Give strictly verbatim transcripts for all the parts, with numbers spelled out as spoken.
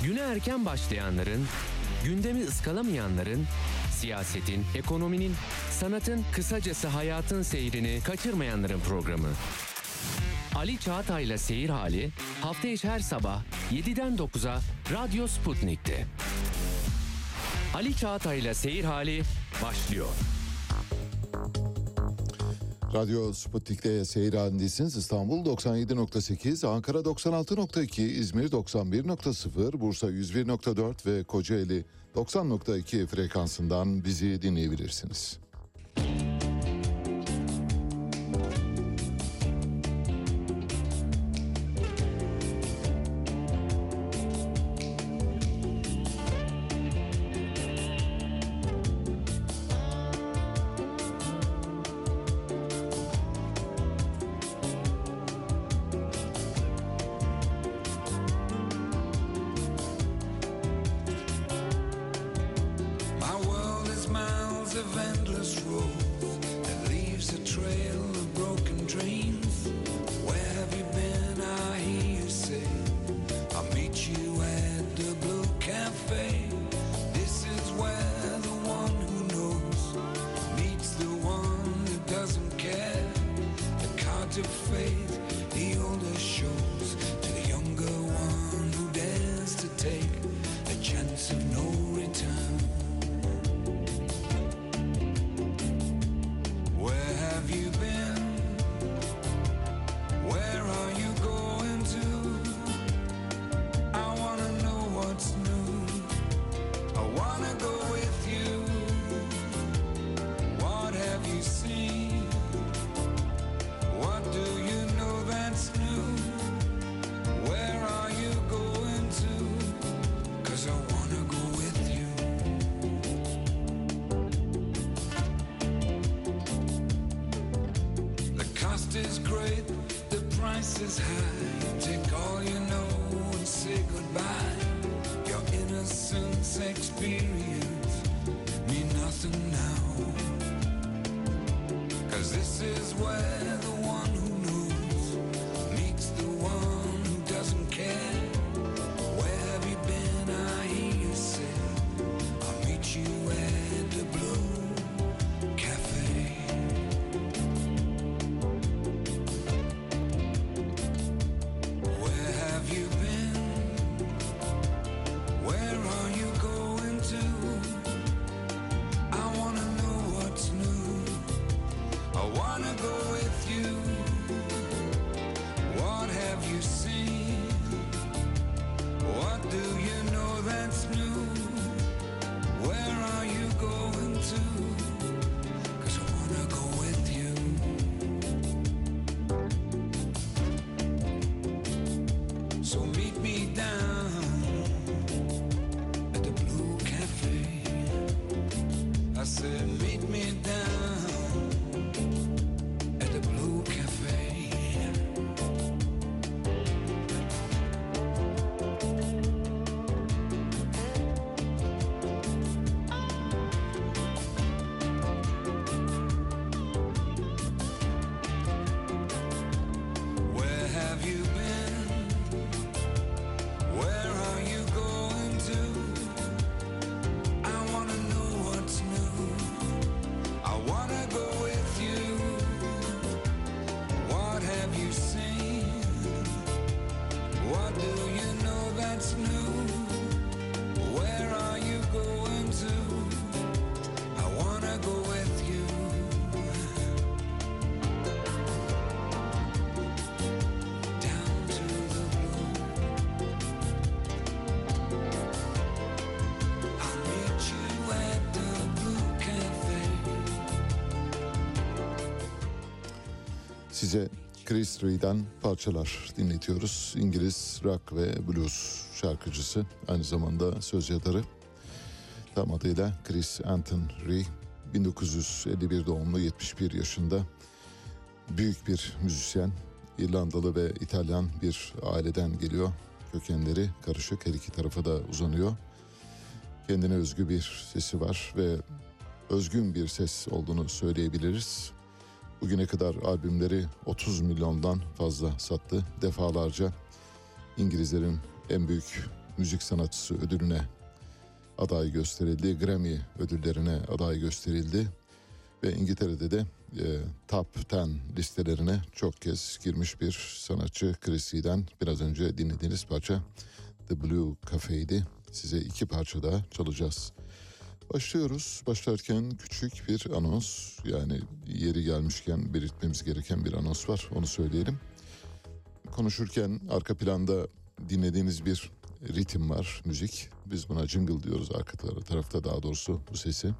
Güne erken başlayanların, gündemi ıskalamayanların, siyasetin, ekonominin, sanatın, kısacası hayatın seyrini kaçırmayanların programı. Ali Çağatay'la Seyir Hali hafta içi her sabah yediden dokuza Radyo Sputnik'te. Ali Çağatay'la Seyir Hali başlıyor. Radyo Sputnik'te seyir halindesiniz. İstanbul doksan yedi nokta sekiz, Ankara doksan altı nokta iki, İzmir doksan bir nokta sıfır, Bursa yüz bir nokta dört ve Kocaeli doksan nokta iki frekansından bizi dinleyebilirsiniz. Size Chris Ree'den parçalar dinletiyoruz. İngiliz rock ve blues şarkıcısı, aynı zamanda söz yazarı. Tam adıyla Chris Anton Ree. bin dokuz yüz elli bir doğumlu, yetmiş bir yaşında. Büyük bir müzisyen. İrlandalı ve İtalyan bir aileden geliyor. Kökenleri karışık, her iki tarafa da uzanıyor. Kendine özgü bir sesi var ve özgün bir ses olduğunu söyleyebiliriz. Bugüne kadar albümleri otuz milyondan fazla sattı. Defalarca İngilizlerin en büyük müzik sanatçısı ödülüne aday gösterildi. Grammy ödüllerine aday gösterildi. Ve İngiltere'de de e, Top on listelerine çok kez girmiş bir sanatçı Chris Reed'den biraz önce dinlediğiniz parça The Blue Cafe'ydi. Size iki parça daha çalacağız. Başlıyoruz. Başlarken küçük bir anons, yani yeri gelmişken belirtmemiz gereken bir anons var, onu söyleyelim. Konuşurken arka planda dinlediğiniz bir ritim var, müzik. Biz buna jingle diyoruz arka tarafta, daha doğrusu bu sesi.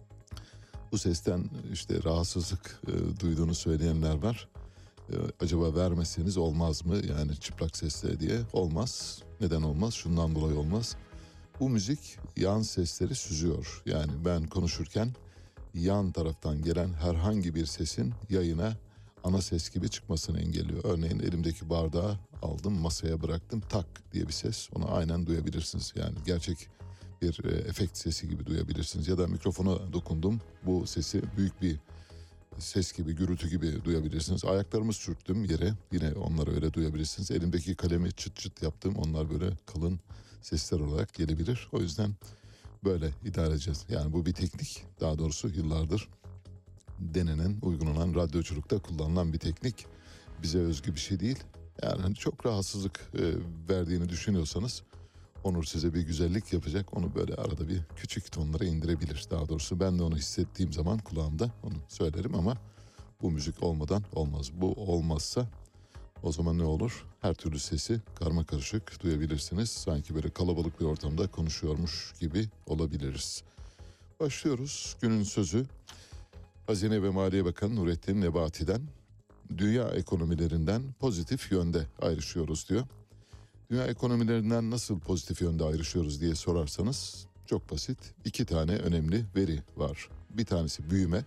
Bu sesten işte rahatsızlık e, duyduğunu söyleyenler var. E, acaba vermeseniz olmaz mı? Yani çıplak sesle diye. Olmaz. Neden olmaz? Şundan dolayı olmaz. Bu müzik yan sesleri süzüyor. Yani ben konuşurken yan taraftan gelen herhangi bir sesin yayına ana ses gibi çıkmasını engelliyor. Örneğin elimdeki bardağı aldım, masaya bıraktım, tak diye bir ses. Onu aynen duyabilirsiniz. Yani gerçek bir e, efekt sesi gibi duyabilirsiniz. Ya da mikrofona dokundum, bu sesi büyük bir ses gibi, gürültü gibi duyabilirsiniz. Ayaklarımı sürttüm yere, yine onları öyle duyabilirsiniz. Elimdeki kalemi çıt çıt yaptım, onlar böyle kalın sesler olarak gelebilir. O yüzden böyle idare edeceğiz. Yani bu bir teknik, daha doğrusu yıllardır denenen, uygulanan, radyoculukta kullanılan bir teknik. Bize özgü bir şey değil. Yani hani çok rahatsızlık e, verdiğini düşünüyorsanız Onur size bir güzellik yapacak. Onu böyle arada bir küçük tonlara indirebilir. Daha doğrusu ben de onu hissettiğim zaman kulağımda onu söylerim ama bu müzik olmadan olmaz. Bu olmazsa o zaman ne olur? Her türlü sesi karmakarışık duyabilirsiniz. Sanki böyle kalabalık bir ortamda konuşuyormuş gibi olabiliriz. Başlıyoruz. Günün sözü Hazine ve Maliye Bakanı Nurettin Nebati'den. Dünya ekonomilerinden pozitif yönde ayrışıyoruz diyor. Dünya ekonomilerinden nasıl pozitif yönde ayrışıyoruz diye sorarsanız çok basit. İki tane önemli veri var. Bir tanesi büyüme,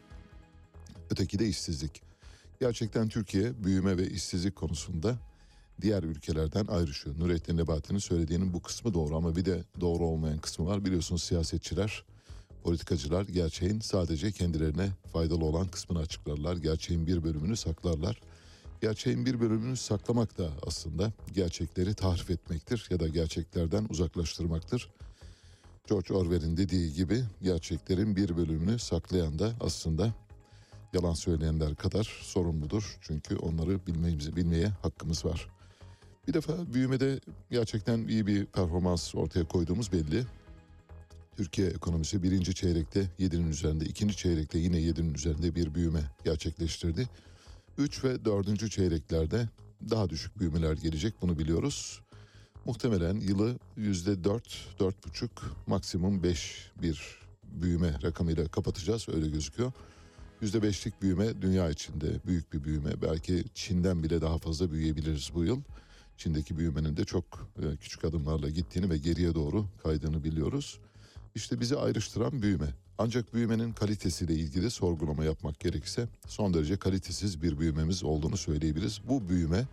öteki de işsizlik. Gerçekten Türkiye büyüme ve işsizlik konusunda diğer ülkelerden ayrışıyor. Nurettin Nebati'nin söylediğinin bu kısmı doğru ama bir de doğru olmayan kısmı var. Biliyorsunuz siyasetçiler, politikacılar gerçeğin sadece kendilerine faydalı olan kısmını açıklarlar. Gerçeğin bir bölümünü saklarlar. Gerçeğin bir bölümünü saklamak da aslında gerçekleri tahrif etmektir ya da gerçeklerden uzaklaştırmaktır. George Orwell'in dediği gibi gerçeklerin bir bölümünü saklayan da aslında yalan söyleyenler kadar sorumludur. Çünkü onları bilmemizi, bilmeye hakkımız var. Bir defa büyümede gerçekten iyi bir performans ortaya koyduğumuz belli. Türkiye ekonomisi birinci çeyrekte yedinin üzerinde, ikinci çeyrekte yine yedinin üzerinde bir büyüme gerçekleştirdi. Üç ve dördüncü çeyreklerde daha düşük büyümeler gelecek, bunu biliyoruz. Muhtemelen yılı yüzde dört, dört buçuk, maksimum beş bir büyüme rakamıyla kapatacağız, öyle gözüküyor. Yüzde beşlik büyüme dünya içinde büyük bir büyüme. Belki Çin'den bile daha fazla büyüyebiliriz bu yıl. Çin'deki büyümenin de çok e, küçük adımlarla gittiğini ve geriye doğru kaydığını biliyoruz. İşte bizi ayrıştıran büyüme. Ancak büyümenin kalitesiyle ilgili sorgulama yapmak gerekirse son derece kalitesiz bir büyümemiz olduğunu söyleyebiliriz. Bu büyüme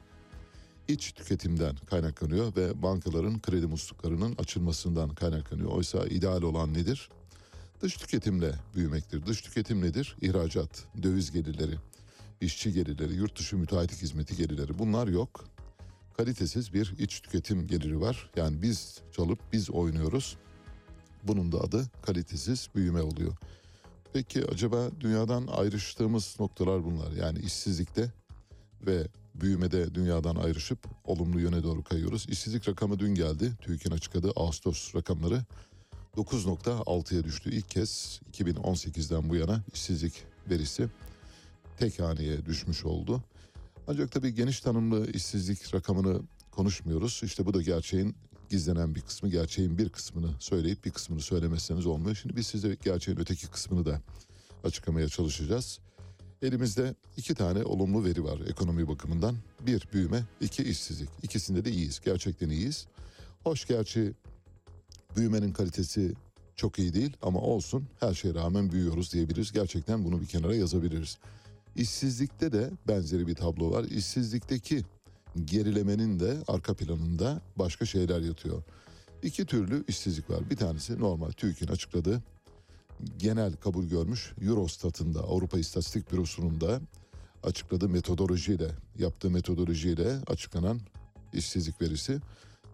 iç tüketimden kaynaklanıyor ve bankaların kredi musluklarının açılmasından kaynaklanıyor. Oysa ideal olan nedir? Dış tüketimle büyümektir. Dış tüketim nedir? İhracat, döviz gelirleri, işçi gelirleri, yurt dışı müteahhitlik hizmeti gelirleri, bunlar yok. Kalitesiz bir iç tüketim geliri var. Yani biz çalıp biz oynuyoruz. Bunun da adı kalitesiz büyüme oluyor. Peki acaba dünyadan ayrıştığımız noktalar bunlar. Yani işsizlikte ve büyümede dünyadan ayrışıp olumlu yöne doğru kayıyoruz. İşsizlik rakamı dün geldi. TÜİK'in açıkladığı Ağustos rakamları dokuz nokta altıya düştü. İlk kez iki bin on sekizden bu yana işsizlik verisi tek haneye düşmüş oldu. Ancak tabii geniş tanımlı işsizlik rakamını konuşmuyoruz. İşte bu da gerçeğin gizlenen bir kısmı, gerçeğin bir kısmını söyleyip bir kısmını söylemezseniz olmuyor. Şimdi biz size gerçeğin öteki kısmını da açıklamaya çalışacağız. Elimizde iki tane olumlu veri var ekonomi bakımından. Bir büyüme, iki işsizlik. İkisinde de iyiyiz, gerçekten iyiyiz. Hoş gerçi büyümenin kalitesi çok iyi değil ama olsun, her şeye rağmen büyüyoruz diyebiliriz. Gerçekten bunu bir kenara yazabiliriz. İşsizlikte de benzeri bir tablo var. İşsizlikteki gerilemenin de arka planında başka şeyler yatıyor. İki türlü işsizlik var. Bir tanesi normal TÜİK'in açıkladığı, genel kabul görmüş Eurostat'ın da, Avrupa İstatistik Bürosu'nun da açıkladığı metodolojiyle, yaptığı metodolojiyle açıklanan işsizlik verisi.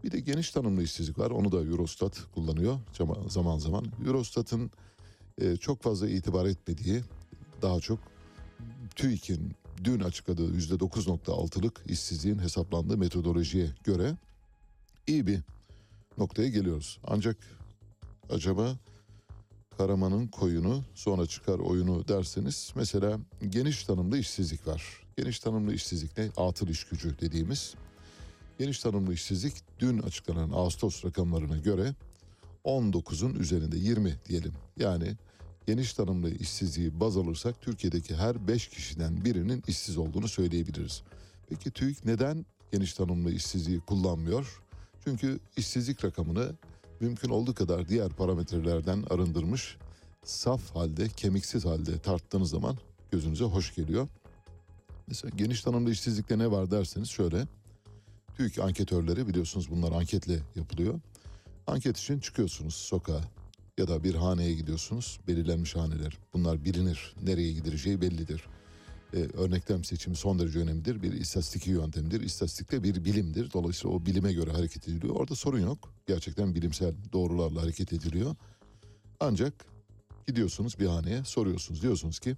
Bir de geniş tanımlı işsizlik var. Onu da Eurostat kullanıyor zaman zaman. Eurostat'ın e, çok fazla itibar etmediği, daha çok TÜİK'in dün açıkladığı yüzde dokuz nokta altılık işsizliğin hesaplandığı metodolojiye göre iyi bir noktaya geliyoruz. Ancak acaba Karaman'ın koyunu sonra çıkar oyunu derseniz, mesela geniş tanımlı işsizlik var. Geniş tanımlı işsizlik ne? Atıl iş gücü dediğimiz. Geniş tanımlı işsizlik dün açıklanan Ağustos rakamlarına göre on dokuzun üzerinde, yirmi diyelim. Yani geniş tanımlı işsizliği baz alırsak Türkiye'deki her beş kişiden birinin işsiz olduğunu söyleyebiliriz. Peki TÜİK neden geniş tanımlı işsizliği kullanmıyor? Çünkü işsizlik rakamını mümkün olduğu kadar diğer parametrelerden arındırmış, saf halde, kemiksiz halde tarttığınız zaman gözünüze hoş geliyor. Mesela geniş tanımlı işsizlikte ne var derseniz şöyle. TÜİK anketörleri, biliyorsunuz bunlar anketle yapılıyor. Anket için çıkıyorsunuz sokağa ya da bir haneye gidiyorsunuz. Belirlenmiş haneler. Bunlar bilinir. Nereye gidileceği bellidir. Ee, örneklem seçimi son derece önemlidir. Bir istatistiki yöntemdir. İstatistikte bir bilimdir. Dolayısıyla o bilime göre hareket ediliyor. Orada sorun yok. Gerçekten bilimsel doğrularla hareket ediliyor. Ancak gidiyorsunuz bir haneye, soruyorsunuz. Diyorsunuz ki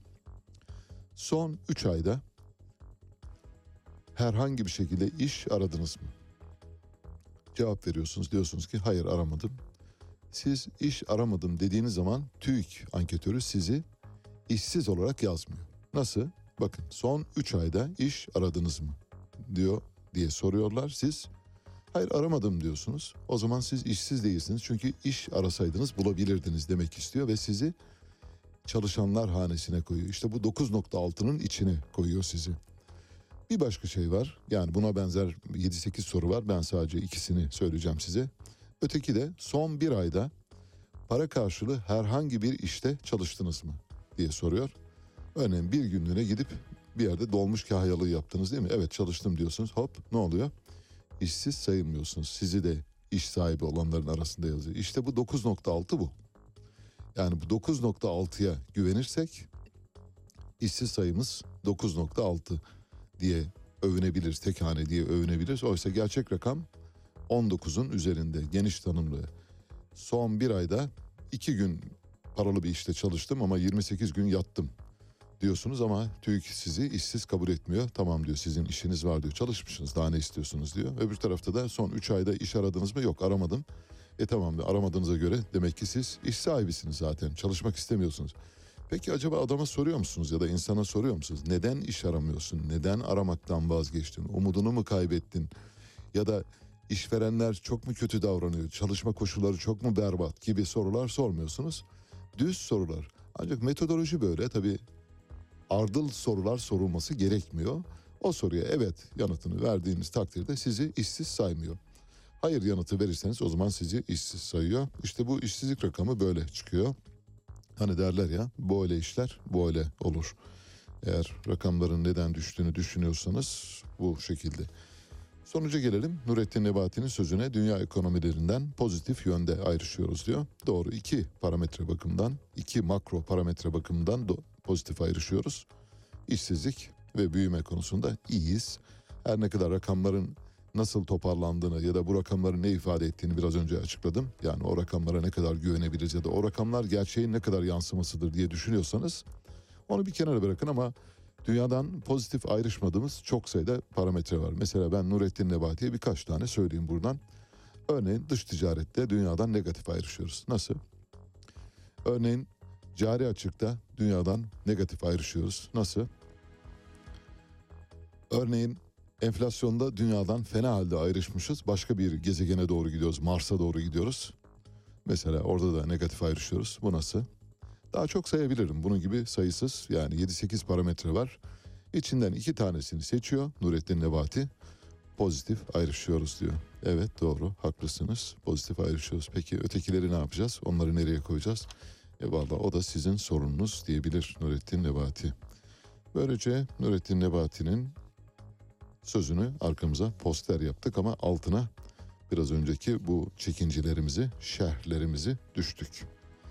son üç ayda herhangi bir şekilde iş aradınız mı? Cevap veriyorsunuz. Diyorsunuz ki hayır, aramadım. Siz iş aramadım dediğiniz zaman TÜİK anketörü sizi işsiz olarak yazmıyor. Nasıl? Bakın, son üç ayda iş aradınız mı diyor diye soruyorlar. Siz hayır aramadım diyorsunuz. O zaman siz işsiz değilsiniz. Çünkü iş arasaydınız bulabilirdiniz demek istiyor ve sizi çalışanlar hanesine koyuyor. İşte bu dokuz nokta altının içine koyuyor sizi. Bir başka şey var. Yani buna benzer yedi sekiz soru var. Ben sadece ikisini söyleyeceğim size. Öteki de son bir ayda para karşılığı herhangi bir işte çalıştınız mı diye soruyor. Örneğin bir günlüğüne gidip bir yerde dolmuş kahyalığı yaptınız değil mi? Evet, çalıştım diyorsunuz. Hop, ne oluyor? İşsiz sayılmıyorsunuz. Sizi de iş sahibi olanların arasında yazıyor. İşte bu dokuz nokta altı bu. Yani bu dokuz nokta altıya güvenirsek işsiz sayımız dokuz nokta altı diye övünebiliriz. Tek hane diye övünebiliriz. Oysa gerçek rakam on dokuzun üzerinde, geniş tanımlı. Son bir ayda iki gün paralı bir işte çalıştım ama yirmi sekiz gün yattım diyorsunuz ama TÜİK sizi işsiz kabul etmiyor. Tamam diyor, sizin işiniz var diyor. Çalışmışsınız, daha ne istiyorsunuz diyor. Öbür tarafta da son üç ayda iş aradınız mı? Yok, aramadım. E tamam, aramadığınıza göre demek ki siz iş sahibisiniz zaten. Çalışmak istemiyorsunuz. Peki acaba adama soruyor musunuz ya da insana soruyor musunuz? Neden iş aramıyorsun? Neden aramaktan vazgeçtin? Umudunu mu kaybettin? Ya da işverenler çok mu kötü davranıyor? Çalışma koşulları çok mu berbat gibi sorular sormuyorsunuz. Düz sorular. Ancak metodoloji böyle. Tabii ardıl sorular sorulması gerekmiyor. O soruya evet yanıtını verdiğiniz takdirde sizi işsiz saymıyor. Hayır yanıtı verirseniz o zaman sizi işsiz sayıyor. İşte bu işsizlik rakamı böyle çıkıyor. Hani derler ya, böyle işler böyle olur. Eğer rakamların neden düştüğünü düşünüyorsanız bu şekilde. Sonuca gelelim. Nurettin Nebati'nin sözüne, dünya ekonomilerinden pozitif yönde ayrışıyoruz diyor. Doğru, iki parametre bakımından, iki makro parametre bakımından do- pozitif ayrışıyoruz. İşsizlik ve büyüme konusunda iyiyiz. Her ne kadar rakamların nasıl toparlandığını ya da bu rakamların ne ifade ettiğini biraz önce açıkladım. Yani o rakamlara ne kadar güvenebiliriz ya da o rakamlar gerçeğin ne kadar yansımasıdır diye düşünüyorsanız onu bir kenara bırakın ama dünyadan pozitif ayrışmadığımız çok sayıda parametre var. Mesela ben Nurettin Nebati'ye birkaç tane söyleyeyim buradan. Örneğin dış ticarette dünyadan negatif ayrışıyoruz. Nasıl? Örneğin cari açıkta dünyadan negatif ayrışıyoruz. Nasıl? Örneğin enflasyonda dünyadan fena halde ayrışmışız. Başka bir gezegene doğru gidiyoruz. Mars'a doğru gidiyoruz. Mesela orada da negatif ayrışıyoruz. Bu nasıl? Daha çok sayabilirim. Bunun gibi sayısız, yani yedi sekiz parametre var. İçinden iki tanesini seçiyor Nurettin Nebati. Pozitif ayrışıyoruz diyor. Evet, doğru, haklısınız. Pozitif ayrışıyoruz. Peki ötekileri ne yapacağız? Onları nereye koyacağız? E valla o da sizin sorununuz diyebilir Nurettin Nebati. Böylece Nurettin Nebati'nin sözünü arkamıza poster yaptık ama altına biraz önceki bu çekincilerimizi, şerhlerimizi düştük.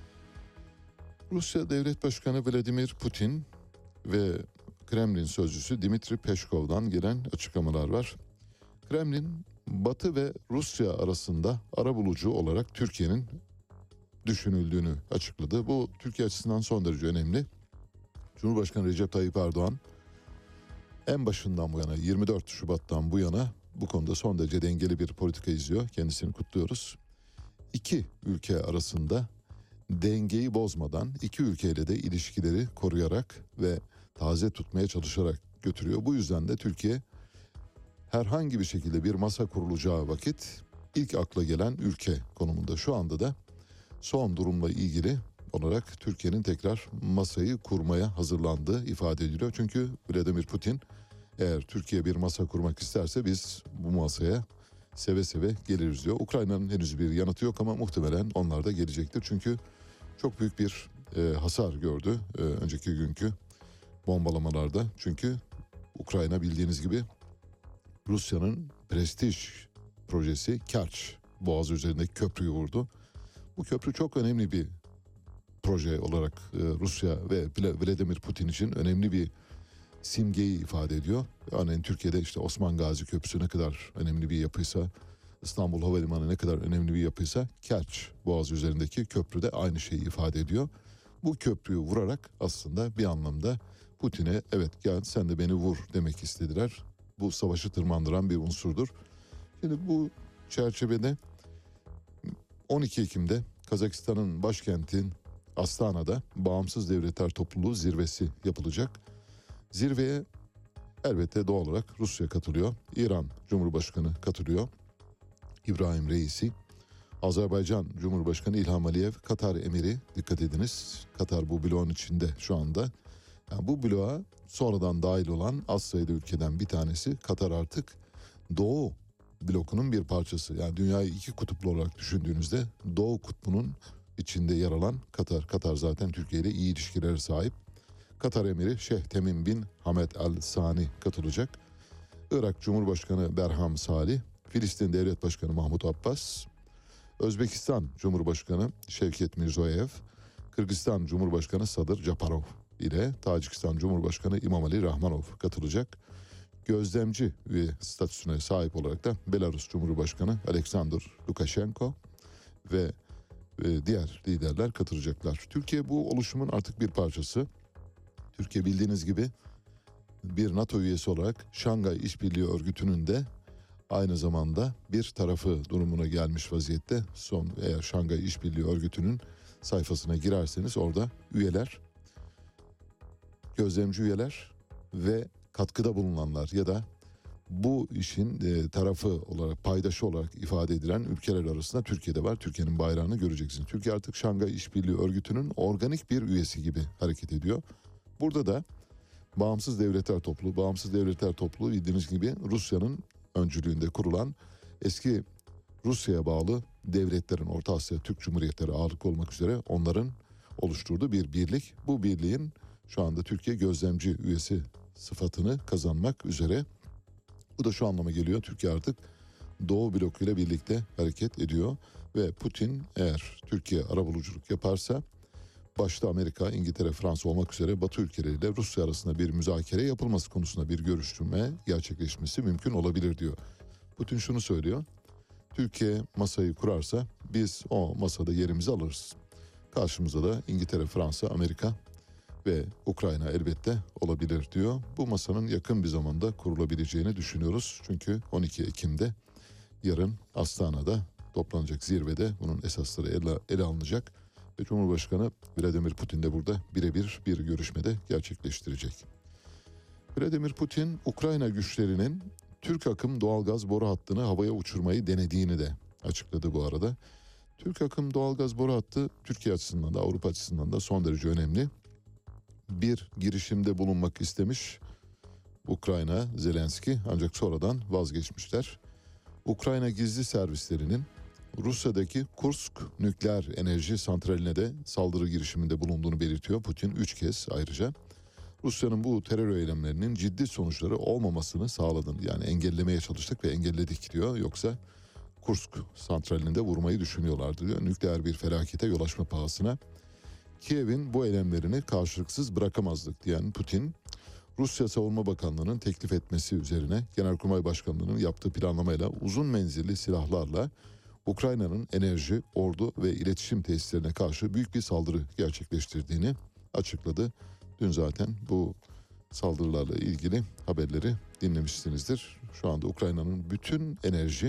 Rusya Devlet Başkanı Vladimir Putin ve Kremlin sözcüsü Dmitri Peşkov'dan gelen açıklamalar var. Kremlin Batı ve Rusya arasında arabulucu olarak Türkiye'nin düşünüldüğünü açıkladı. Bu Türkiye açısından son derece önemli. Cumhurbaşkanı Recep Tayyip Erdoğan en başından bu yana, yirmi dört Şubat'tan bu yana bu konuda son derece dengeli bir politika izliyor. Kendisini kutluyoruz. İki ülke arasında dengeyi bozmadan, iki ülkeyle de ilişkileri koruyarak ve taze tutmaya çalışarak götürüyor. Bu yüzden de Türkiye herhangi bir şekilde bir masa kurulacağı vakit ilk akla gelen ülke konumunda. Şu anda da son durumla ilgili olarak Türkiye'nin tekrar masayı kurmaya hazırlandığı ifade ediliyor. Çünkü Vladimir Putin eğer Türkiye bir masa kurmak isterse biz bu masaya seve seve geliriz diyor. Ukrayna'nın henüz bir yanıtı yok ama muhtemelen onlar da gelecektir. Çünkü çok büyük bir e, hasar gördü e, önceki günkü bombalamalarda. Çünkü Ukrayna bildiğiniz gibi Rusya'nın prestij projesi Kerç Boğazı üzerindeki köprüyü vurdu. Bu köprü çok önemli bir proje olarak e, Rusya ve Vladimir Putin için önemli bir simgeyi ifade ediyor. Örneğin Türkiye'de işte Osman Gazi Köprüsü ne kadar önemli bir yapıysa, İstanbul Havalimanı ne kadar önemli bir yapıysa, Kerç Boğazı üzerindeki köprü de aynı şeyi ifade ediyor. Bu köprüyü vurarak aslında bir anlamda Putin'e evet gel sen de beni vur demek istediler. Bu savaşı tırmandıran bir unsurdur. Şimdi bu çerçevede on iki Ekim'de Kazakistan'ın başkenti Astana'da Bağımsız Devletler Topluluğu zirvesi yapılacak. Zirveye elbette doğal olarak Rusya katılıyor. İran Cumhurbaşkanı katılıyor. İbrahim Reisi. Azerbaycan Cumhurbaşkanı İlham Aliyev, Katar Emiri, dikkat ediniz. Katar bu bloğun içinde şu anda. Yani bu bloğa sonradan dahil olan az sayıda ülkeden bir tanesi. Katar artık Doğu blokunun bir parçası. Yani dünyayı iki kutuplu olarak düşündüğünüzde Doğu kutbunun içinde yer alan Katar. Katar zaten Türkiye ile iyi ilişkilere sahip. Katar Emiri Şeyh Temim bin Hamed Al Sani katılacak. Irak Cumhurbaşkanı Berham Salih, Filistin Devlet Başkanı Mahmut Abbas, Özbekistan Cumhurbaşkanı Şevket Mirzoyev, Kırgızistan Cumhurbaşkanı Sadır Japarov ile Tacikistan Cumhurbaşkanı İmamali Rahmanov katılacak. Gözlemci üye statüsüne sahip olarak da Belarus Cumhurbaşkanı Alexander Lukashenko ve diğer liderler katılacaklar. Türkiye bu oluşumun artık bir parçası. Türkiye bildiğiniz gibi bir NATO üyesi olarak Şangay İşbirliği Örgütü'nün de aynı zamanda bir tarafı durumuna gelmiş vaziyette. Son eğer Şangay İşbirliği Örgütü'nün sayfasına girerseniz orada üyeler, gözlemci üyeler ve katkıda bulunanlar ya da bu işin e, tarafı olarak, paydaşı olarak ifade edilen ülkeler arasında Türkiye'de var. Türkiye'nin bayrağını göreceksiniz. Türkiye artık Şangay İşbirliği Örgütü'nün organik bir üyesi gibi hareket ediyor. Burada da Bağımsız Devletler Topluluğu, Bağımsız Devletler Topluluğu bildiğiniz gibi Rusya'nın öncülüğünde kurulan eski Rusya'ya bağlı devletlerin, Orta Asya Türk Cumhuriyetleri ağırlık olmak üzere onların oluşturduğu bir birlik. Bu birliğin şu anda Türkiye gözlemci üyesi sıfatını kazanmak üzere. Bu da şu anlama geliyor: Türkiye artık Doğu blokuyla birlikte hareket ediyor ve Putin eğer Türkiye arabuluculuk yaparsa başta Amerika, İngiltere, Fransa olmak üzere Batı ülkeleriyle Rusya arasında bir müzakere yapılması konusunda bir görüşme gerçekleşmesi mümkün olabilir diyor. Putin şunu söylüyor: Türkiye masayı kurarsa biz o masada yerimizi alırız. Karşımızda da İngiltere, Fransa, Amerika ve Ukrayna elbette olabilir diyor. Bu masanın yakın bir zamanda kurulabileceğini düşünüyoruz. Çünkü on iki Ekim'de yarın Astana'da toplanacak zirvede bunun esasları ele, ele alınacak. Ve Cumhurbaşkanı Vladimir Putin de burada birebir bir görüşmede gerçekleştirecek. Vladimir Putin, Ukrayna güçlerinin Türk akım doğalgaz boru hattını havaya uçurmayı denediğini de açıkladı bu arada. Türk akım doğalgaz boru hattı Türkiye açısından da Avrupa açısından da son derece önemli. Bir girişimde bulunmak istemiş Ukrayna, Zelenski, ancak sonradan vazgeçmişler. Ukrayna gizli servislerinin Rusya'daki Kursk nükleer enerji santraline de saldırı girişiminde bulunduğunu belirtiyor Putin üç kez ayrıca. Rusya'nın bu terör eylemlerinin ciddi sonuçları olmamasını sağladığını, yani engellemeye çalıştık ve engelledik diyor. Yoksa Kursk santralinde vurmayı düşünüyorlardı diyor. Nükleer bir felakete yol açma pahasına Kiev'in bu eylemlerini karşılıksız bırakamazdık diyen Putin, Rusya Savunma Bakanlığı'nın teklif etmesi üzerine Genelkurmay Başkanlığı'nın yaptığı planlamayla uzun menzilli silahlarla Ukrayna'nın enerji, ordu ve iletişim tesislerine karşı büyük bir saldırı gerçekleştirdiğini açıkladı. Dün zaten bu saldırılarla ilgili haberleri dinlemişsinizdir. Şu anda Ukrayna'nın bütün enerji,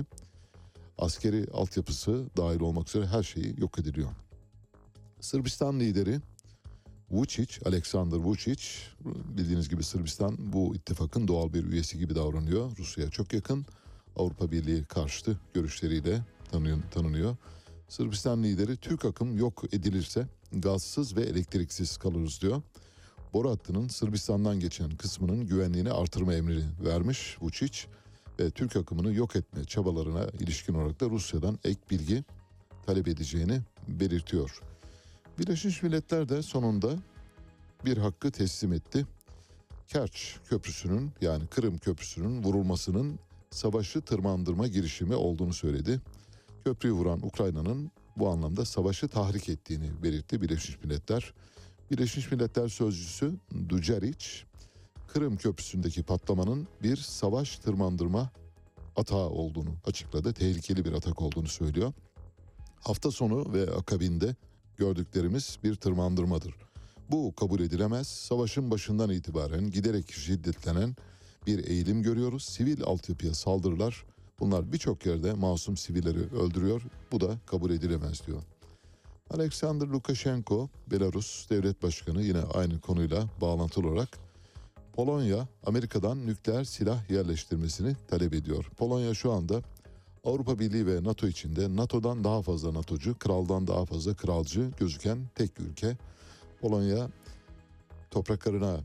askeri altyapısı dahil olmak üzere her şeyi yok ediliyor. Sırbistan lideri Vučić, Aleksandar Vučić, bildiğiniz gibi Sırbistan bu ittifakın doğal bir üyesi gibi davranıyor. Rusya'ya çok yakın, Avrupa Birliği karşıtı görüşleriyle tanınıyor. Sırbistan lideri Türk akım yok edilirse gazsız ve elektriksiz kalırız diyor. Boru hattının Sırbistan'dan geçen kısmının güvenliğini artırma emrini vermiş Vučić ve Türk akımını yok etme çabalarına ilişkin olarak da Rusya'dan ek bilgi talep edeceğini belirtiyor. Birleşmiş Milletler de sonunda bir hakkı teslim etti. Kerç Köprüsü'nün yani Kırım Köprüsü'nün vurulmasının savaşı tırmandırma girişimi olduğunu söyledi. Köprüyü vuran Ukrayna'nın bu anlamda savaşı tahrik ettiğini belirtti Birleşmiş Milletler. Birleşmiş Milletler Sözcüsü Dujarric, Kırım Köprüsü'ndeki patlamanın bir savaş tırmandırma atağı olduğunu açıkladı. Tehlikeli bir atak olduğunu söylüyor. Hafta sonu ve akabinde gördüklerimiz bir tırmandırmadır. Bu kabul edilemez. Savaşın başından itibaren giderek şiddetlenen bir eğilim görüyoruz. Sivil altyapıya saldırılar, bunlar birçok yerde masum sivilleri öldürüyor. Bu da kabul edilemez diyor. Alexander Lukashenko, Belarus Devlet Başkanı yine aynı konuyla bağlantılı olarak Polonya, Amerika'dan nükleer silah yerleştirmesini talep ediyor. Polonya şu anda Avrupa Birliği ve NATO içinde NATO'dan daha fazla NATO'cu, kraldan daha fazla kralcı gözüken tek ülke. Polonya topraklarına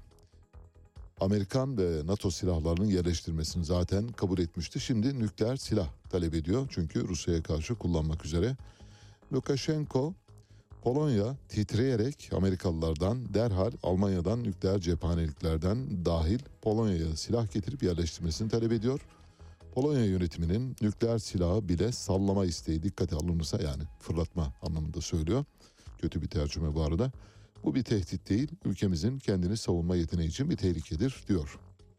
Amerikan ve NATO silahlarının yerleştirmesini zaten kabul etmişti. Şimdi nükleer silah talep ediyor çünkü Rusya'ya karşı kullanmak üzere. Lukashenko, Polonya titreyerek Amerikalılardan derhal Almanya'dan nükleer cephaneliklerden dahil Polonya'ya silah getirip yerleştirmesini talep ediyor. Polonya yönetiminin nükleer silahı bile sallama isteği dikkate alınırsa, yani fırlatma anlamında söylüyor. Kötü bir tercüme bu arada. Bu bir tehdit değil, ülkemizin kendini savunma yeteneği için bir tehlikedir diyor.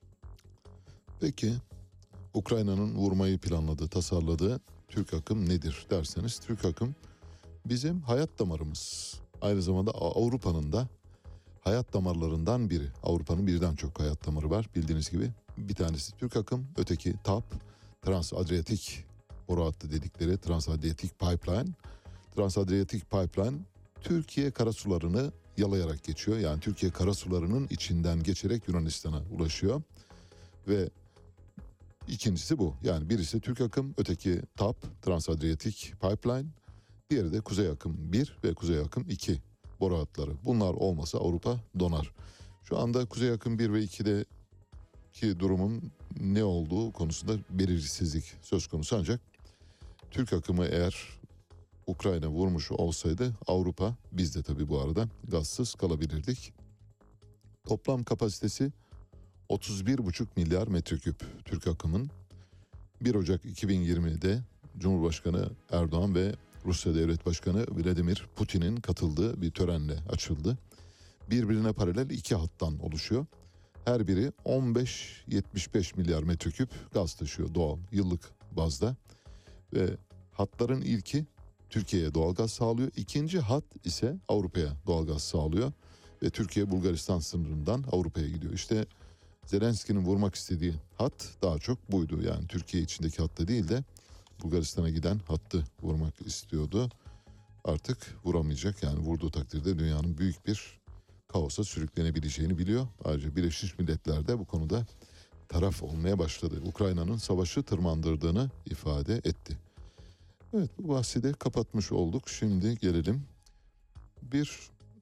Peki Ukrayna'nın vurmayı planladığı, tasarladığı Türk akım nedir derseniz, Türk akım bizim hayat damarımız. Aynı zamanda Avrupa'nın da hayat damarlarından biri. Avrupa'nın birden çok hayat damarı var bildiğiniz gibi. Bir tanesi Türk akım, öteki T A P, Trans-Adriyatik boru hattı dedikleri Trans-Adriyatik Pipeline. Trans-Adriyatik Pipeline Türkiye karasularını yalayarak geçiyor. Yani Türkiye karasularının içinden geçerek Yunanistan'a ulaşıyor. Ve ikincisi bu. Yani birisi Türk akım, öteki T A P, Trans-Adriyatik Pipeline. Diğeri de Kuzey akım bir ve Kuzey akım iki boru hatları. Bunlar olmasa Avrupa donar. Şu anda Kuzey akım bir ve ikideki durumun ne olduğu konusunda belirsizlik söz konusu, ancak Türk akımı eğer Ukrayna vurmuş olsaydı Avrupa, biz de tabii bu arada gazsız kalabilirdik. Toplam kapasitesi otuz bir buçuk milyar metreküp Türk akımın. bir Ocak iki bin yirmide Cumhurbaşkanı Erdoğan ve Rusya Devlet Başkanı Vladimir Putin'in katıldığı bir törenle açıldı. Birbirine paralel iki hattan oluşuyor. Her biri on beş yetmiş beş milyar metreküp gaz taşıyor doğal yıllık bazda. Ve hatların ilki Türkiye'ye doğalgaz sağlıyor. İkinci hat ise Avrupa'ya doğalgaz sağlıyor. Ve Türkiye Bulgaristan sınırından Avrupa'ya gidiyor. İşte Zelenski'nin vurmak istediği hat daha çok buydu. Yani Türkiye içindeki hatta değil de Bulgaristan'a giden hattı vurmak istiyordu. Artık vuramayacak, yani vurduğu takdirde dünyanın büyük bir kaosa sürüklenebileceğini biliyor. Ayrıca Birleşmiş Milletler de bu konuda taraf olmaya başladı. Ukrayna'nın savaşı tırmandırdığını ifade etti. Evet, bu bahsi de kapatmış olduk. Şimdi gelelim. Bir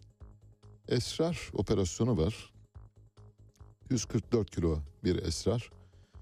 esrar operasyonu var. yüz kırk dört kilo bir esrar.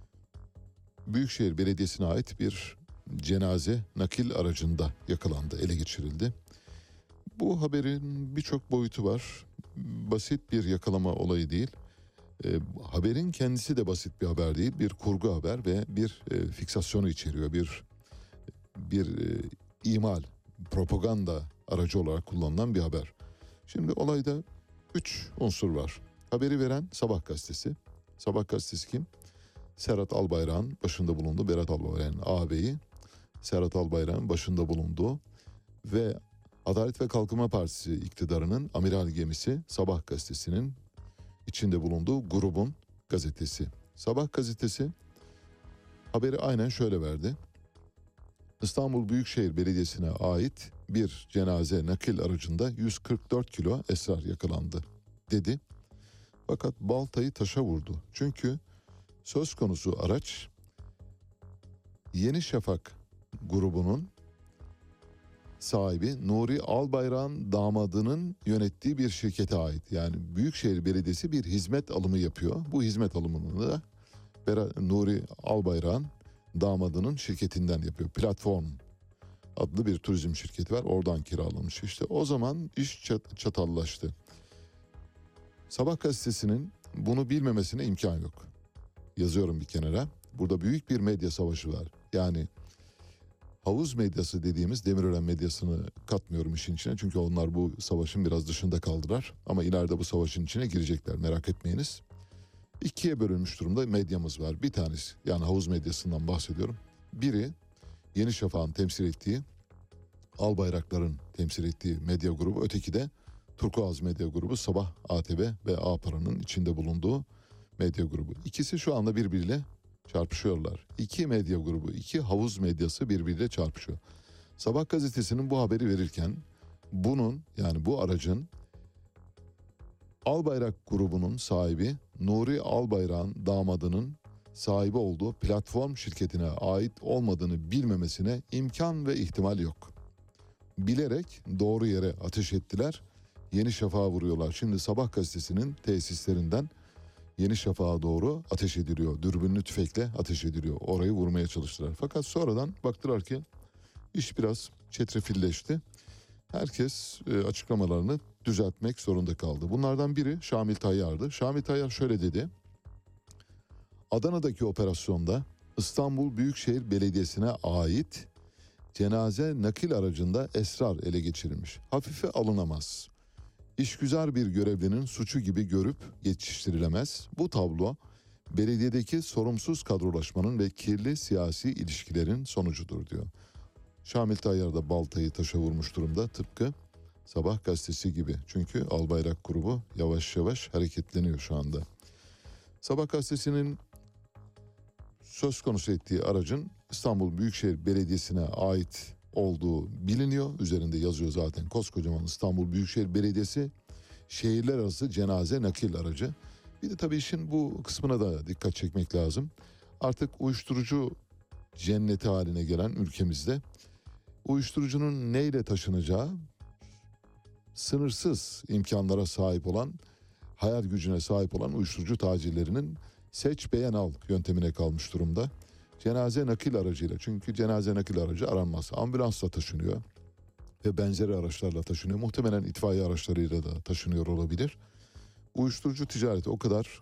Büyükşehir Belediyesi'ne ait bir cenaze nakil aracında yakalandı, ele geçirildi. Bu haberin birçok boyutu var. Basit bir yakalama olayı değil. E, haberin kendisi de basit bir haber değil. Bir kurgu haber ve bir e, fiksasyonu içeriyor. Bir bir e, imal, propaganda aracı olarak kullanılan bir haber. Şimdi olayda üç unsur var. Haberi veren Sabah gazetesi, Sabah gazetesi kim? Serhat Albayrak'ın başında bulunduğu, Berat Albayrak'ın ağabeyi Serhat Albayrak'ın başında bulunduğu ve Adalet ve Kalkınma Partisi iktidarının amiral gemisi Sabah gazetesinin içinde bulunduğu grubun gazetesi. Sabah gazetesi haberi aynen şöyle verdi. İstanbul Büyükşehir Belediyesi'ne ait bir cenaze nakil aracında yüz kırk dört kilo esrar yakalandı dedi. Fakat baltayı taşa vurdu. Çünkü söz konusu araç Yeni Şafak grubunun sahibi Nuri Albayrak'ın damadının yönettiği bir şirkete ait. Yani Büyükşehir Belediyesi bir hizmet alımı yapıyor. Bu hizmet alımını da Nuri Albayrak'ın damadının şirketinden yapıyor. Platform adlı bir turizm şirketi var. Oradan kiralamış. İşte o zaman iş çat- çatallaştı. Sabah gazetesinin bunu bilmemesine imkan yok. Yazıyorum bir kenara. Burada büyük bir medya savaşı var. Yani havuz medyası dediğimiz Demirören medyasını katmıyorum işin içine. Çünkü onlar bu savaşın biraz dışında kaldılar. Ama ileride bu savaşın içine girecekler, merak etmeyiniz. İkiye bölünmüş durumda medyamız var. Bir tanesi, yani havuz medyasından bahsediyorum. Biri Yeni Şafak'ın temsil ettiği, Albayrakların temsil ettiği medya grubu. Öteki de Turkuaz medya grubu, Sabah, A T V ve A Para'nın içinde bulunduğu medya grubu. İkisi şu anda birbiriyle çarpışıyorlar. İki medya grubu, iki havuz medyası birbiriyle çarpışıyor. Sabah gazetesinin bu haberi verirken bunun, yani bu aracın Albayrak grubunun sahibi Nuri Albayrak'ın damadının sahibi olduğu platform şirketine ait olmadığını bilmemesine imkan ve ihtimal yok. Bilerek doğru yere ateş ettiler. Yeni Şafak'a vuruyorlar. Şimdi Sabah gazetesinin tesislerinden Yeni Şafak'a doğru ateş ediliyor. Dürbünlü tüfekle ateş ediliyor. Orayı vurmaya çalıştılar. Fakat sonradan baktılar ki iş biraz çetrefilleşti. Herkes e, açıklamalarını düzeltmek zorunda kaldı. Bunlardan biri Şamil Tayyar'dı. Şamil Tayyar şöyle dedi. Adana'daki operasyonda İstanbul Büyükşehir Belediyesi'ne ait cenaze nakil aracında esrar ele geçirilmiş. Hafife alınamaz. İşgüzar bir görevlinin suçu gibi görüp geçiştirilemez. Bu tablo belediyedeki sorumsuz kadrolaşmanın ve kirli siyasi ilişkilerin sonucudur diyor. Şamil Tayyar da baltayı taşa vurmuş durumda, tıpkı Sabah gazetesi gibi. Çünkü Albayrak grubu yavaş yavaş hareketleniyor şu anda. Sabah gazetesinin söz konusu ettiği aracın İstanbul Büyükşehir Belediyesi'ne ait olduğu biliniyor. Üzerinde yazıyor zaten, koskocaman İstanbul Büyükşehir Belediyesi şehirler arası cenaze nakil aracı. Bir de tabii işin bu kısmına da dikkat çekmek lazım. Artık uyuşturucu cenneti haline gelen ülkemizde uyuşturucunun neyle taşınacağı sınırsız imkanlara sahip olan, hayal gücüne sahip olan uyuşturucu tacirlerinin seç beğen al yöntemine kalmış durumda. Cenaze nakil aracıyla, çünkü cenaze nakil aracı aranmaz. Ambulansla taşınıyor ve benzeri araçlarla taşınıyor. Muhtemelen itfaiye araçlarıyla da taşınıyor olabilir. Uyuşturucu ticareti o kadar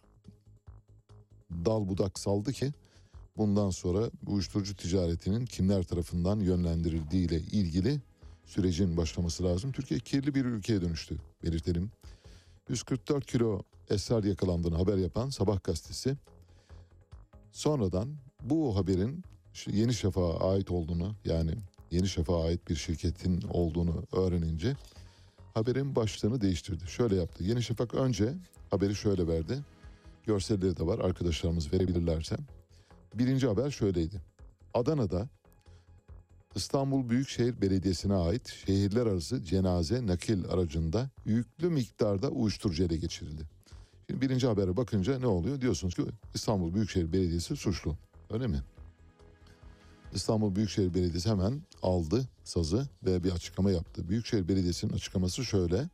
dal budak saldı ki bundan sonra uyuşturucu ticaretinin kimler tarafından yönlendirildiği ile ilgili sürecin başlaması lazım. Türkiye kirli bir ülkeye dönüştü, belirtelim. yüz kırk dört kilo esrar yakalandığını haber yapan Sabah gazetesi sonradan bu haberin Yeni Şafak'a ait olduğunu, yani Yeni Şafak'a ait bir şirketin olduğunu öğrenince haberin başlığını değiştirdi. Şöyle yaptı. Yeni Şafak önce haberi şöyle verdi. Görselleri de var, arkadaşlarımız verebilirlerse. Birinci haber şöyleydi. Adana'da İstanbul Büyükşehir Belediyesi'ne ait şehirler arası cenaze nakil aracında yüklü miktarda uyuşturucu ele geçirildi. Şimdi birinci habere bakınca ne oluyor? Diyorsunuz ki İstanbul Büyükşehir Belediyesi suçlu. Öyle mi? İstanbul Büyükşehir Belediyesi hemen aldı sazı ve bir açıklama yaptı. Büyükşehir Belediyesi'nin açıklaması şöyle.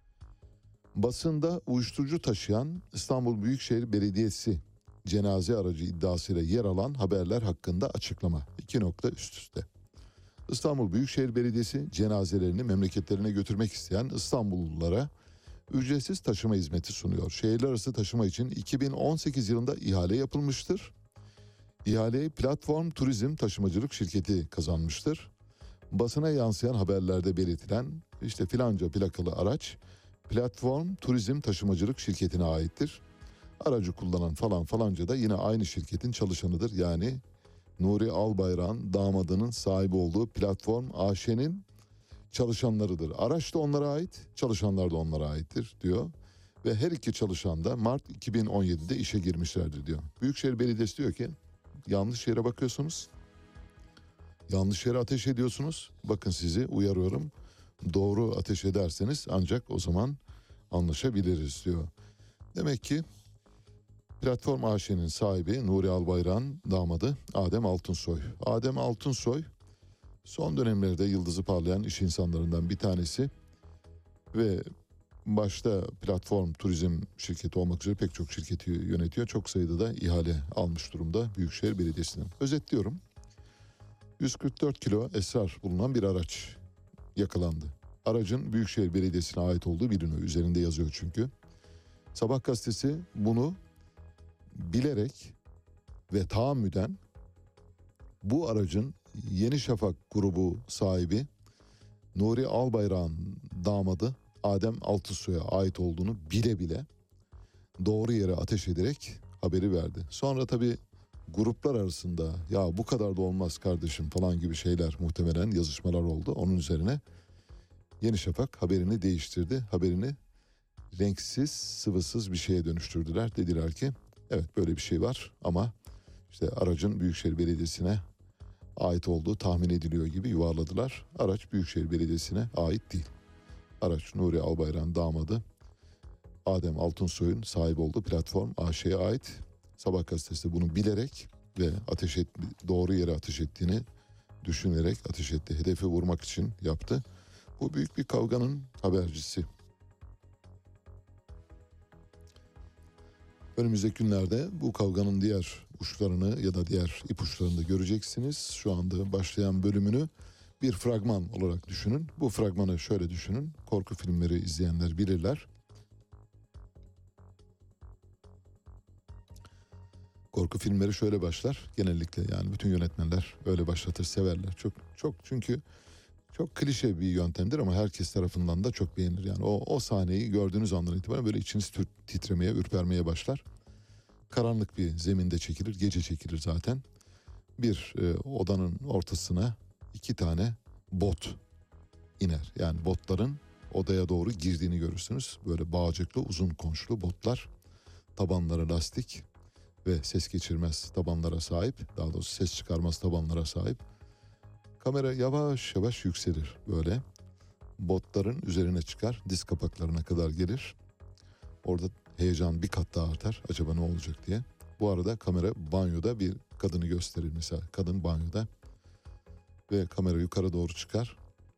Basında uyuşturucu taşıyan İstanbul Büyükşehir Belediyesi cenaze aracı iddiasıyla yer alan haberler hakkında açıklama. İki nokta üst üste. İstanbul Büyükşehir Belediyesi cenazelerini memleketlerine götürmek isteyen İstanbullulara ücretsiz taşıma hizmeti sunuyor. Şehirler arası taşıma için iki bin on sekiz yılında ihale yapılmıştır. İhaleyi Platform Turizm Taşımacılık Şirketi kazanmıştır. Basına yansıyan haberlerde belirtilen işte filanca plakalı araç Platform Turizm Taşımacılık Şirketi'ne aittir. Aracı kullanan falan falanca da yine aynı şirketin çalışanıdır. Yani Nuri Albayrak'ın damadının sahibi olduğu Platform A Ş'nin çalışanlarıdır. Araç da onlara ait, çalışanlar da onlara aittir diyor. Ve her iki çalışan da Mart iki bin on yedide işe girmişlerdir diyor. Büyükşehir Belediyesi diyor ki yanlış yere bakıyorsunuz. Yanlış yere ateş ediyorsunuz. Bakın sizi uyarıyorum. Doğru ateş ederseniz ancak o zaman anlaşabiliriz diyor. Demek ki Platform A Ş'nin sahibi Nuri Albayrak'ın damadı Adem Altunsoy. Adem Altunsoy son dönemlerde yıldızı parlayan iş insanlarından bir tanesi ve başta Platform Turizm şirketi olmak üzere pek çok şirketi yönetiyor. Çok sayıda da ihale almış durumda Büyükşehir Belediyesi'nden. Özetliyorum. yüz kırk dört kilo esrar bulunan bir araç yakalandı. Aracın Büyükşehir Belediyesi'ne ait olduğu biliniyor. Üzerinde yazıyor çünkü. Sabah gazetesi bunu bilerek ve tahammüden bu aracın Yeni Şafak grubu sahibi Nuri Albayrak'ın damadı Adem Altunsoy'a ait olduğunu bile bile doğru yere ateş ederek haberi verdi. Sonra tabii gruplar arasında ya bu kadar da olmaz kardeşim falan gibi şeyler muhtemelen yazışmalar oldu. Onun üzerine Yeni Şafak haberini değiştirdi. Haberini renksiz, sıvısız bir şeye dönüştürdüler. Dediler ki evet böyle bir şey var ama işte aracın Büyükşehir Belediyesi'ne ait olduğu tahmin ediliyor gibi yuvarladılar. Araç Büyükşehir Belediyesi'ne ait değil. Araç Nuri Albayrak'ın damadı Adem Altunsoy'un sahip olduğu Platform A Ş'ye ait. Sabah gazetesi bunu bilerek ve ateş et, doğru yere ateş ettiğini düşünerek ateş etti. Hedefi vurmak için yaptı. Bu büyük bir kavganın habercisi. Önümüzdeki günlerde bu kavganın diğer uçlarını ya da diğer ipuçlarını da göreceksiniz. Şu anda başlayan bölümünü bir fragman olarak düşünün. Bu fragmanı şöyle düşünün. Korku filmleri izleyenler bilirler. Korku filmleri şöyle başlar. Genellikle yani bütün yönetmenler öyle başlatır, severler. Çok çok çünkü çok klişe bir yöntemdir ama herkes tarafından da çok beğenilir. Yani o o sahneyi gördüğünüz andan itibaren böyle içiniz titremeye, ürpermeye başlar. Karanlık bir zeminde çekilir, gece çekilir zaten. Bir e, odanın ortasına iki tane bot iner. Yani botların odaya doğru girdiğini görürsünüz. Böyle bağcıklı, uzun konçlu botlar. Tabanları lastik ve ses geçirmez tabanlara sahip. Daha doğrusu ses çıkarmaz tabanlara sahip. Kamera yavaş yavaş yükselir böyle. Botların üzerine çıkar, diz kapaklarına kadar gelir. Orada heyecan bir kat daha artar. Acaba ne olacak diye. Bu arada kamera banyoda bir kadını gösterir mesela. Kadın banyoda. Ve kamera yukarı doğru çıkar.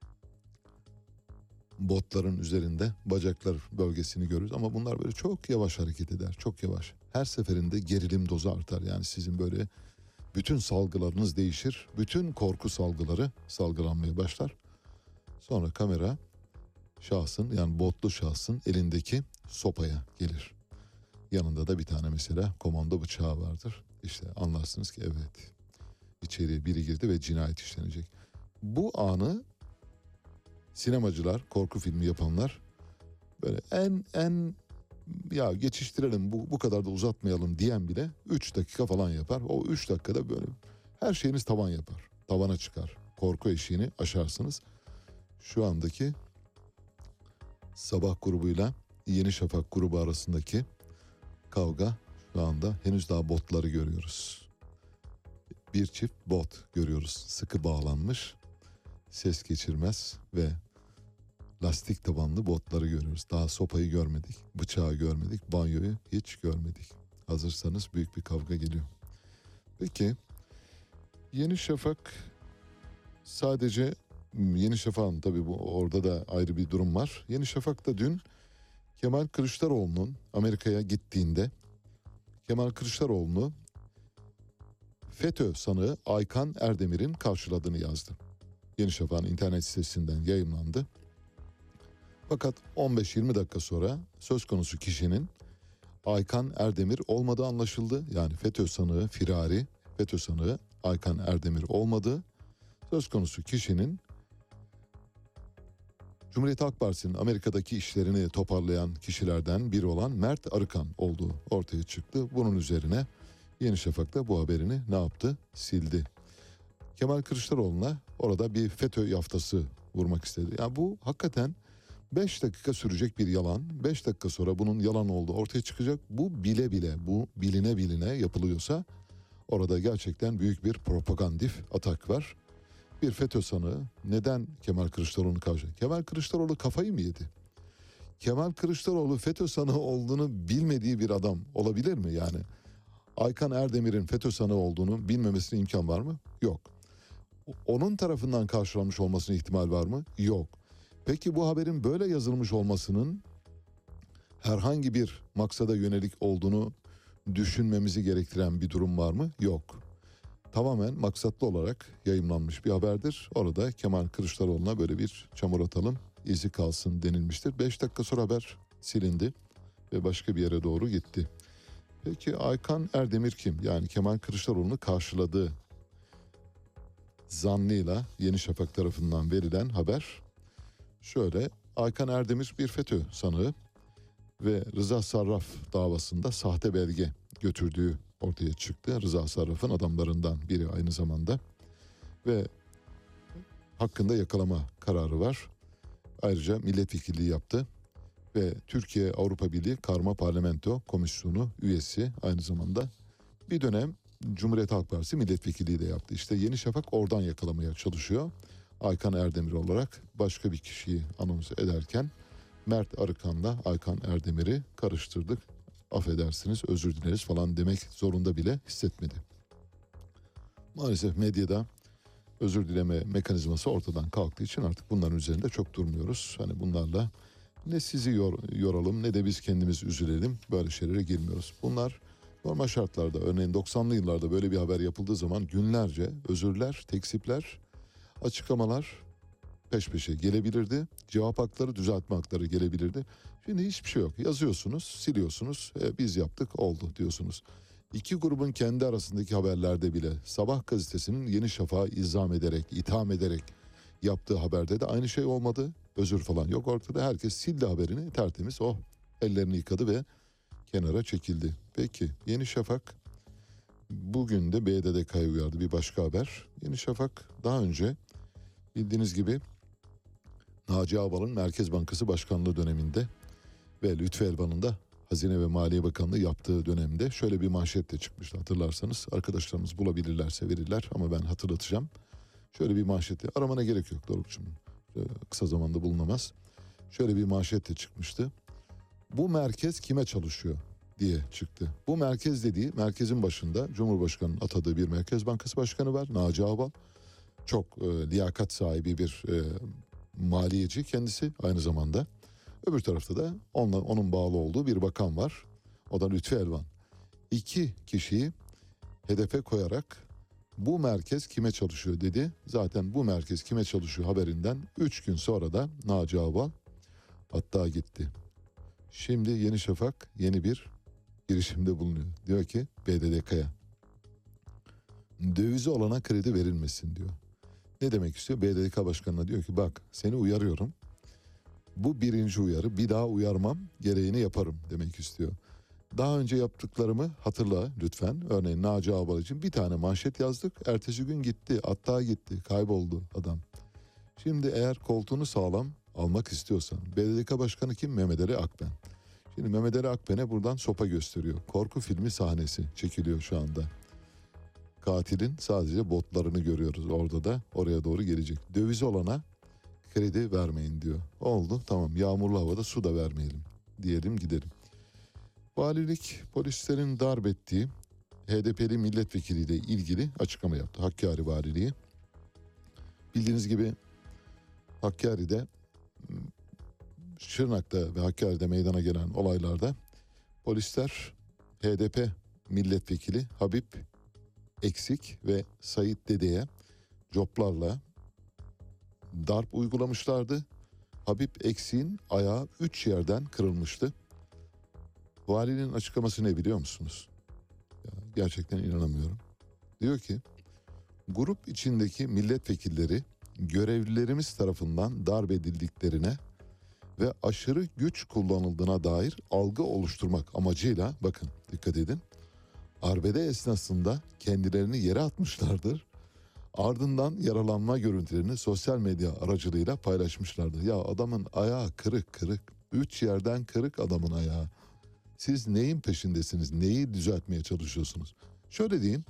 Botların üzerinde bacaklar bölgesini görürüz. Ama bunlar böyle çok yavaş hareket eder. Çok yavaş. Her seferinde gerilim dozu artar. Yani sizin böyle bütün salgılarınız değişir. Bütün korku salgıları salgılanmaya başlar. Sonra kamera şahsın yani botlu şahsın elindeki sopaya gelir. Yanında da bir tane mesela komando bıçağı vardır. İşte anlarsınız ki evet içeriye biri girdi ve cinayet işlenecek. Bu anı sinemacılar, korku filmi yapanlar böyle en en ya geçiştirelim bu, bu kadar da uzatmayalım diyen bile üç dakika falan yapar. O üç dakikada böyle her şeyiniz tavan yapar. Tavana çıkar. Korku eşiğini aşarsınız. Şu andaki Sabah grubuyla Yeni Şafak grubu arasındaki kavga şu anda henüz daha botları görüyoruz. Bir çift bot görüyoruz. Sıkı bağlanmış, ses geçirmez ve lastik tabanlı botları görüyoruz. Daha sopayı görmedik, bıçağı görmedik, banyoyu hiç görmedik. Hazırsanız büyük bir kavga geliyor. Peki Yeni Şafak sadece Yeni Şafak'ın tabii bu orada da ayrı bir durum var. Yeni Şafak da dün Kemal Kılıçdaroğlu'nun Amerika'ya gittiğinde Kemal Kılıçdaroğlu'nu FETÖ sanığı Aykan Erdemir'in karşıladığını yazdı. Yeni Şafak'ın internet sitesinden yayımlandı. Fakat on beş yirmi dakika sonra söz konusu kişinin Aykan Erdemir olmadığı anlaşıldı. Yani FETÖ sanığı firari, FETÖ sanığı Aykan Erdemir olmadı. Söz konusu kişinin Cumhuriyet Halk Partisi'nin Amerika'daki işlerini toparlayan kişilerden biri olan Mert Arıkan olduğu ortaya çıktı. Bunun üzerine Yeni Şafak da bu haberini ne yaptı? Sildi. Kemal Kılıçdaroğlu'na orada bir FETÖ yaftası vurmak istedi. Yani bu hakikaten beş dakika sürecek bir yalan. beş dakika sonra bunun yalan olduğu ortaya çıkacak. Bu bile bile, bu biline biline yapılıyorsa orada gerçekten büyük bir propagandif atak var. Bir FETÖ sanığı neden Kemal Kılıçdaroğlu'nu karşı? Kemal Kılıçdaroğlu kafayı mı yedi? Kemal Kılıçdaroğlu FETÖ sanığı olduğunu bilmediği bir adam olabilir mi yani? Aykan Erdemir'in FETÖ sanığı olduğunu bilmemesine imkan var mı? Yok. Onun tarafından karşılanmış olmasına ihtimal var mı? Yok. Peki bu haberin böyle yazılmış olmasının herhangi bir maksada yönelik olduğunu düşünmemizi gerektiren bir durum var mı? Yok. Tamamen maksatlı olarak yayımlanmış bir haberdir. Orada Kemal Kılıçdaroğlu'na böyle bir çamur atalım, izi kalsın denilmiştir. Beş dakika sonra haber silindi ve başka bir yere doğru gitti. Peki Aykan Erdemir kim? Yani Kemal Kılıçdaroğlu'nu karşıladığı zannıyla Yeni Şafak tarafından verilen haber şöyle: Aykan Erdemir bir FETÖ sanığı ve Rıza Sarraf davasında sahte belge götürdüğü ortaya çıktı. Rıza Sarraf'ın adamlarından biri aynı zamanda ve hakkında yakalama kararı var. Ayrıca milletvekilliği yaptı ve Türkiye Avrupa Birliği Karma Parlamento Komisyonu üyesi, aynı zamanda bir dönem Cumhuriyet Halk Partisi milletvekilliği de yaptı. İşte Yeni Şafak oradan yakalamaya çalışıyor. Aykan Erdemir olarak başka bir kişiyi anons ederken Mert Arıkan'la Aykan Erdemir'i karıştırdık. Affedersiniz, özür dileriz falan demek zorunda bile hissetmedi. Maalesef medyada özür dileme mekanizması ortadan kalktığı için artık bunların üzerinde çok durmuyoruz. Hani bunlarla ne sizi yor, yoralım ne de biz kendimiz üzülelim, böyle şeylere girmiyoruz. Bunlar normal şartlarda, örneğin doksanlı yıllarda böyle bir haber yapıldığı zaman günlerce özürler, teksipler, açıklamalar peş peşe gelebilirdi. Cevap hakları, düzeltme hakları gelebilirdi. Şimdi hiçbir şey yok. Yazıyorsunuz, siliyorsunuz. E, biz yaptık, oldu diyorsunuz. İki grubun kendi arasındaki haberlerde bile Sabah gazetesinin Yeni Şafak'ı izam ederek, itham ederek yaptığı haberde de aynı şey olmadı. Özür falan yok ortada. Herkes sildi haberini, tertemiz. Oh, ellerini yıkadı ve kenara çekildi. Peki Yeni Şafak bugün de B D D K'ya uyardı, bir başka haber. Yeni Şafak daha önce bildiğiniz gibi Naci Ağbal'ın Merkez Bankası Başkanlığı döneminde ve Lütfü Elvan'ın da Hazine ve Maliye Bakanlığı yaptığı dönemde şöyle bir manşetle çıkmıştı, hatırlarsanız. Arkadaşlarımız bulabilirlerse verirler ama ben hatırlatacağım. Şöyle bir manşetle, aramana gerek yok Doruk'cum, kısa zamanda bulunamaz. Şöyle bir manşetle çıkmıştı. Bu merkez kime çalışıyor diye çıktı. Bu merkez dediği, merkezin başında Cumhurbaşkanı'nın atadığı bir Merkez Bankası Başkanı var, Naci Ağbal. Çok e, liyakat sahibi bir e, maliyeci kendisi aynı zamanda. Öbür tarafta da onunla, onun bağlı olduğu bir bakan var. O da Lütfü Elvan. İki kişiyi hedefe koyarak bu merkez kime çalışıyor dedi. Zaten bu merkez kime çalışıyor haberinden üç gün sonra da Naci Ağbal hatta gitti. Şimdi Yeni Şafak yeni bir girişimde bulunuyor. Diyor ki B D D K'ya dövizi olana kredi verilmesin diyor. Ne demek istiyor? B D D K Başkanı'na diyor ki bak, seni uyarıyorum. Bu birinci uyarı, bir daha uyarmam, gereğini yaparım demek istiyor. Daha önce yaptıklarımı hatırla lütfen. Örneğin Naci Ağbal için bir tane manşet yazdık. Ertesi gün gitti, hatta gitti, kayboldu adam. Şimdi eğer koltuğunu sağlam almak istiyorsan, B D D K Başkanı kim? Mehmet Ali Akben. Şimdi Mehmet Ali Akben'e buradan sopa gösteriyor. Korku filmi sahnesi çekiliyor şu anda. Katilin sadece botlarını görüyoruz orada da, oraya doğru gelecek. Dövizi olana kredi vermeyin diyor. Oldu, tamam, yağmurlu havada su da vermeyelim diyelim, gidelim. Valilik polislerin darp ettiği H D P'li milletvekiliyle ilgili açıklama yaptı. Hakkari Valiliği. Bildiğiniz gibi Hakkari'de, Şırnak'ta ve Hakkari'de meydana gelen olaylarda polisler H D P milletvekili Habib Eksik ve Sait Dede'ye coplarla darp uygulamışlardı. Habib Eksik'in ayağı üç yerden kırılmıştı. Valinin açıklaması ne biliyor musunuz? Ya, gerçekten inanamıyorum. Diyor ki grup içindeki milletvekilleri görevlilerimiz tarafından darp edildiklerine ve aşırı güç kullanıldığına dair algı oluşturmak amacıyla, bakın dikkat edin, arbede esnasında kendilerini yere atmışlardır. Ardından yaralanma görüntülerini sosyal medya aracılığıyla paylaşmışlardır. Ya adamın ayağı kırık kırık. Üç yerden kırık adamın ayağı. Siz neyin peşindesiniz? Neyi düzeltmeye çalışıyorsunuz? Şöyle diyeyim.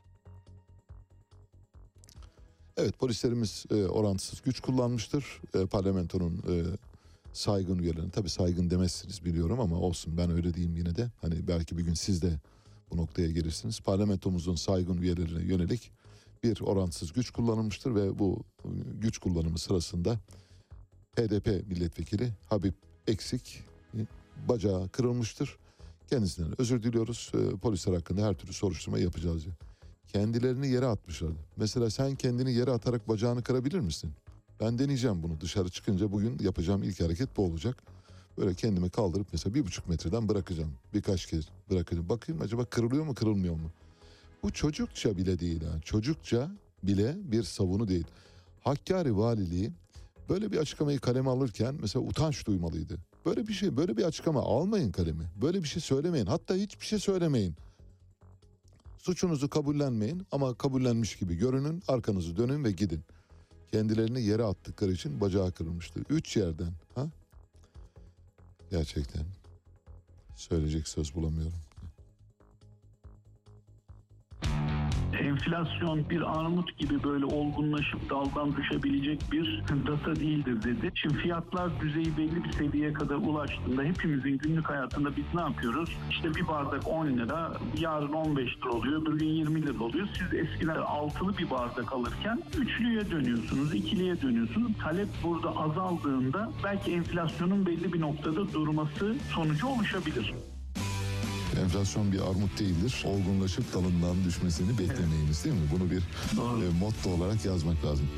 Evet, polislerimiz e, orantısız güç kullanmıştır. E, parlamentonun e, saygın üyelerine, tabii saygın demezsiniz biliyorum ama olsun, ben öyle diyeyim yine de. Hani belki bir gün siz de bu noktaya gelirsiniz. Parlamentomuzun saygın üyelerine yönelik bir orantısız güç kullanılmıştır ve bu güç kullanımı sırasında H D P milletvekili Habib Eksik bacağı kırılmıştır. Kendisinden özür diliyoruz. E, polisler hakkında her türlü soruşturma yapacağız diye. Kendilerini yere atmışlardı. Mesela sen kendini yere atarak bacağını kırabilir misin? Ben deneyeceğim bunu. Dışarı çıkınca bugün yapacağım ilk hareket bu olacak. Böyle kendimi kaldırıp mesela bir buçuk metreden bırakacağım. Birkaç kez bırakacağım. Bakayım acaba kırılıyor mu kırılmıyor mu? Bu çocukça bile değil. Ha. Çocukça bile bir savunu değil. Hakkari Valiliği böyle bir açıklamayı kaleme alırken mesela utanç duymalıydı. Böyle bir şey, böyle bir açıklama almayın kalemi. Böyle bir şey söylemeyin. Hatta hiçbir şey söylemeyin. Suçunuzu kabullenmeyin ama kabullenmiş gibi görünün, arkanızı dönün ve gidin. Kendilerini yere attıkları için bacağı kırılmıştı. Üç yerden. Ha? Gerçekten söyleyecek söz bulamıyorum. Enflasyon bir armut gibi böyle olgunlaşıp daldan düşebilecek bir data değildir dedi. Şimdi fiyatlar düzeyi belli bir seviyeye kadar ulaştığında hepimizin günlük hayatında biz ne yapıyoruz? İşte bir bardak on lira, yarın on beş lira oluyor, öbür gün yirmi lira oluyor. Siz eskiden altılı bir bardak alırken üçlüye dönüyorsunuz, ikiliye dönüyorsunuz. Talep burada azaldığında belki enflasyonun belli bir noktada durması sonucu oluşabilir. Enflasyon bir armut değildir. Olgunlaşıp dalından düşmesini beklemeyiniz, değil mi? Bunu bir e, motto olarak yazmak lazım.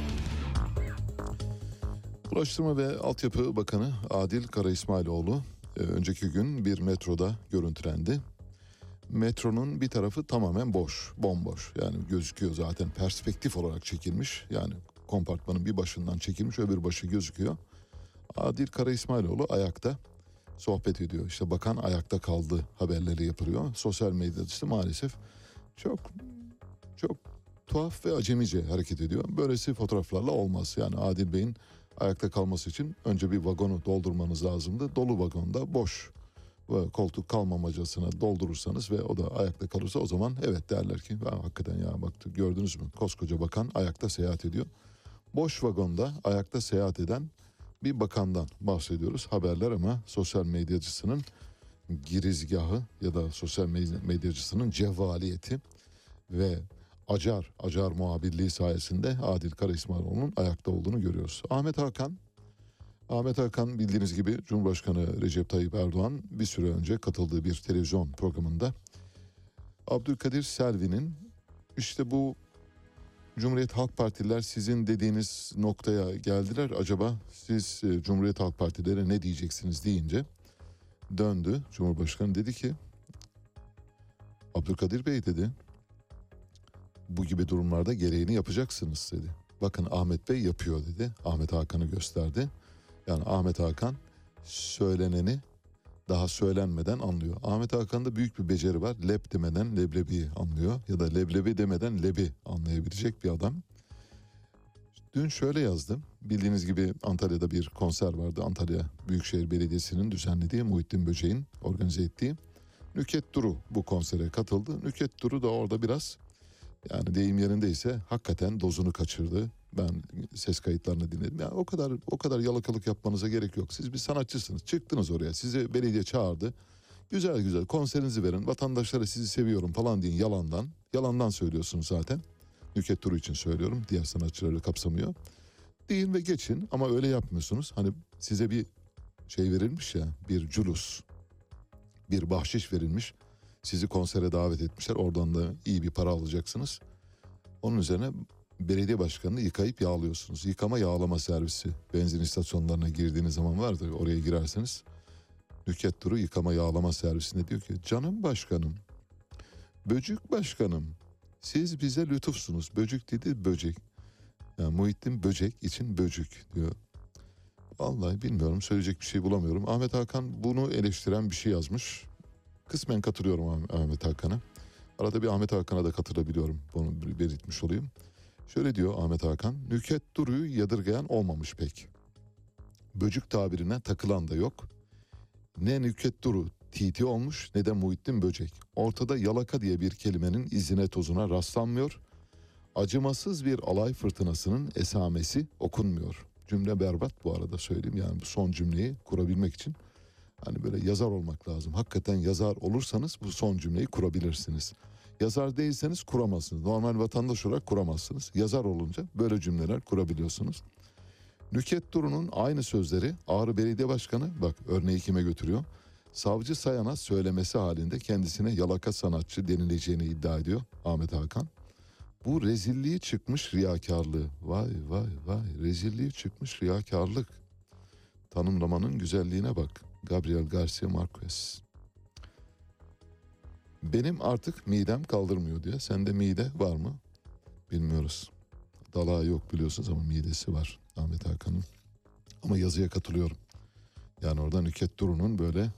Ulaştırma ve Altyapı Bakanı Adil Karaismailoğlu e, önceki gün bir metroda görüntülendi. Metronun bir tarafı tamamen boş, bomboş. Yani gözüküyor zaten, perspektif olarak çekilmiş. Yani kompartmanın bir başından çekilmiş, öbür başı gözüküyor. Adil Karaismailoğlu ayakta sohbet ediyor. İşte bakan ayakta kaldı haberleri yapılıyor. Sosyal medyada işte maalesef çok çok tuhaf ve acemice hareket ediyor. Böylesi fotoğraflarla olmaz. Yani Adil Bey'in ayakta kalması için önce bir vagonu doldurmanız lazımdı. Dolu vagonda boş ve koltuk kalmamacasına doldurursanız ve o da ayakta kalırsa o zaman evet derler ki hakikaten ya baktı gördünüz mü, koskoca bakan ayakta seyahat ediyor. Boş vagonda ayakta seyahat eden bir bakandan bahsediyoruz. Haberler ama sosyal medyacısının girizgahı ya da sosyal medyacısının cevvaliyeti ve acar acar muhabirliği sayesinde Adil Karaismailoğlu'nun ayakta olduğunu görüyoruz. Ahmet Hakan Ahmet Hakan bildiğiniz gibi Cumhurbaşkanı Recep Tayyip Erdoğan bir süre önce katıldığı bir televizyon programında Abdülkadir Selvi'nin işte bu Cumhuriyet Halk Partililer sizin dediğiniz noktaya geldiler. Acaba siz e, Cumhuriyet Halk Partilere ne diyeceksiniz deyince döndü. Cumhurbaşkanı dedi ki Abdülkadir Bey dedi bu gibi durumlarda gereğini yapacaksınız dedi. Bakın Ahmet Bey yapıyor dedi. Ahmet Hakan'ı gösterdi. Yani Ahmet Hakan söyleneni daha söylenmeden anlıyor. Ahmet Hakan'da büyük bir beceri var. Leb demeden leblebiyi anlıyor. Ya da leblebi demeden lebi anlayabilecek bir adam. Dün şöyle yazdım. Bildiğiniz gibi Antalya'da bir konser vardı. Antalya Büyükşehir Belediyesi'nin düzenlediği, Muhittin Böceğin organize ettiği. Nükhet Duru bu konsere katıldı. Nükhet Duru da orada biraz, yani deyim yerindeyse hakikaten dozunu kaçırdı. Ben ses kayıtlarını dinledim. Yani o kadar o kadar yalakalık yapmanıza gerek yok. Siz bir sanatçısınız. Çıktınız oraya. Sizi belediye çağırdı. Güzel güzel konserinizi verin. Vatandaşlara sizi seviyorum falan deyin yalandan. Yalandan söylüyorsunuz zaten. Nükhet Duru için söylüyorum. Diğer sanatçıları kapsamıyor. Deyin ve geçin ama öyle yapmıyorsunuz. Hani size bir şey verilmiş ya, bir culus, bir bahşiş verilmiş. Sizi konsere davet etmişler. Oradan da iyi bir para alacaksınız. Onun üzerine belediye başkanını yıkayıp yağlıyorsunuz. Yıkama yağlama servisi. Benzin istasyonlarına girdiğiniz zaman vardır. Oraya girerseniz. Nükhet Duru yıkama yağlama servisinde diyor ki canım başkanım, böcük başkanım, siz bize lütufsunuz. Böcük dedi böcek. Yani Muhittin Böcek için böcük diyor. Vallahi bilmiyorum, söyleyecek bir şey bulamıyorum. Ahmet Hakan bunu eleştiren bir şey yazmış. Kısmen katılıyorum Ah- Ahmet Hakan'a. Arada bir Ahmet Hakan'a da katılabiliyorum. Bunu belirtmiş olayım. Şöyle diyor Ahmet Hakan. Nükhet Duru'yu yadırgayan olmamış pek. Böcük tabirine takılan da yok. Ne Nükhet Duru T T olmuş ne de Muhittin Böcek. Ortada yalaka diye bir kelimenin izine tozuna rastlanmıyor. Acımasız bir alay fırtınasının esamesi okunmuyor. Cümle berbat bu arada, söyleyeyim. Yani bu son cümleyi kurabilmek için hani böyle yazar olmak lazım. Hakikaten yazar olursanız bu son cümleyi kurabilirsiniz. Yazar değilseniz kuramazsınız. Normal vatandaş olarak kuramazsınız. Yazar olunca böyle cümleler kurabiliyorsunuz. Nükhet Duru'nun aynı sözleri Ağrı Belediye Başkanı, bak örneği kime götürüyor? Savcı Sayan'a söylemesi halinde kendisine yalaka sanatçı denileceğini iddia ediyor Ahmet Hakan. Bu rezilliği çıkmış riyakarlığı. Vay vay vay, rezilliği çıkmış riyakarlık. Tanımlamanın güzelliğine bak. Gabriel Garcia Marquez. Benim artık midem kaldırmıyor diyor. Sende mide var mı? Bilmiyoruz. Dalağı yok biliyorsunuz ama midesi var Ahmet Hakan'ın. Ama yazıya katılıyorum. Yani orada Nükhet Duru'nun böyle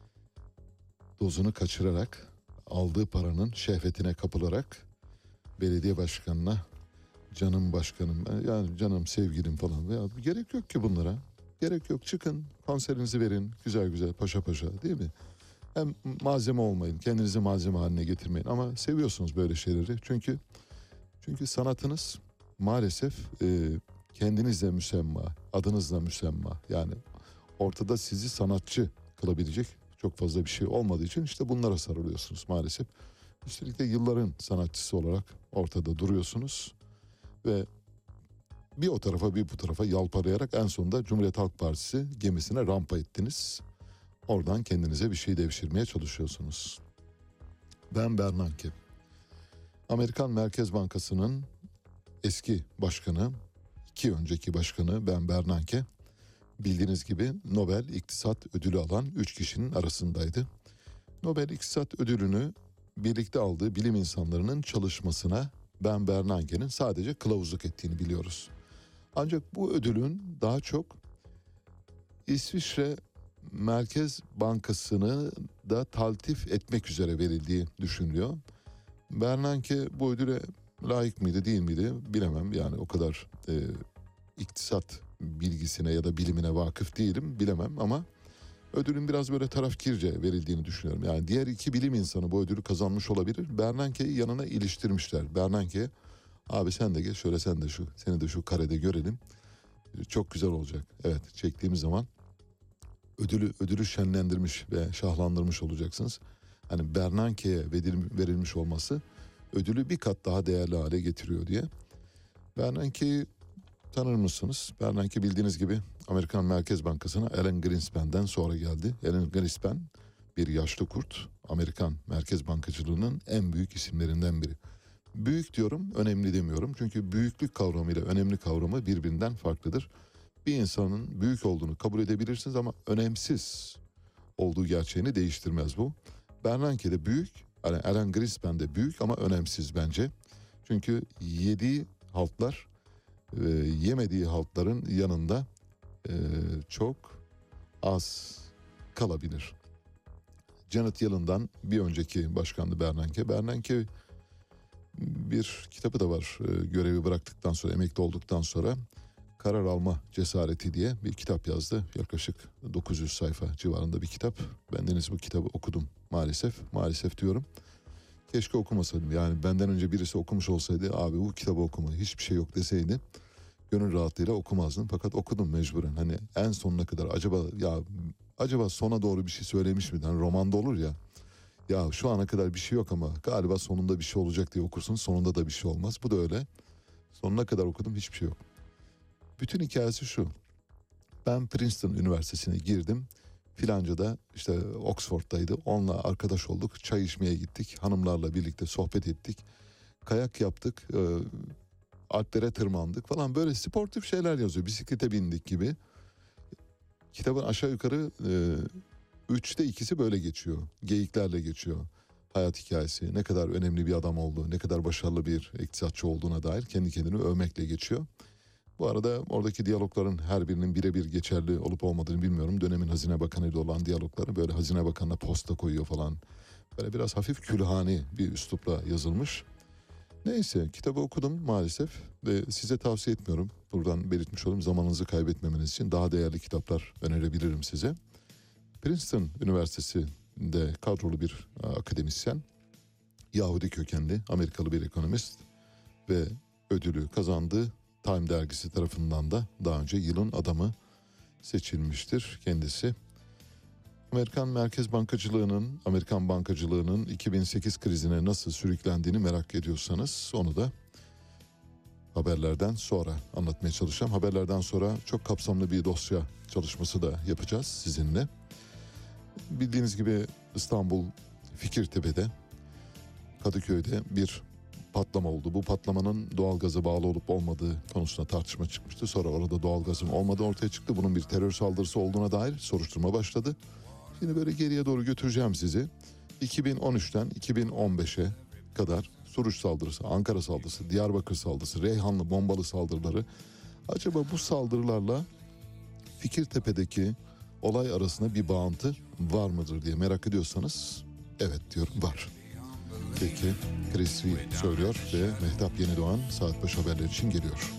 dozunu kaçırarak, aldığı paranın şehvetine kapılarak belediye başkanına canım başkanım, yani canım sevgilim falan, ya gerek yok ki bunlara. Gerek yok, çıkın konserinizi verin güzel güzel paşa paşa, değil mi? Hem malzeme olmayın, kendinizi malzeme haline getirmeyin, ama seviyorsunuz böyle şeyleri. Çünkü çünkü sanatınız maalesef e, kendinizle müsemma, adınızla müsemma. Yani ortada sizi sanatçı kılabilecek çok fazla bir şey olmadığı için işte bunlara sarılıyorsunuz maalesef. Üstelik de yılların sanatçısı olarak ortada duruyorsunuz ve bir o tarafa bir bu tarafa yalpalayarak en sonunda Cumhuriyet Halk Partisi gemisine rampa ettiniz. Oradan kendinize bir şey devşirmeye çalışıyorsunuz. Ben Bernanke. Amerikan Merkez Bankası'nın eski başkanı, iki önceki başkanı Ben Bernanke, bildiğiniz gibi Nobel İktisat Ödülü alan üç kişinin arasındaydı. Nobel İktisat Ödülünü birlikte aldığı bilim insanlarının çalışmasına Ben Bernanke'nin sadece kılavuzluk ettiğini biliyoruz. Ancak bu ödülün daha çok İsviçre Merkez Bankası'nı da taltif etmek üzere verildiği düşünülüyor. Bernanke bu ödüle layık mıydı değil miydi bilemem. Yani o kadar e, iktisat bilgisine ya da bilimine vakıf değilim, bilemem, ama ödülün biraz böyle tarafkirce verildiğini düşünüyorum. Yani diğer iki bilim insanı bu ödülü kazanmış olabilir. Bernanke'yi yanına iliştirmişler. Bernanke, abi sen de gel şöyle, sen de şu, seni de şu karede görelim. Çok güzel olacak. Evet, çektiğimiz zaman ödülü ödülü şenlendirmiş ve şahlandırmış olacaksınız. Hani Bernanke'ye verilmiş olması ödülü bir kat daha değerli hale getiriyor diye. Bernanke'yi tanır mısınız? Bernanke bildiğiniz gibi Amerikan Merkez Bankası'na Alan Greenspan'den sonra geldi. Alan Greenspan bir yaşlı kurt. Amerikan Merkez Bankacılığının en büyük isimlerinden biri. Büyük diyorum, önemli demiyorum. Çünkü büyüklük kavramıyla önemli kavramı birbirinden farklıdır. Bir insanın büyük olduğunu kabul edebilirsiniz ama önemsiz olduğu gerçeğini değiştirmez bu. Bernanke de büyük, yani Alan Greenspan de büyük ama önemsiz bence. Çünkü yediği haltlar e, yemediği haltların yanında e, çok az kalabilir. Janet Yellen'dan bir önceki başkandı Bernanke. Bernanke bir kitabı da var, e, görevi bıraktıktan sonra, emekli olduktan sonra Karar Alma Cesareti diye bir kitap yazdı. Yaklaşık dokuz yüz sayfa civarında bir kitap. Bendeniz bu kitabı okudum maalesef. Maalesef diyorum. Keşke okumasaydım. Yani benden önce birisi okumuş olsaydı, abi bu kitabı okuma, hiçbir şey yok deseydi, gönül rahatlığıyla okumazdım. Fakat okudum mecburen. Hani en sonuna kadar acaba ya acaba sona doğru bir şey söylemiş miydi? Hani romanda olur ya. Ya şu ana kadar bir şey yok ama galiba sonunda bir şey olacak diye okursun. Sonunda da bir şey olmaz. Bu da öyle. Sonuna kadar okudum, hiçbir şey yok. Bütün hikayesi şu. Ben Princeton Üniversitesi'ne girdim. Filanca da işte Oxford'daydı. Onunla arkadaş olduk. Çay içmeye gittik. Hanımlarla birlikte sohbet ettik. Kayak yaptık. E, Alplere tırmandık falan. Böyle sportif şeyler yazıyor. Bisiklete bindik gibi. Kitabın aşağı yukarı e, üçte ikisi böyle geçiyor. Geyiklerle geçiyor. Hayat hikayesi. Ne kadar önemli bir adam olduğu, ne kadar başarılı bir iktisatçı olduğuna dair kendi kendini övmekle geçiyor. Bu arada oradaki diyalogların her birinin birebir geçerli olup olmadığını bilmiyorum. Dönemin Hazine Bakanı ile olan diyalogları böyle Hazine Bakanı'na posta koyuyor falan. Böyle biraz hafif külhani bir üslupla yazılmış. Neyse, kitabı okudum maalesef ve size tavsiye etmiyorum. Buradan belirtmiş olayım, zamanınızı kaybetmemeniz için daha değerli kitaplar önerebilirim size. Princeton Üniversitesi'nde kadrolu bir akademisyen, Yahudi kökenli Amerikalı bir ekonomist ve ödülü kazandığı Time dergisi tarafından da daha önce yılın adamı seçilmiştir kendisi. Amerikan Merkez Bankacılığı'nın, Amerikan bankacılığının iki bin sekiz krizine nasıl sürüklendiğini merak ediyorsanız onu da haberlerden sonra anlatmaya çalışacağım. Haberlerden sonra çok kapsamlı bir dosya çalışması da yapacağız sizinle. Bildiğiniz gibi İstanbul Fikirtepe'de, Kadıköy'de bir patlama oldu. Bu patlamanın doğalgaza bağlı olup olmadığı konusunda tartışma çıkmıştı. Sonra orada doğalgazın olmadığı ortaya çıktı. Bunun bir terör saldırısı olduğuna dair soruşturma başladı. Şimdi böyle geriye doğru götüreceğim sizi. iki bin on üçten iki bin on beşe kadar Suruç saldırısı, Ankara saldırısı, Diyarbakır saldırısı, Reyhanlı bombalı saldırıları. Acaba bu saldırılarla Fikirtepe'deki olay arasında bir bağıntı var mıdır diye merak ediyorsanız evet diyorum, var. Peki, Chris Ree söylüyor ve Mehtap Yenidoğan saat başı haberler için geliyor.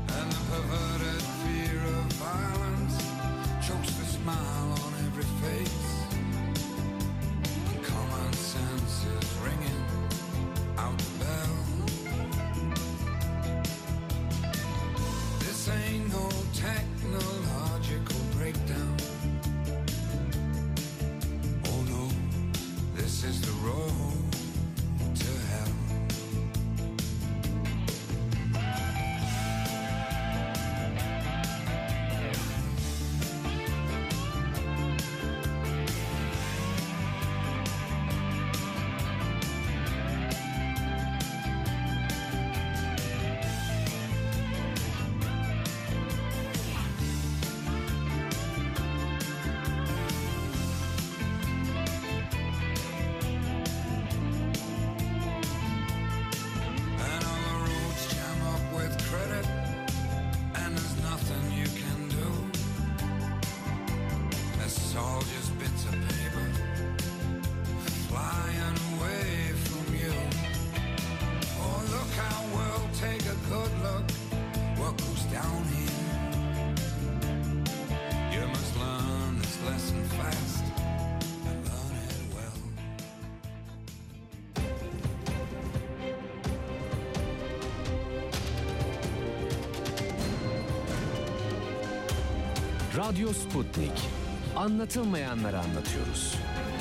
Radyo Sputnik. Anlatılmayanları anlatıyoruz.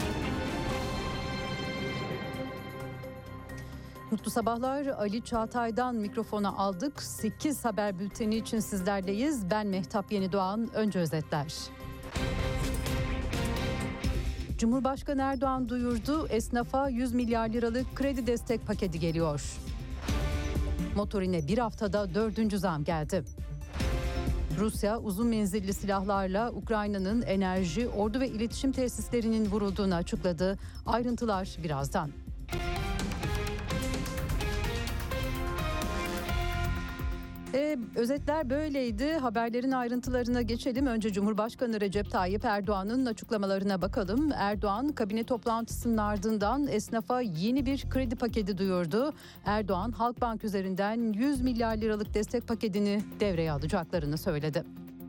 Mutlu sabahlar. Ali Çağatay'dan mikrofona aldık. sekiz haber bülteni için sizlerleyiz. Ben Mehtap Yenidoğan. Önce özetler. Cumhurbaşkanı Erdoğan duyurdu. Esnafa yüz milyar liralık kredi destek paketi geliyor. Motorine bir haftada dördüncü zam geldi. Rusya uzun menzilli silahlarla Ukrayna'nın enerji, ordu ve iletişim tesislerinin vurulduğunu açıkladı. Ayrıntılar birazdan. E, özetler böyleydi. Haberlerin ayrıntılarına geçelim. Önce Cumhurbaşkanı Recep Tayyip Erdoğan'ın açıklamalarına bakalım. Erdoğan kabine toplantısının ardından esnafa yeni bir kredi paketi duyurdu. Erdoğan Halkbank üzerinden yüz milyar liralık destek paketini devreye alacaklarını söyledi.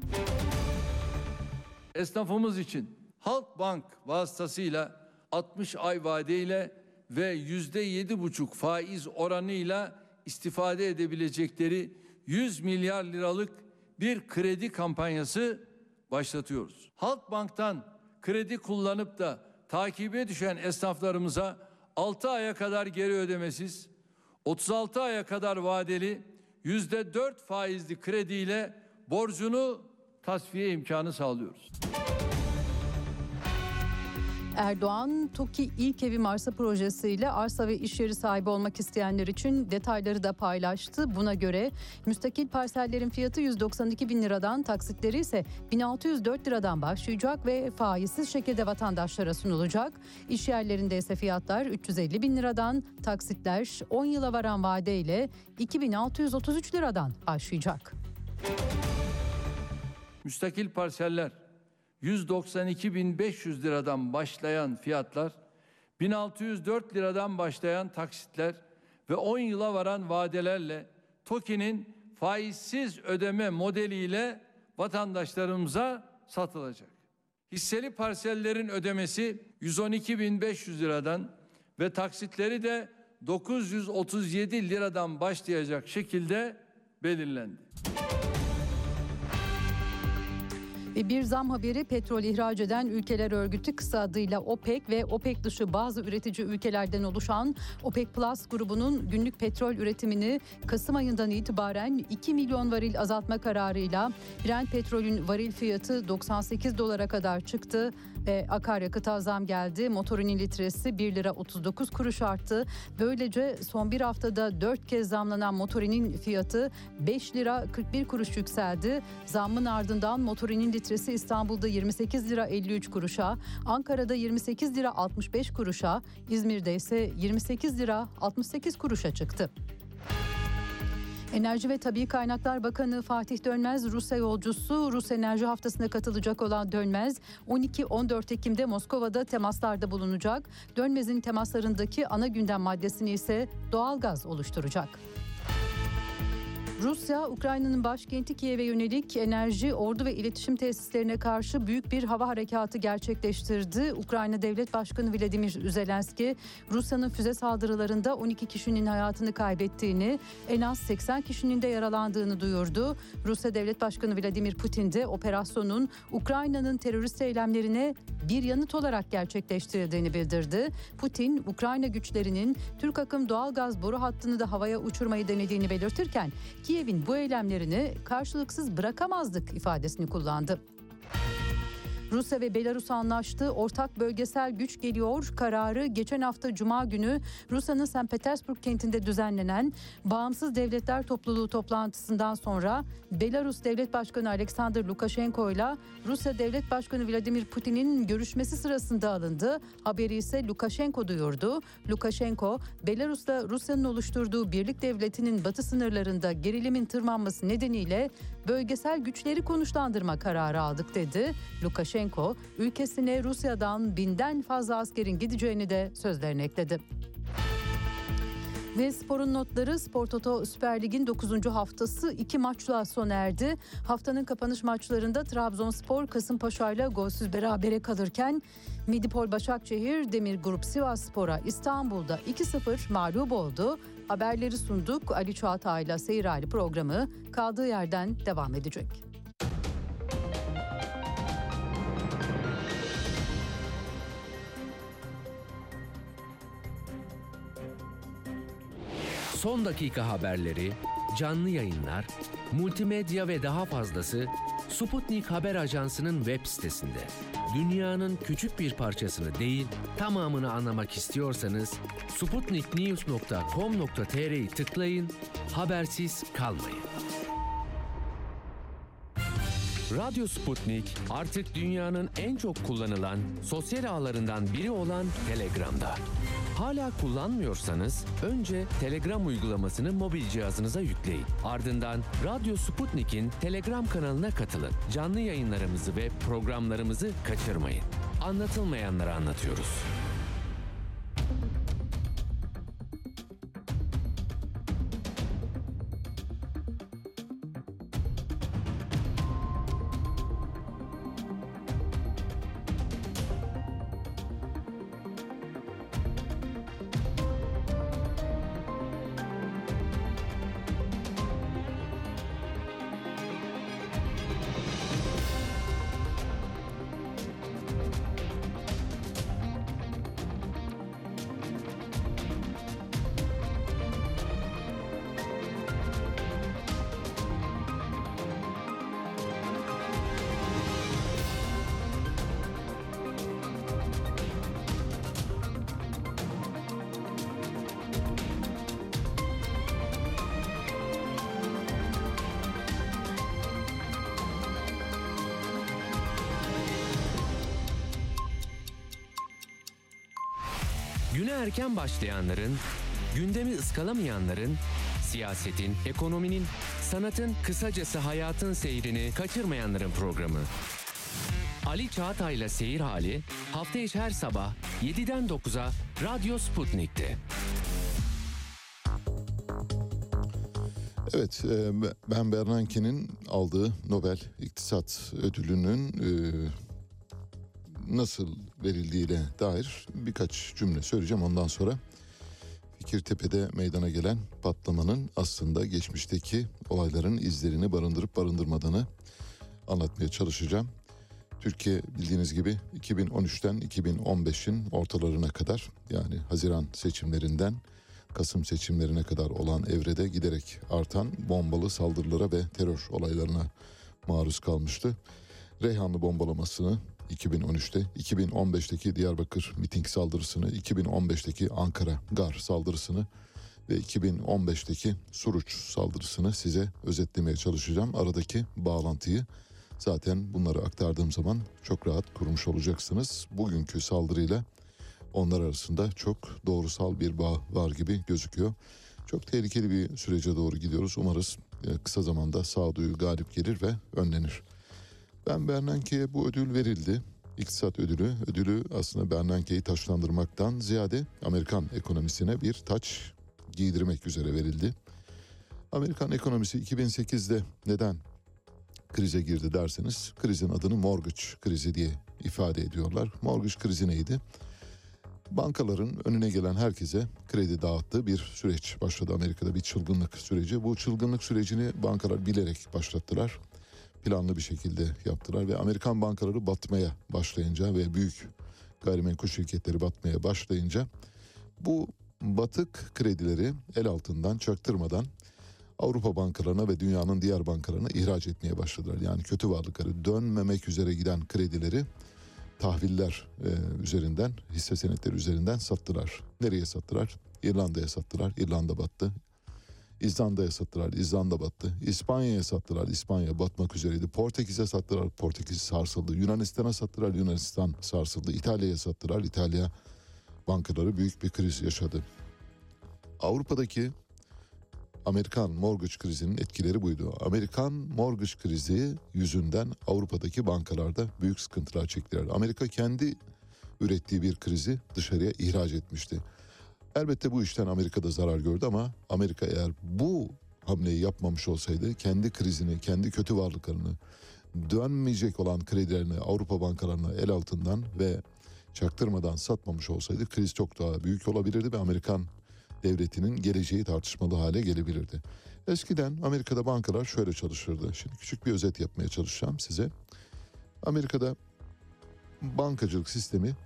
Esnafımız için Halkbank vasıtasıyla altmış ay vadeyle ve yüzde yedi buçuk faiz oranıyla istifade edebilecekleri yüz milyar liralık bir kredi kampanyası başlatıyoruz. Halkbank'tan kredi kullanıp da takibe düşen esnaflarımıza altı aya kadar geri ödemesiz, otuz altı aya kadar vadeli yüzde dört faizli krediyle borcunu tasfiye imkanı sağlıyoruz. Erdoğan, TOKİ İlk Evim Arsa projesiyle arsa ve iş yeri sahibi olmak isteyenler için detayları da paylaştı. Buna göre müstakil parsellerin fiyatı yüz doksan iki bin liradan, taksitleri ise bin altı yüz dört liradan başlayacak ve faizsiz şekilde vatandaşlara sunulacak. İş yerlerinde ise fiyatlar üç yüz elli bin liradan, taksitler on yıla varan vadeyle iki bin altı yüz otuz üç liradan başlayacak. Müstakil parseller yüz doksan iki bin beş yüz liradan başlayan fiyatlar, bin altı yüz dört liradan başlayan taksitler ve on yıla varan vadelerle TOKİ'nin faizsiz ödeme modeliyle vatandaşlarımıza satılacak. Hisseli parsellerin ödemesi yüz on iki bin beş yüz liradan ve taksitleri de dokuz yüz otuz yedi liradan başlayacak şekilde belirlendi. Ve bir zam haberi, petrol ihraç eden ülkeler örgütü, kısa adıyla OPEC ve OPEC dışı bazı üretici ülkelerden oluşan OPEC Plus grubunun günlük petrol üretimini Kasım ayından itibaren iki milyon varil azaltma kararıyla Brent petrolün varil fiyatı doksan sekiz dolara kadar çıktı ve akaryakıta zam geldi. Motorinin litresi bir lira otuz dokuz kuruş arttı. Böylece son bir haftada dört kez zamlanan motorinin fiyatı beş lira kırk bir kuruş yükseldi. Zammın ardından motorinin litresi İstanbul'da yirmi sekiz lira elli üç kuruşa, Ankara'da yirmi sekiz lira altmış beş kuruşa, İzmir'de ise yirmi sekiz lira altmış sekiz kuruşa çıktı. Enerji ve Tabii Kaynaklar Bakanı Fatih Dönmez, Rusya yolcusu. Rus Enerji Haftası'na katılacak olan Dönmez, on iki on dört Ekim'de Moskova'da temaslarda bulunacak. Dönmez'in temaslarındaki ana gündem maddesini ise doğalgaz oluşturacak. Rusya, Ukrayna'nın başkenti Kiev'e yönelik enerji, ordu ve iletişim tesislerine karşı büyük bir hava harekatı gerçekleştirdi. Ukrayna Devlet Başkanı Vladimir Zelenski, Rusya'nın füze saldırılarında on iki kişinin hayatını kaybettiğini, en az seksen kişinin de yaralandığını duyurdu. Rusya Devlet Başkanı Vladimir Putin de operasyonun Ukrayna'nın terörist eylemlerine bir yanıt olarak gerçekleştirildiğini bildirdi. Putin, Ukrayna güçlerinin Türk akım doğalgaz boru hattını da havaya uçurmayı denediğini belirtirken, Kiev'in bu eylemlerini karşılıksız bırakamazdık ifadesini kullandı. Rusya ve Belarus anlaştı. Ortak bölgesel güç geliyor kararı geçen hafta Cuma günü Rusya'nın Sankt Petersburg kentinde düzenlenen Bağımsız Devletler Topluluğu toplantısından sonra Belarus Devlet Başkanı Alexander Lukashenko ile Rusya Devlet Başkanı Vladimir Putin'in görüşmesi sırasında alındı. Haberi ise Lukashenko duyurdu. Lukashenko, Belarus'ta Rusya'nın oluşturduğu birlik devletinin batı sınırlarında gerilimin tırmanması nedeniyle bölgesel güçleri konuşlandırma kararı aldık dedi. Lukashenko, ülkesine Rusya'dan binden fazla askerin gideceğini de sözlerine ekledi. Ve sporun notları, Spor Toto Süper Lig'in dokuzuncu haftası iki maçla sona erdi. Haftanın kapanış maçlarında Trabzonspor Kasımpaşa'yla golsüz berabere kalırken Midipol Başakşehir Demirgrup Sivasspor'a İstanbul'da iki sıfır mağlup oldu. Haberleri sunduk. Ali Çağatay'la Seyir Hali programı kaldığı yerden devam edecek. Son dakika haberleri, canlı yayınlar, multimedya ve daha fazlası Sputnik Haber Ajansı'nın web sitesinde. Dünyanın küçük bir parçasını değil, tamamını anlamak istiyorsanız sputnik news nokta com nokta tr'yi tıklayın, habersiz kalmayın. Radyo Sputnik artık dünyanın en çok kullanılan sosyal ağlarından biri olan Telegram'da. Hala kullanmıyorsanız önce Telegram uygulamasını mobil cihazınıza yükleyin. Ardından Radyo Sputnik'in Telegram kanalına katılın. Canlı yayınlarımızı ve programlarımızı kaçırmayın. Anlatılmayanları anlatıyoruz. Güne erken başlayanların, gündemi ıskalamayanların, siyasetin, ekonominin, Sanatın kısacası hayatın seyrini kaçırmayanların programı. Ali Çağatay'la Seyir Hali hafta içi her sabah yediden dokuza Radyo Sputnik'te. Evet, ben Bernanke'nin aldığı Nobel İktisat Ödülü'nün nasıl verildiğine dair birkaç cümle söyleyeceğim. Ondan sonra Fikirtepe'de meydana gelen patlamanın aslında geçmişteki olayların izlerini barındırıp barındırmadığını anlatmaya çalışacağım. Türkiye bildiğiniz gibi iki bin on üçten iki bin on beşin ortalarına kadar, yani Haziran seçimlerinden Kasım seçimlerine kadar olan evrede giderek artan bombalı saldırılara ve terör olaylarına maruz kalmıştı. Reyhanlı bombalamasını iki bin on üçte, iki bin on beşteki Diyarbakır miting saldırısını, iki bin on beşteki Ankara Gar saldırısını ve iki bin on beşteki Suruç saldırısını size özetlemeye çalışacağım. Aradaki bağlantıyı zaten bunları aktardığım zaman çok rahat kurmuş olacaksınız. Bugünkü saldırıyla onlar arasında çok doğrusal bir bağ var gibi gözüküyor. Çok tehlikeli bir sürece doğru gidiyoruz. Umarız kısa zamanda sağduyu galip gelir ve önlenir. Ben Bernanke'ye bu ödül verildi. İktisat ödülü. Ödülü aslında Bernanke'yi taçlandırmaktan ziyade Amerikan ekonomisine bir taç giydirmek üzere verildi. Amerikan ekonomisi iki bin sekizde neden krize girdi derseniz, krizin adını mortgage krizi diye ifade ediyorlar. Mortgage krizi neydi? Bankaların önüne gelen herkese kredi dağıttığı bir süreç başladı Amerika'da, bir çılgınlık süreci. Bu çılgınlık sürecini bankalar bilerek başlattılar. Planlı bir şekilde yaptılar ve Amerikan bankaları batmaya başlayınca ve büyük gayrimenkul şirketleri batmaya başlayınca bu batık kredileri el altından çaktırmadan Avrupa bankalarına ve dünyanın diğer bankalarına ihraç etmeye başladılar. Yani kötü varlıkları, dönmemek üzere giden kredileri tahviller e, üzerinden, hisse senetleri üzerinden sattılar. Nereye sattılar? İrlanda'ya sattılar. İrlanda battı. İzlanda'ya sattılar. İzlanda battı. İspanya'ya sattılar. İspanya batmak üzereydi. Portekiz'e sattılar. Portekiz sarsıldı. Yunanistan'a sattılar. Yunanistan sarsıldı. İtalya'ya sattılar. İtalya bankaları büyük bir kriz yaşadı. Avrupa'daki Amerikan mortgage krizinin etkileri buydu. Amerikan mortgage krizi yüzünden Avrupa'daki bankalarda büyük sıkıntılar çektiler. Amerika kendi ürettiği bir krizi dışarıya ihraç etmişti. Elbette bu işten Amerika'da zarar gördü ama Amerika eğer bu hamleyi yapmamış olsaydı, kendi krizini, kendi kötü varlıklarını, dönmeyecek olan kredilerini Avrupa bankalarına el altından ve çaktırmadan satmamış olsaydı kriz çok daha büyük olabilirdi ve Amerikan devletinin geleceği tartışmalı hale gelebilirdi. Eskiden Amerika'da bankalar şöyle çalışırdı. Şimdi küçük bir özet yapmaya çalışacağım size. Amerika'da bankacılık sistemi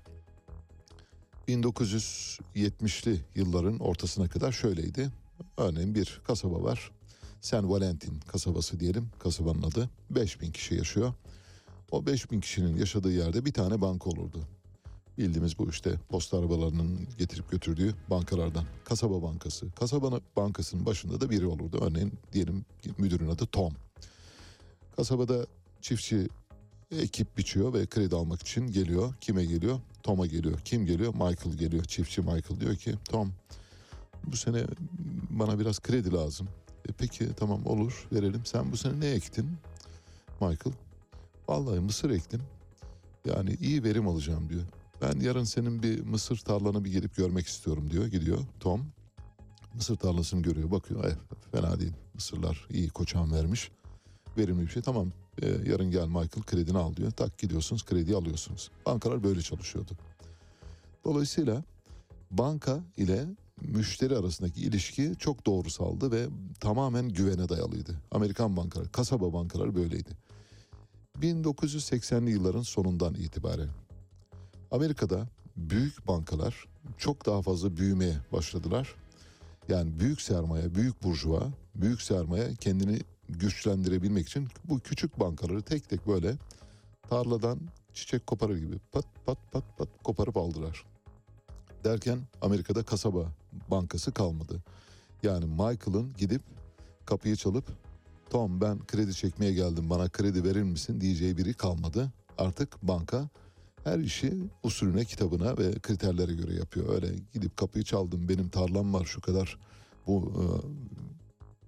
bin dokuz yüz yetmişli yılların ortasına kadar şöyleydi. Örneğin bir kasaba var. San Valentin kasabası diyelim. Kasabanın adı. beş bin kişi yaşıyor. O beş bin kişinin yaşadığı yerde bir tane banka olurdu. Bildiğimiz bu işte posta arabalarının getirip götürdüğü bankalardan. Kasaba bankası. Kasaba bankasının başında da biri olurdu. Örneğin diyelim müdürün adı Tom. Kasabada çiftçi ekip biçiyor ve kredi almak için geliyor. Kime geliyor? Tom'a geliyor. Kim geliyor? Michael geliyor. Çiftçi Michael diyor ki Tom, bu sene bana biraz kredi lazım. E peki tamam olur verelim. Sen bu sene ne ektin? Michael, vallahi mısır ektim. Yani iyi verim alacağım diyor. Ben yarın senin bir mısır tarlanı bir gelip görmek istiyorum diyor. Gidiyor Tom. Mısır tarlasını görüyor. Bakıyor. Eh, fena değil. Mısırlar iyi, koçan vermiş. Verimli bir şey. Tamam e, yarın gel Michael, kredini al diyor. Tak gidiyorsunuz, krediyi alıyorsunuz. Bankalar böyle çalışıyordu. Dolayısıyla banka ile müşteri arasındaki ilişki çok doğrusaldı ve tamamen güvene dayalıydı. Amerikan bankaları, kasaba bankaları böyleydi. bin dokuz yüz seksenli yılların sonundan itibaren Amerika'da büyük bankalar çok daha fazla büyümeye başladılar. Yani büyük sermaye, büyük burjuva, büyük sermaye kendini güçlendirebilmek için bu küçük bankaları tek tek böyle tarladan çiçek koparır gibi pat pat pat pat koparıp aldılar. Derken Amerika'da kasaba bankası kalmadı. Yani Michael'ın gidip kapıyı çalıp Tom ben kredi çekmeye geldim, bana kredi verir misin diyeceği biri kalmadı. Artık banka her işi usulüne, kitabına ve kriterlere göre yapıyor. Öyle gidip kapıyı çaldım, benim tarlam var şu kadar, bu e,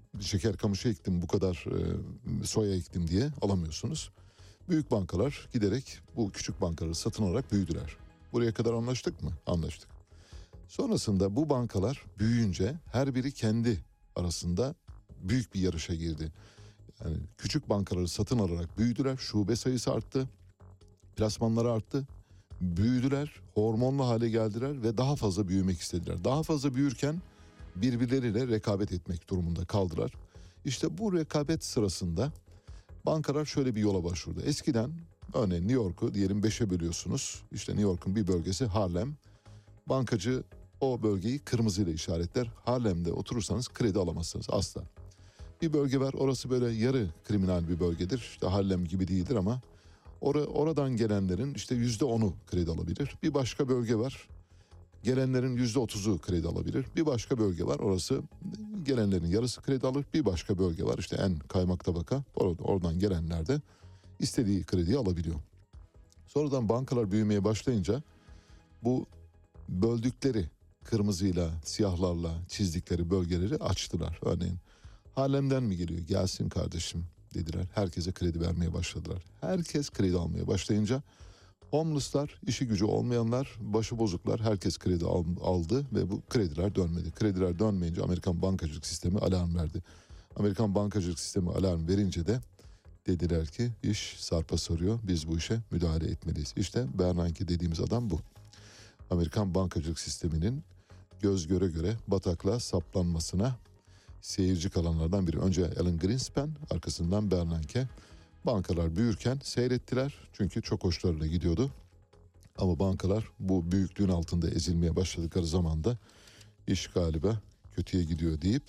şeker kamışı ektim, bu kadar e, soya ektim diye alamıyorsunuz. Büyük bankalar giderek bu küçük bankaları satın alarak büyüdüler. Buraya kadar anlaştık mı? Anlaştık. Sonrasında bu bankalar büyüyünce her biri kendi arasında büyük bir yarışa girdi. Yani küçük bankaları satın alarak büyüdüler. Şube sayısı arttı. Plasmanları arttı. Büyüdüler. Hormonlu hale geldiler ve daha fazla büyümek istediler. Daha fazla büyürken birbirleriyle rekabet etmek durumunda kaldılar. İşte bu rekabet sırasında bankalar şöyle bir yola başvurdu. Eskiden örneğin New York'u diyelim beşe bölüyorsunuz. İşte New York'un bir bölgesi Harlem. Bankacı o bölgeyi kırmızıyla işaretler. Harlem'de oturursanız kredi alamazsınız asla. Bir bölge var, orası böyle yarı kriminal bir bölgedir. İşte Harlem gibi değildir ama or- oradan gelenlerin işte yüzde onu kredi alabilir. Bir başka bölge var, gelenlerin yüzde otuzu kredi alabilir. Bir başka bölge var, orası gelenlerin yarısı kredi alır. Bir başka bölge var, işte en kaymak tabaka, or- oradan gelenler de istediği krediyi alabiliyor. Sonradan bankalar büyümeye başlayınca bu böldükleri kırmızıyla, siyahlarla çizdikleri bölgeleri açtılar. Örneğin Harlem'den mi geliyor? Gelsin kardeşim dediler. Herkese kredi vermeye başladılar. Herkes kredi almaya başlayınca homeless'lar, işi gücü olmayanlar, başıbozuklar herkes kredi aldı ve bu krediler dönmedi. Krediler dönmeyince Amerikan bankacılık sistemi alarm verdi. Amerikan bankacılık sistemi alarm verince de dediler ki iş sarpa sarıyor, biz bu işe müdahale etmeliyiz. İşte Bernanke dediğimiz adam bu. Amerikan bankacılık sisteminin göz göre göre bataklığa saplanmasına seyirci kalanlardan biri. Önce Alan Greenspan, arkasından Bernanke. Bankalar büyürken seyrettiler çünkü çok hoşlarına gidiyordu. Ama bankalar bu büyüklüğün altında ezilmeye başladıkları zaman da iş galiba kötüye gidiyor deyip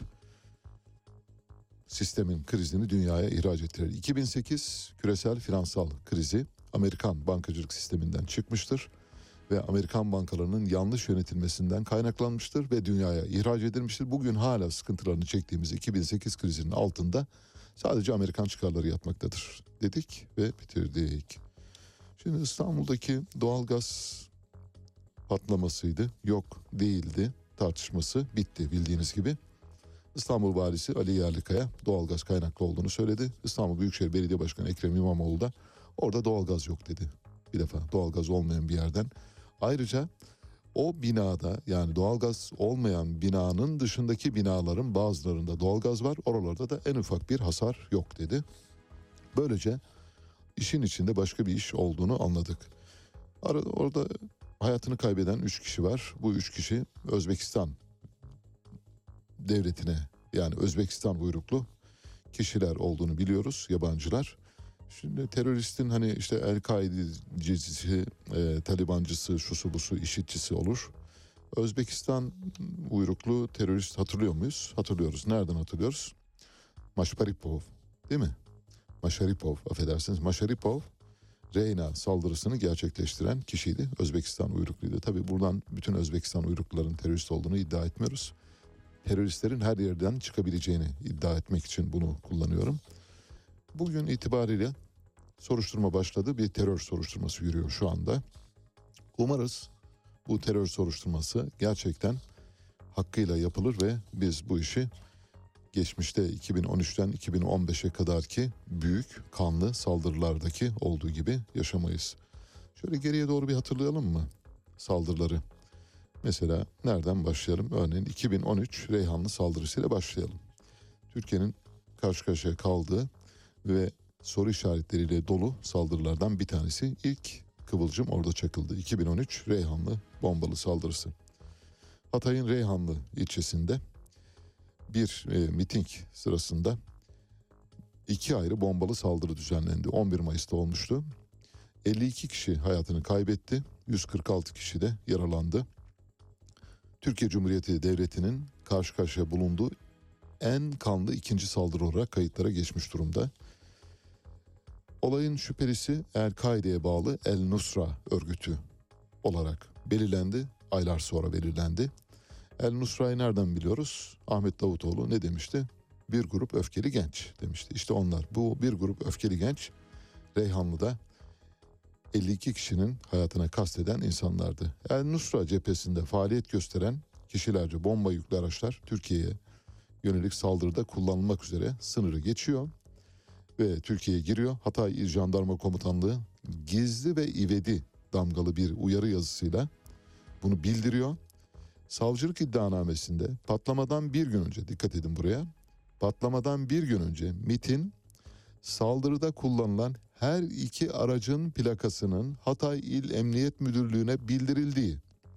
sistemin krizini dünyaya ihraç ettiler. iki bin sekiz küresel finansal krizi Amerikan bankacılık sisteminden çıkmıştır ve Amerikan bankalarının yanlış yönetilmesinden kaynaklanmıştır ve dünyaya ihraç edilmiştir. Bugün hala sıkıntılarını çektiğimiz iki bin sekiz krizinin altında sadece Amerikan çıkarları yatmaktadır dedik ve bitirdik. Şimdi İstanbul'daki doğalgaz patlamasıydı, yok değildi tartışması bitti bildiğiniz gibi. İstanbul Valisi Ali Yerlikaya doğalgaz kaynaklı olduğunu söyledi. İstanbul Büyükşehir Belediye Başkanı Ekrem İmamoğlu da orada doğalgaz yok dedi. Bir defa doğalgaz olmayan bir yerden. Ayrıca o binada, yani doğalgaz olmayan binanın dışındaki binaların bazılarında doğalgaz var. Oralarda da en ufak bir hasar yok dedi. Böylece işin içinde başka bir iş olduğunu anladık. Orada hayatını kaybeden üç kişi var. Bu üç kişi Özbekistan devletine, yani Özbekistan uyruklu kişiler olduğunu biliyoruz, yabancılar. Şimdi teröristin hani işte El-Kaide'cisi, e, Talibancısı, şusu busu, işitçisi olur. Özbekistan uyruklu terörist hatırlıyor muyuz? Hatırlıyoruz. Nereden hatırlıyoruz? Masharipov, değil mi? Masharipov, affedersiniz. Masharipov, Reyna saldırısını gerçekleştiren kişiydi. Özbekistan uyrukluydu. Tabii buradan bütün Özbekistan uyrukluların terörist olduğunu iddia etmiyoruz. Teröristlerin her yerden çıkabileceğini iddia etmek için bunu kullanıyorum. Bugün itibariyle soruşturma başladı. Bir terör soruşturması yürüyor şu anda. Umarız bu terör soruşturması gerçekten hakkıyla yapılır ve biz bu işi geçmişte iki bin on üçten iki bin on beşe kadarki büyük kanlı saldırılardaki olduğu gibi yaşamayız. Şöyle geriye doğru bir hatırlayalım mı saldırıları? Mesela nereden başlayalım? Örneğin iki bin on üç Reyhanlı saldırısıyla başlayalım. Türkiye'nin karşı karşıya kaldığı ve soru işaretleriyle dolu saldırılardan bir tanesi. İlk kıvılcım orada çakıldı. iki bin on üç Reyhanlı bombalı saldırısı. Hatay'ın Reyhanlı ilçesinde bir e, miting sırasında iki ayrı bombalı saldırı düzenlendi. on bir Mayıs'ta olmuştu. elli iki kişi hayatını kaybetti. yüz kırk altı kişi de yaralandı. Türkiye Cumhuriyeti Devleti'nin karşı karşıya bulunduğu en kanlı ikinci saldırı olarak kayıtlara geçmiş durumda. Olayın şüphelisi El-Kaide'ye bağlı El-Nusra örgütü olarak belirlendi. Aylar sonra belirlendi. El-Nusra'yı nereden biliyoruz? Ahmet Davutoğlu ne demişti? Bir grup öfkeli genç demişti. İşte onlar. Bu bir grup öfkeli genç Reyhanlı'da elli iki kişinin hayatına kasteden insanlardı. El-Nusra cephesinde faaliyet gösteren kişilerce bomba yüklü araçlar Türkiye'ye yönelik saldırıda kullanılmak üzere sınırı geçiyor ve Türkiye'ye giriyor. Hatay İl Jandarma Komutanlığı gizli ve ivedi damgalı bir uyarı yazısıyla bunu bildiriyor. Savcılık iddianamesinde patlamadan bir gün önce, dikkat edin buraya, patlamadan bir gün önce MİT'in saldırıda kullanılan her iki aracın plakasının Hatay İl Emniyet Müdürlüğü'ne bildirildiği,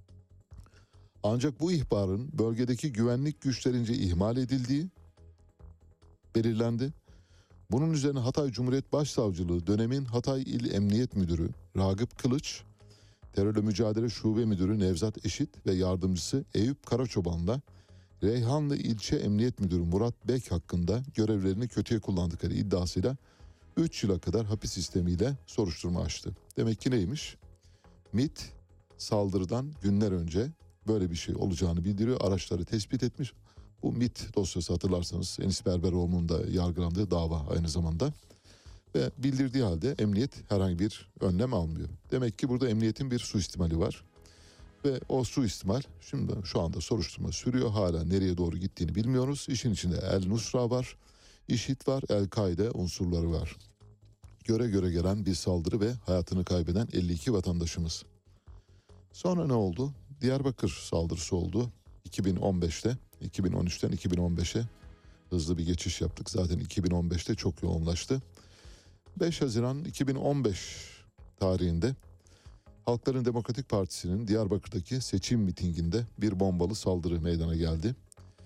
ancak bu ihbarın bölgedeki güvenlik güçlerince ihmal edildiği belirlendi. Bunun üzerine Hatay Cumhuriyet Başsavcılığı dönemin Hatay İl Emniyet Müdürü Ragıp Kılıç, Terörle Mücadele Şube Müdürü Nevzat Eşit ve yardımcısı Eyüp Karaçoban'la Reyhanlı İlçe Emniyet Müdürü Murat Bek hakkında görevlerini kötüye kullandıkları iddiasıyla üç yıla kadar hapis sistemiyle soruşturma açtı. Demek ki neymiş? MİT saldırıdan günler önce böyle bir şey olacağını bildiriyor. Araçları tespit etmiş. Bu MİT dosyası, hatırlarsanız Enis Berberoğlu'nun da yargılandığı dava aynı zamanda. Ve bildirdiği halde emniyet herhangi bir önlem almıyor. Demek ki burada emniyetin bir suistimali var. Ve o suistimal şimdi şu anda soruşturma sürüyor. Hala nereye doğru gittiğini bilmiyoruz. İşin içinde El Nusra var, İŞİD var, El-Kaide unsurları var. Göre göre gelen bir saldırı ve hayatını kaybeden elli iki vatandaşımız. Sonra ne oldu? Diyarbakır saldırısı oldu. iki bin on beşte, iki bin on üçten iki bin on beşe hızlı bir geçiş yaptık. Zaten iki bin on beşte çok yoğunlaştı. beş Haziran iki bin on beş tarihinde Halkların Demokratik Partisi'nin Diyarbakır'daki seçim mitinginde bir bombalı saldırı meydana geldi.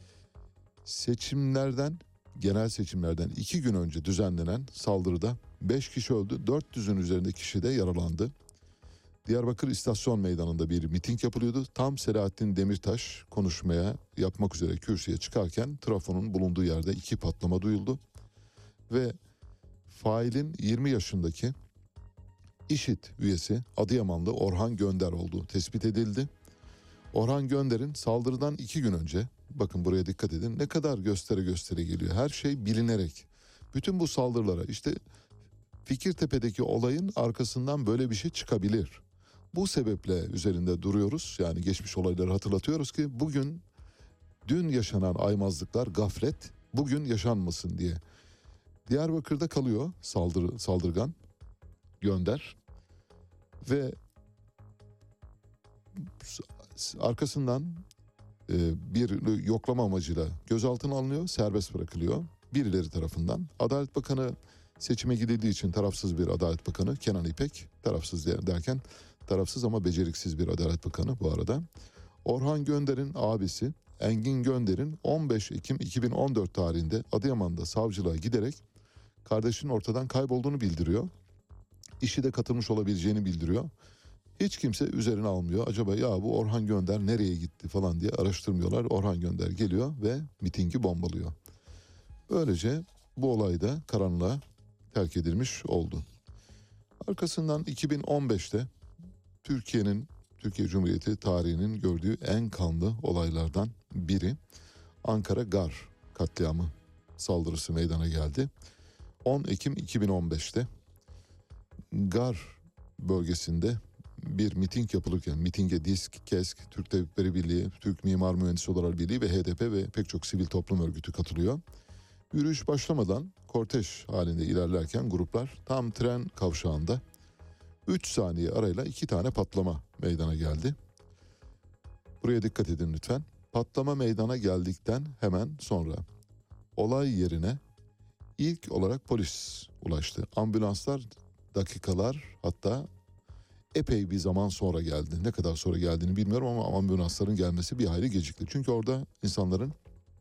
Seçimlerden, genel seçimlerden iki gün önce düzenlenen saldırıda beş kişi öldü, dört yüzün üzerinde kişi de yaralandı. Diyarbakır İstasyon Meydanı'nda bir miting yapılıyordu. Tam Selahattin Demirtaş konuşmaya yapmak üzere kürsüye çıkarken trafonun bulunduğu yerde iki patlama duyuldu. Ve failin yirmi yaşındaki İŞİD üyesi Adıyamanlı Orhan Gönder olduğu tespit edildi. Orhan Gönder'in saldırıdan iki gün önce, bakın buraya dikkat edin, ne kadar göstere göstere geliyor. Her şey bilinerek. Bütün bu saldırılara, işte Fikirtepe'deki olayın arkasından böyle bir şey çıkabilir. Bu sebeple üzerinde duruyoruz. Yani geçmiş olayları hatırlatıyoruz ki bugün, dün yaşanan aymazlıklar, gaflet bugün yaşanmasın diye. Diyarbakır'da kalıyor saldırı, saldırgan Gönder ve arkasından e, bir yoklama amacıyla gözaltına alınıyor, serbest bırakılıyor birileri tarafından. Adalet Bakanı seçime gidildiği için tarafsız bir Adalet Bakanı Kenan İpek, tarafsız derken tarafsız ama beceriksiz bir Adalet Bakanı bu arada. Orhan Gönder'in abisi Engin Gönder'in on beş Ekim iki bin on dört tarihinde Adıyaman'da savcılığa giderek kardeşinin ortadan kaybolduğunu bildiriyor. İŞİD'e katılmış olabileceğini bildiriyor. Hiç kimse üzerine almıyor. Acaba ya bu Orhan Gönder nereye gitti falan diye araştırmıyorlar. Orhan Gönder geliyor ve mitingi bombalıyor. Böylece bu olay da karanlığa terk edilmiş oldu. Arkasından iki bin on beşte Türkiye'nin, Türkiye Cumhuriyeti tarihinin gördüğü en kanlı olaylardan biri Ankara Gar katliamı saldırısı meydana geldi. on Ekim iki bin on beşte Gar bölgesinde bir miting yapılırken, mitinge DİSK, KESK, Türk Tabipleri Birliği, Türk Mimar Mühendisi Birliği ve H D P ve pek çok sivil toplum örgütü katılıyor. Yürüyüş başlamadan kortej halinde ilerlerken gruplar tam tren kavşağında üç saniye arayla iki tane patlama meydana geldi. Buraya dikkat edin lütfen. Patlama meydana geldikten hemen sonra olay yerine ilk olarak polis ulaştı. Ambulanslar dakikalar, hatta epey bir zaman sonra geldi. Ne kadar sonra geldiğini bilmiyorum ama ambulansların gelmesi bir hayli gecikti. Çünkü orada insanların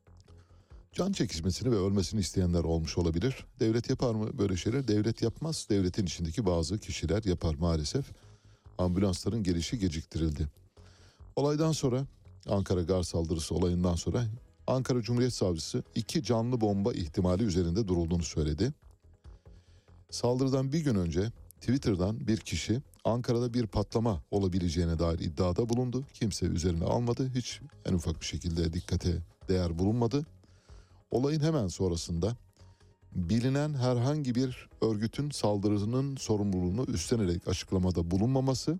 can çekişmesini ve ölmesini isteyenler olmuş olabilir. Devlet yapar mı böyle şeyler? Devlet yapmaz. Devletin içindeki bazı kişiler yapar maalesef. Ambulansların gelişi geciktirildi. Olaydan sonra, Ankara Gar saldırısı olayından sonra Ankara Cumhuriyet Savcısı iki canlı bomba ihtimali üzerinde durulduğunu söyledi. Saldırıdan bir gün önce Twitter'dan bir kişi Ankara'da bir patlama olabileceğine dair iddiada bulundu. Kimse üzerine almadı. Hiç en ufak bir şekilde dikkate değer bulunmadı. Olayın hemen sonrasında bilinen herhangi bir örgütün saldırının sorumluluğunu üstlenerek açıklamada bulunmaması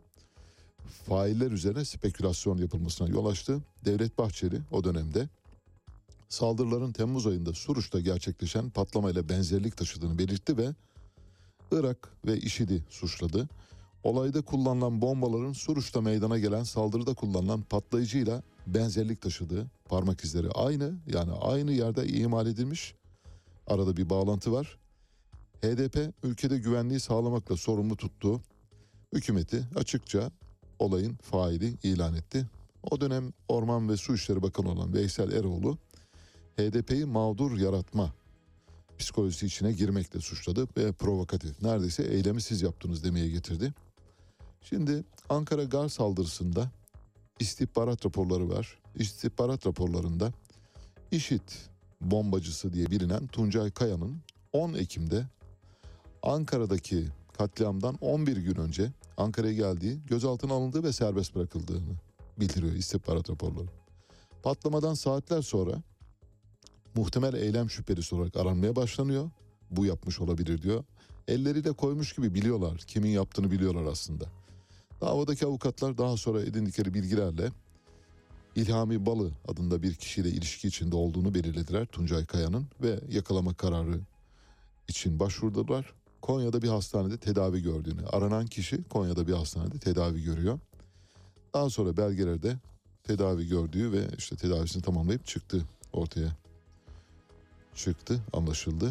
failler üzerine spekülasyon yapılmasına yol açtı. Devlet Bahçeli o dönemde saldırıların Temmuz ayında Suruç'ta gerçekleşen patlamayla benzerlik taşıdığını belirtti ve Irak ve IŞİD'i suçladı. Olayda kullanılan bombaların Suruç'ta meydana gelen saldırıda kullanılan patlayıcıyla benzerlik taşıdığı, parmak izleri aynı, yani aynı yerde imal edilmiş. Arada bir bağlantı var. H D P ülkede güvenliği sağlamakla sorumlu tuttuğu hükümeti açıkça olayın faili ilan etti. O dönem Orman ve Su İşleri Bakanı olan Veysel Eroğlu H D P'yi mağdur yaratma psikolojisi içine girmekle suçladı ve provokatif, neredeyse eylemi siz yaptınız demeye getirdi. Şimdi Ankara Gar saldırısında istihbarat raporları var. İstihbarat raporlarında IŞİD bombacısı diye bilinen Tuncay Kaya'nın on Ekim'de Ankara'daki katliamdan on bir gün önce Ankara'ya geldiği, gözaltına alındığı ve serbest bırakıldığını bildiriyor istihbarat raporları. Patlamadan saatler sonra muhtemel eylem şüphelisi olarak aranmaya başlanıyor. Bu yapmış olabilir diyor. Elleriyle koymuş gibi biliyorlar, kimin yaptığını biliyorlar aslında. Davadaki avukatlar daha sonra edindikleri bilgilerle İlhami Balı adında bir kişiyle ilişki içinde olduğunu belirlediler Tuncay Kaya'nın ve yakalama kararı için başvurdular. Konya'da bir hastanede tedavi gördüğünü, aranan kişi Konya'da bir hastanede tedavi görüyor. Daha sonra belgelerde tedavi gördüğü ve işte tedavisini tamamlayıp çıktı ortaya. Çıktı, anlaşıldı.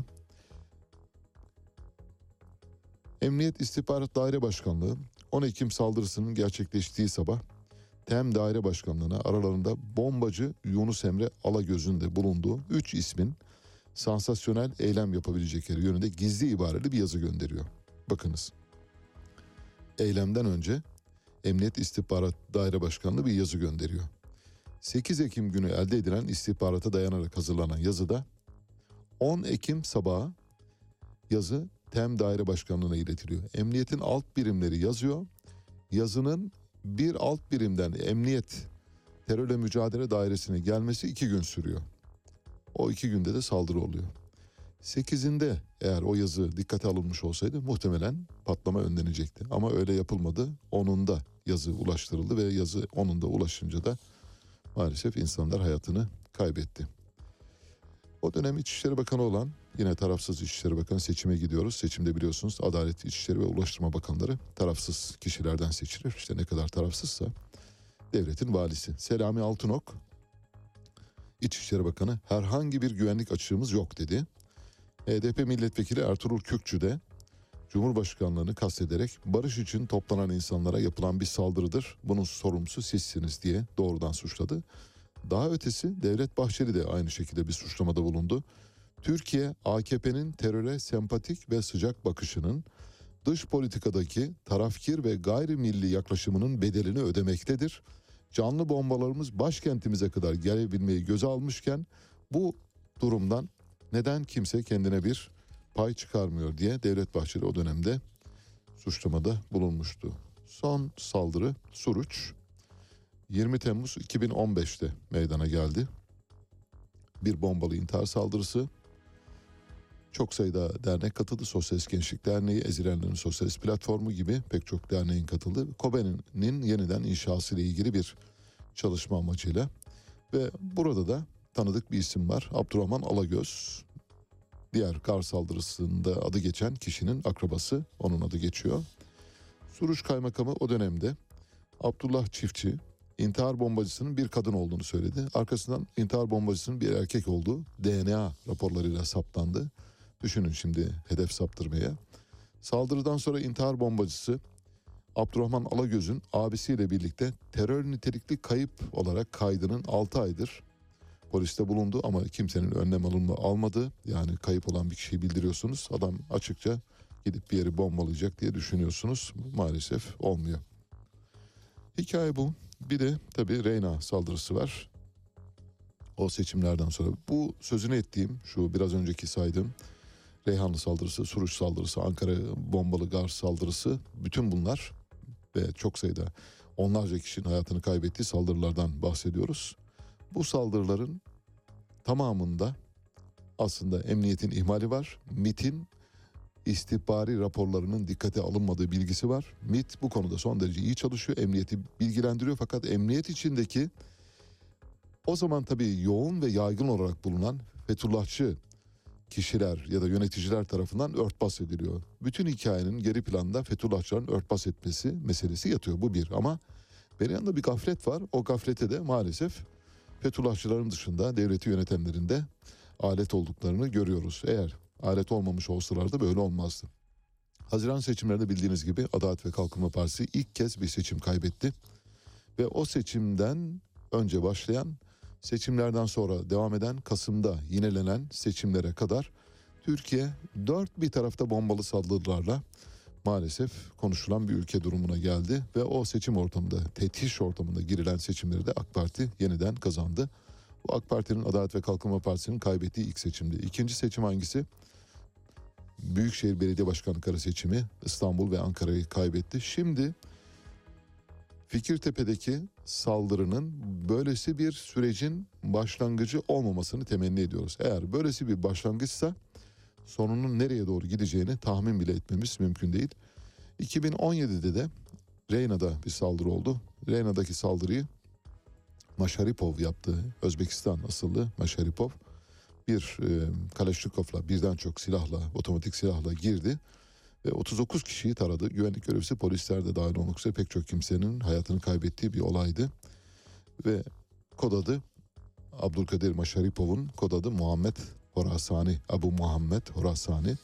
Emniyet İstihbarat Daire Başkanlığı on Ekim saldırısının gerçekleştiği sabah T E M Daire Başkanlığı'na aralarında bombacı Yunus Emre Alagöz'ün de bulunduğu üç ismin sansasyonel eylem yapabilecekleri yönünde gizli ibareli bir yazı gönderiyor. Bakınız. Eylemden önce Emniyet İstihbarat Daire Başkanlığı bir yazı gönderiyor. sekiz Ekim günü elde edilen istihbarata dayanarak hazırlanan yazıda on Ekim sabahı yazı T E M Daire Başkanlığı'na iletiliyor. Emniyetin alt birimleri yazıyor. Yazının bir alt birimden Emniyet Terörle Mücadele Dairesi'ne gelmesi iki gün sürüyor. O iki günde de saldırı oluyor. sekizinde eğer o yazı dikkate alınmış olsaydı muhtemelen patlama önlenecekti. Ama öyle yapılmadı. onunda yazı ulaştırıldı ve yazı onunda ulaşınca da maalesef insanlar hayatını kaybetti. O dönem İçişleri Bakanı olan, yine tarafsız İçişleri Bakanı, seçime gidiyoruz. Seçimde biliyorsunuz Adalet, İçişleri ve Ulaştırma Bakanları tarafsız kişilerden seçilir. İşte ne kadar tarafsızsa devletin valisi. Selami Altınok, İçişleri Bakanı, herhangi bir güvenlik açığımız yok dedi. H D P Milletvekili Ertuğrul Kürkçü de Cumhurbaşkanlığını kastederek barış için toplanan insanlara yapılan bir saldırıdır, bunun sorumlusu sizsiniz diye doğrudan suçladı. Daha ötesi Devlet Bahçeli de aynı şekilde bir suçlamada bulundu. Türkiye, A K P'nin teröre sempatik ve sıcak bakışının, dış politikadaki tarafkir ve gayrimilli yaklaşımının bedelini ödemektedir. Canlı bombalarımız başkentimize kadar gelebilmeyi göze almışken bu durumdan neden kimse kendine bir pay çıkarmıyor diye Devlet Bahçeli o dönemde suçlamada bulunmuştu. Son saldırı Suruç. yirmi Temmuz iki bin on beşte meydana geldi. Bir bombalı intihar saldırısı. Çok sayıda dernek katıldı. Sosyalist Gençlik Derneği, Ezilenlerin Sosyalist Platformu gibi pek çok derneğin katıldığı. Kobe'nin yeniden inşası ile ilgili bir çalışma amacıyla. Ve burada da tanıdık bir isim var. Abdurrahman Alagöz. Diğer Gar saldırısında adı geçen kişinin akrabası, onun adı geçiyor. Suruç Kaymakamı o dönemde Abdullah Çiftçi intihar bombacısının bir kadın olduğunu söyledi. Arkasından intihar bombacısının bir erkek olduğu D N A raporlarıyla saptandı. Düşünün şimdi hedef saptırmaya. Saldırıdan sonra intihar bombacısı Abdurrahman Alagöz'ün abisiyle birlikte terör nitelikli kayıp olarak kaydının altı aydır poliste bulundu ama kimsenin önlem alınma almadı. Yani kayıp olan bir kişiyi bildiriyorsunuz. Adam açıkça gidip bir yeri bombalayacak diye düşünüyorsunuz. Maalesef olmuyor. Hikaye bu. Bir de tabii Reyna saldırısı var. O seçimlerden sonra bu sözünü ettiğim, şu biraz önceki saydığım Reyhanlı saldırısı, Suruç saldırısı, Ankara bombalı Gar saldırısı, bütün bunlar ve çok sayıda onlarca kişinin hayatını kaybettiği saldırılardan bahsediyoruz. Bu saldırıların tamamında aslında emniyetin ihmali var. MİT'in istihbari raporlarının dikkate alınmadığı bilgisi var. MİT bu konuda son derece iyi çalışıyor. Emniyeti bilgilendiriyor fakat emniyet içindeki O zaman tabii yoğun ve yaygın olarak bulunan Fethullahçı kişiler ya da yöneticiler tarafından örtbas ediliyor. Bütün hikayenin geri planda Fethullahçıların örtbas etmesi meselesi yatıyor, bu bir. Ama bir yanında bir gaflet var. O gaflete de maalesef Fethullahçıların dışında devleti yönetenlerin de alet olduklarını görüyoruz. Eğer alet olmamış olsalar da böyle olmazdı. Haziran seçimlerinde bildiğiniz gibi Adalet ve Kalkınma Partisi ilk kez bir seçim kaybetti. Ve o seçimden önce başlayan, seçimlerden sonra devam eden, Kasım'da yinelenen seçimlere kadar Türkiye dört bir tarafta bombalı saldırılarla maalesef konuşulan bir ülke durumuna geldi. Ve o seçim ortamında, tetiş ortamında girilen seçimleri de AK Parti yeniden kazandı. Bu AK Parti'nin, Adalet ve Kalkınma Partisi'nin kaybettiği ilk seçimdi. İkinci seçim hangisi? Büyükşehir Belediye Başkanlıkları seçimi, İstanbul ve Ankara'yı kaybetti. Şimdi Fikirtepe'deki saldırının böylesi bir sürecin başlangıcı olmamasını temenni ediyoruz. Eğer böylesi bir başlangıçsa sonunun nereye doğru gideceğini tahmin bile etmemiz mümkün değil. iki bin on yedide de Reyna'da bir saldırı oldu. Reyna'daki saldırıyı Masharipov yaptı. Özbekistan asıllı Masharipov bir e, Kalaşnikov'la, birden çok silahla, otomatik silahla girdi. Ve otuz dokuz kişiyi taradı. Güvenlik görevlisi, polisler de dahil olmak üzere pek çok kimsenin hayatını kaybettiği bir olaydı. Ve kod adı Abdülkadir Maşaripov'un kod adı Muhammed Horasani, Abu Muhammed Horasani.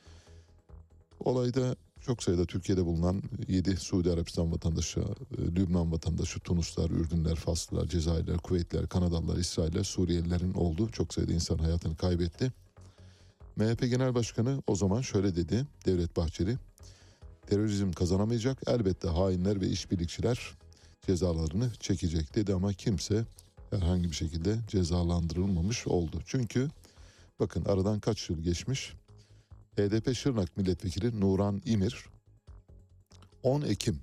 Olayda çok sayıda Türkiye'de bulunan yedi Suudi Arabistan vatandaşı, Lübnan vatandaşı, Tunuslar, Ürdünler, Faslılar, Cezayirler, Kuveytliler, Kanadalılar, İsrailler, Suriyelilerin olduğu çok sayıda insan hayatını kaybetti. M H P Genel Başkanı o zaman şöyle dedi, Devlet Bahçeli: terörizm kazanamayacak, elbette hainler ve işbirlikçiler cezalarını çekecek dedi, ama kimse herhangi bir şekilde cezalandırılmamış oldu. Çünkü bakın, aradan kaç yıl geçmiş, H D P Şırnak Milletvekili Nuran İmir on Ekim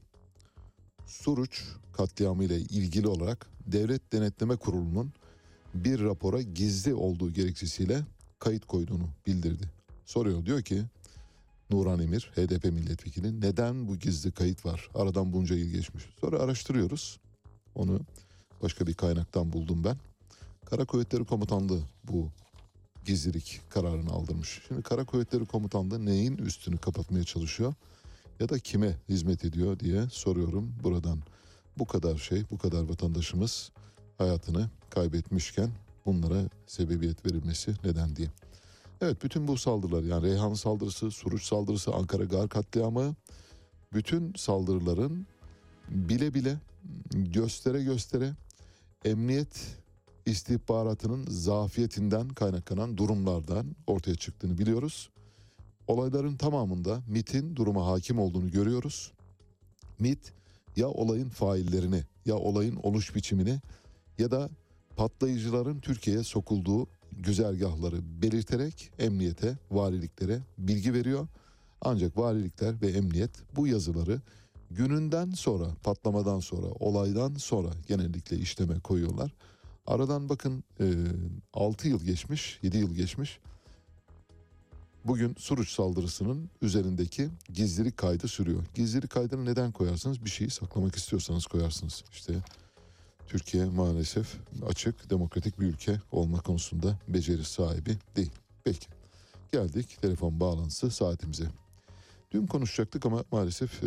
Suruç katliamı ile ilgili olarak Devlet Denetleme Kurulu'nun bir rapora gizli olduğu gerekçesiyle kayıt koyduğunu bildirdi. Soruyor, diyor ki Nuran İmir, H D P milletvekili, neden bu gizli kayıt var? Aradan bunca yıl geçmiş. Sonra araştırıyoruz. Onu başka bir kaynaktan buldum ben. Kara Kuvvetleri Komutanlığı bu gizlilik kararını aldırmış. Şimdi Kara Kuvvetleri Komutanlığı neyin üstünü kapatmaya çalışıyor ya da kime hizmet ediyor diye soruyorum buradan. Bu kadar şey, bu kadar vatandaşımız hayatını kaybetmişken bunlara sebebiyet verilmesi neden diye. Evet, bütün bu saldırılar, yani Reyhan saldırısı, Suruç saldırısı, Ankara Gar katliamı, bütün saldırıların bile bile, göstere göstere emniyet istihbaratının zafiyetinden kaynaklanan durumlardan ortaya çıktığını biliyoruz. Olayların tamamında MİT'in duruma hakim olduğunu görüyoruz. MİT ya olayın faillerini, ya olayın oluş biçimini ya da patlayıcıların Türkiye'ye sokulduğu güzergahları belirterek emniyete, valiliklere bilgi veriyor. Ancak valilikler ve emniyet bu yazıları gününden sonra, patlamadan sonra, olaydan sonra genellikle işleme koyuyorlar. Aradan bakın altı yıl geçmiş, yedi yıl geçmiş. Bugün Suruç saldırısının üzerindeki gizlilik kaydı sürüyor. Gizlilik kaydını neden koyarsınız? Bir şeyi saklamak istiyorsanız koyarsınız. İşte Türkiye maalesef açık, demokratik bir ülke olma konusunda beceri sahibi değil. Peki, geldik telefon bağlantısı saatimize. Dün konuşacaktık ama maalesef e,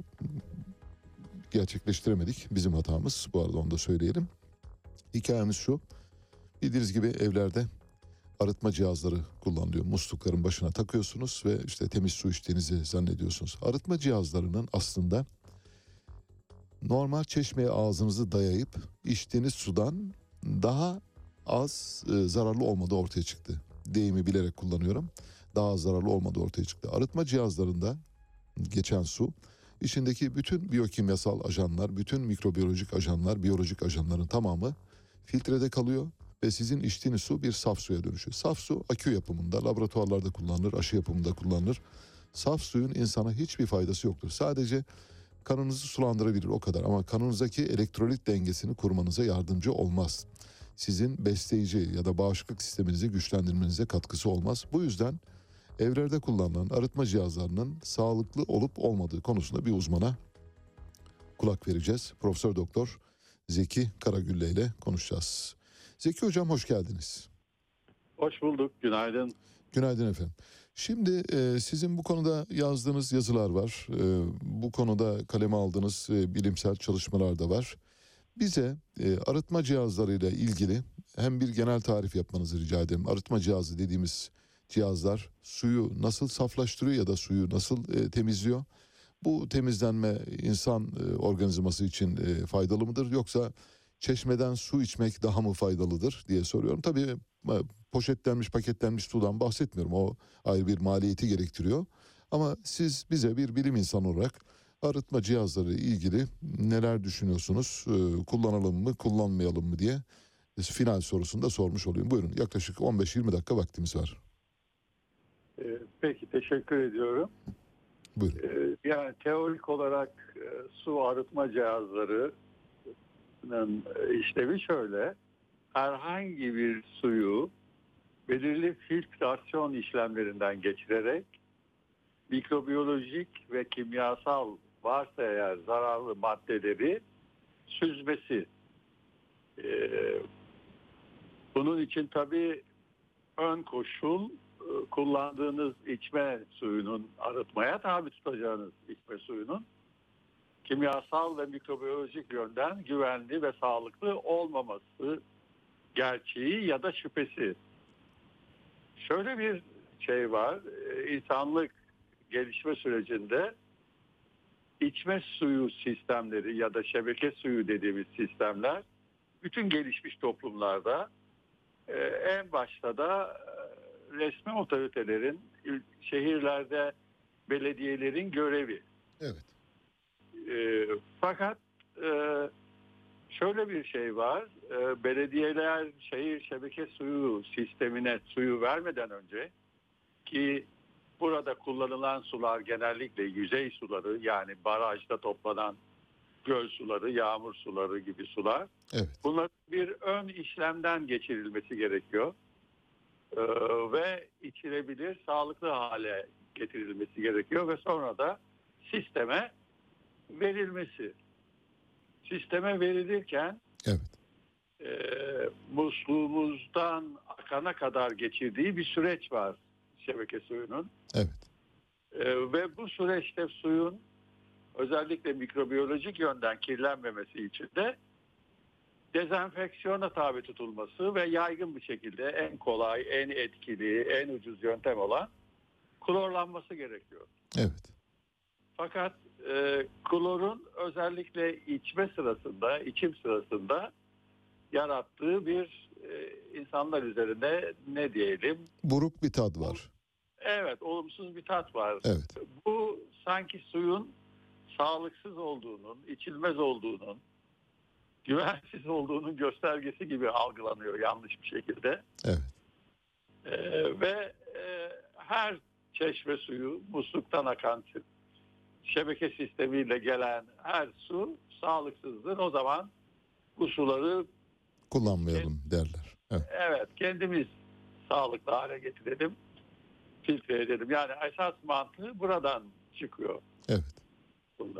gerçekleştiremedik. Bizim hatamız, bu arada onu da söyleyelim. Hikayemiz şu: bildiğiniz gibi evlerde arıtma cihazları kullanılıyor. Muslukların başına takıyorsunuz ve işte temiz su içtiğinizi zannediyorsunuz. Arıtma cihazlarının aslında normal çeşmeye ağzınızı dayayıp içtiğiniz sudan daha az e, zararlı olmadığı ortaya çıktı. Deyimi bilerek kullanıyorum. Daha az zararlı olmadığı ortaya çıktı. Arıtma cihazlarında geçen su, içindeki bütün biyokimyasal ajanlar, bütün mikrobiyolojik ajanlar, biyolojik ajanların tamamı filtrede kalıyor ve sizin içtiğiniz su bir saf suya dönüşüyor. Saf su akü yapımında, laboratuvarlarda kullanılır, aşı yapımında kullanılır. Saf suyun insana hiçbir faydası yoktur. Sadece kanınızı sulandırabilir, o kadar, ama kanınızdaki elektrolit dengesini kurmanıza yardımcı olmaz. Sizin besleyici ya da bağışıklık sisteminizi güçlendirmenize katkısı olmaz. Bu yüzden evlerde kullanılan arıtma cihazlarının sağlıklı olup olmadığı konusunda bir uzmana kulak vereceğiz. Profesör Doktor Zeki Karagülle ile konuşacağız. Zeki Hocam hoş geldiniz. Hoş bulduk, günaydın. Günaydın efendim. Şimdi e, sizin bu konuda yazdığınız yazılar var. E, bu konuda kaleme aldığınız e, bilimsel çalışmalar da var. Bize e, arıtma cihazlarıyla ilgili hem bir genel tarif yapmanızı rica ederim. Arıtma cihazı dediğimiz cihazlar suyu nasıl saflaştırıyor ya da suyu nasıl e, temizliyor? Bu temizlenme insan e, organizması için e, faydalı mıdır, yoksa çeşmeden su içmek daha mı faydalıdır diye soruyorum. Tabii e, poşetlenmiş, paketlenmiş sudan bahsetmiyorum. O ayrı bir maliyeti gerektiriyor. Ama siz bize bir bilim insanı olarak arıtma cihazları ilgili neler düşünüyorsunuz? E, kullanalım mı, kullanmayalım mı diye e, final sorusunu da sormuş olayım. Buyurun, yaklaşık on beş yirmi dakika vaktimiz var. Ee, Peki, teşekkür ediyorum. Buyurun. Ee, Yani teorik olarak e, su arıtma cihazlarının e, işlevi şöyle. Herhangi bir suyu belirli filtrasyon işlemlerinden geçirerek mikrobiyolojik ve kimyasal varsa eğer zararlı maddeleri süzmesi. Ee, Bunun için tabii ön koşul e, kullandığınız içme suyunun, arıtmaya tabi tutacağınız içme suyunun kimyasal ve mikrobiyolojik yönden güvenli ve sağlıklı olmaması gerçeği ya da şüphesi. Şöyle bir şey var, e, insanlık gelişme sürecinde içme suyu sistemleri ya da şebeke suyu dediğimiz sistemler bütün gelişmiş toplumlarda e, en başta da e, resmi otoritelerin, şehirlerde belediyelerin görevi. Evet. E, fakat e, şöyle bir şey var, e, belediyeler şehir şebeke suyu sistemine suyu vermeden önce, ki burada kullanılan sular genellikle yüzey suları, yani barajda toplanan göl suları, yağmur suları gibi sular. Evet. Bunlar bir ön işlemden geçirilmesi gerekiyor. Ee, ve içilebilir, sağlıklı hale getirilmesi gerekiyor ve sonra da sisteme verilmesi. Sisteme verilirken Evet. e, musluğumuzdan akana kadar geçirdiği bir süreç var şebeke suyunun. Evet. E, ve bu süreçte suyun özellikle mikrobiyolojik yönden kirlenmemesi için de dezenfeksiyona tabi tutulması ve yaygın bir şekilde en kolay, en etkili, en ucuz yöntem olan klorlanması gerekiyor. Evet. Fakat e, klorun özellikle içme sırasında, içim sırasında yarattığı bir e, insanlar üzerinde ne diyelim? Buruk bir tad var. Evet, olumsuz bir tat var. Evet. Bu sanki suyun sağlıksız olduğunun, içilmez olduğunun, güvensiz olduğunun göstergesi gibi algılanıyor yanlış bir şekilde. Evet. Ee, ve e, her çeşme suyu, musluktan akan şebeke sistemiyle gelen her su sağlıksızdır. O zaman bu suları Kullanmayalım derler. Evet. evet kendimiz sağlıklı hale getirelim, filtre edelim. Yani esas mantığı buradan çıkıyor. Evet. Bunda.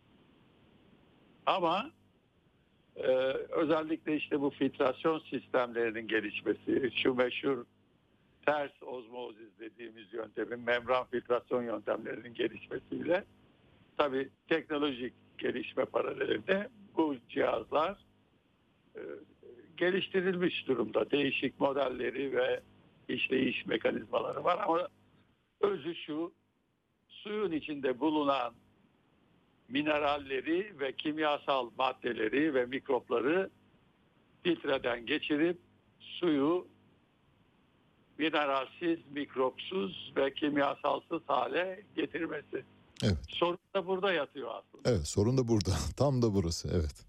Ama e, özellikle işte bu filtrasyon sistemlerinin gelişmesi, şu meşhur ters ozmozis dediğimiz yöntemin, membran filtrasyon yöntemlerinin gelişmesiyle tabii teknolojik gelişme paralelinde bu cihazlar e, geliştirilmiş durumda. Değişik modelleri ve işleyiş mekanizmaları var ama özü şu: suyun içinde bulunan mineralleri ve kimyasal maddeleri ve mikropları filtreden geçirip suyu mineralsiz, mikropsuz ve kimyasalsız hale getirmesi. Evet. Sorun da burada yatıyor aslında. Evet, sorun da burada. Tam da burası. Evet.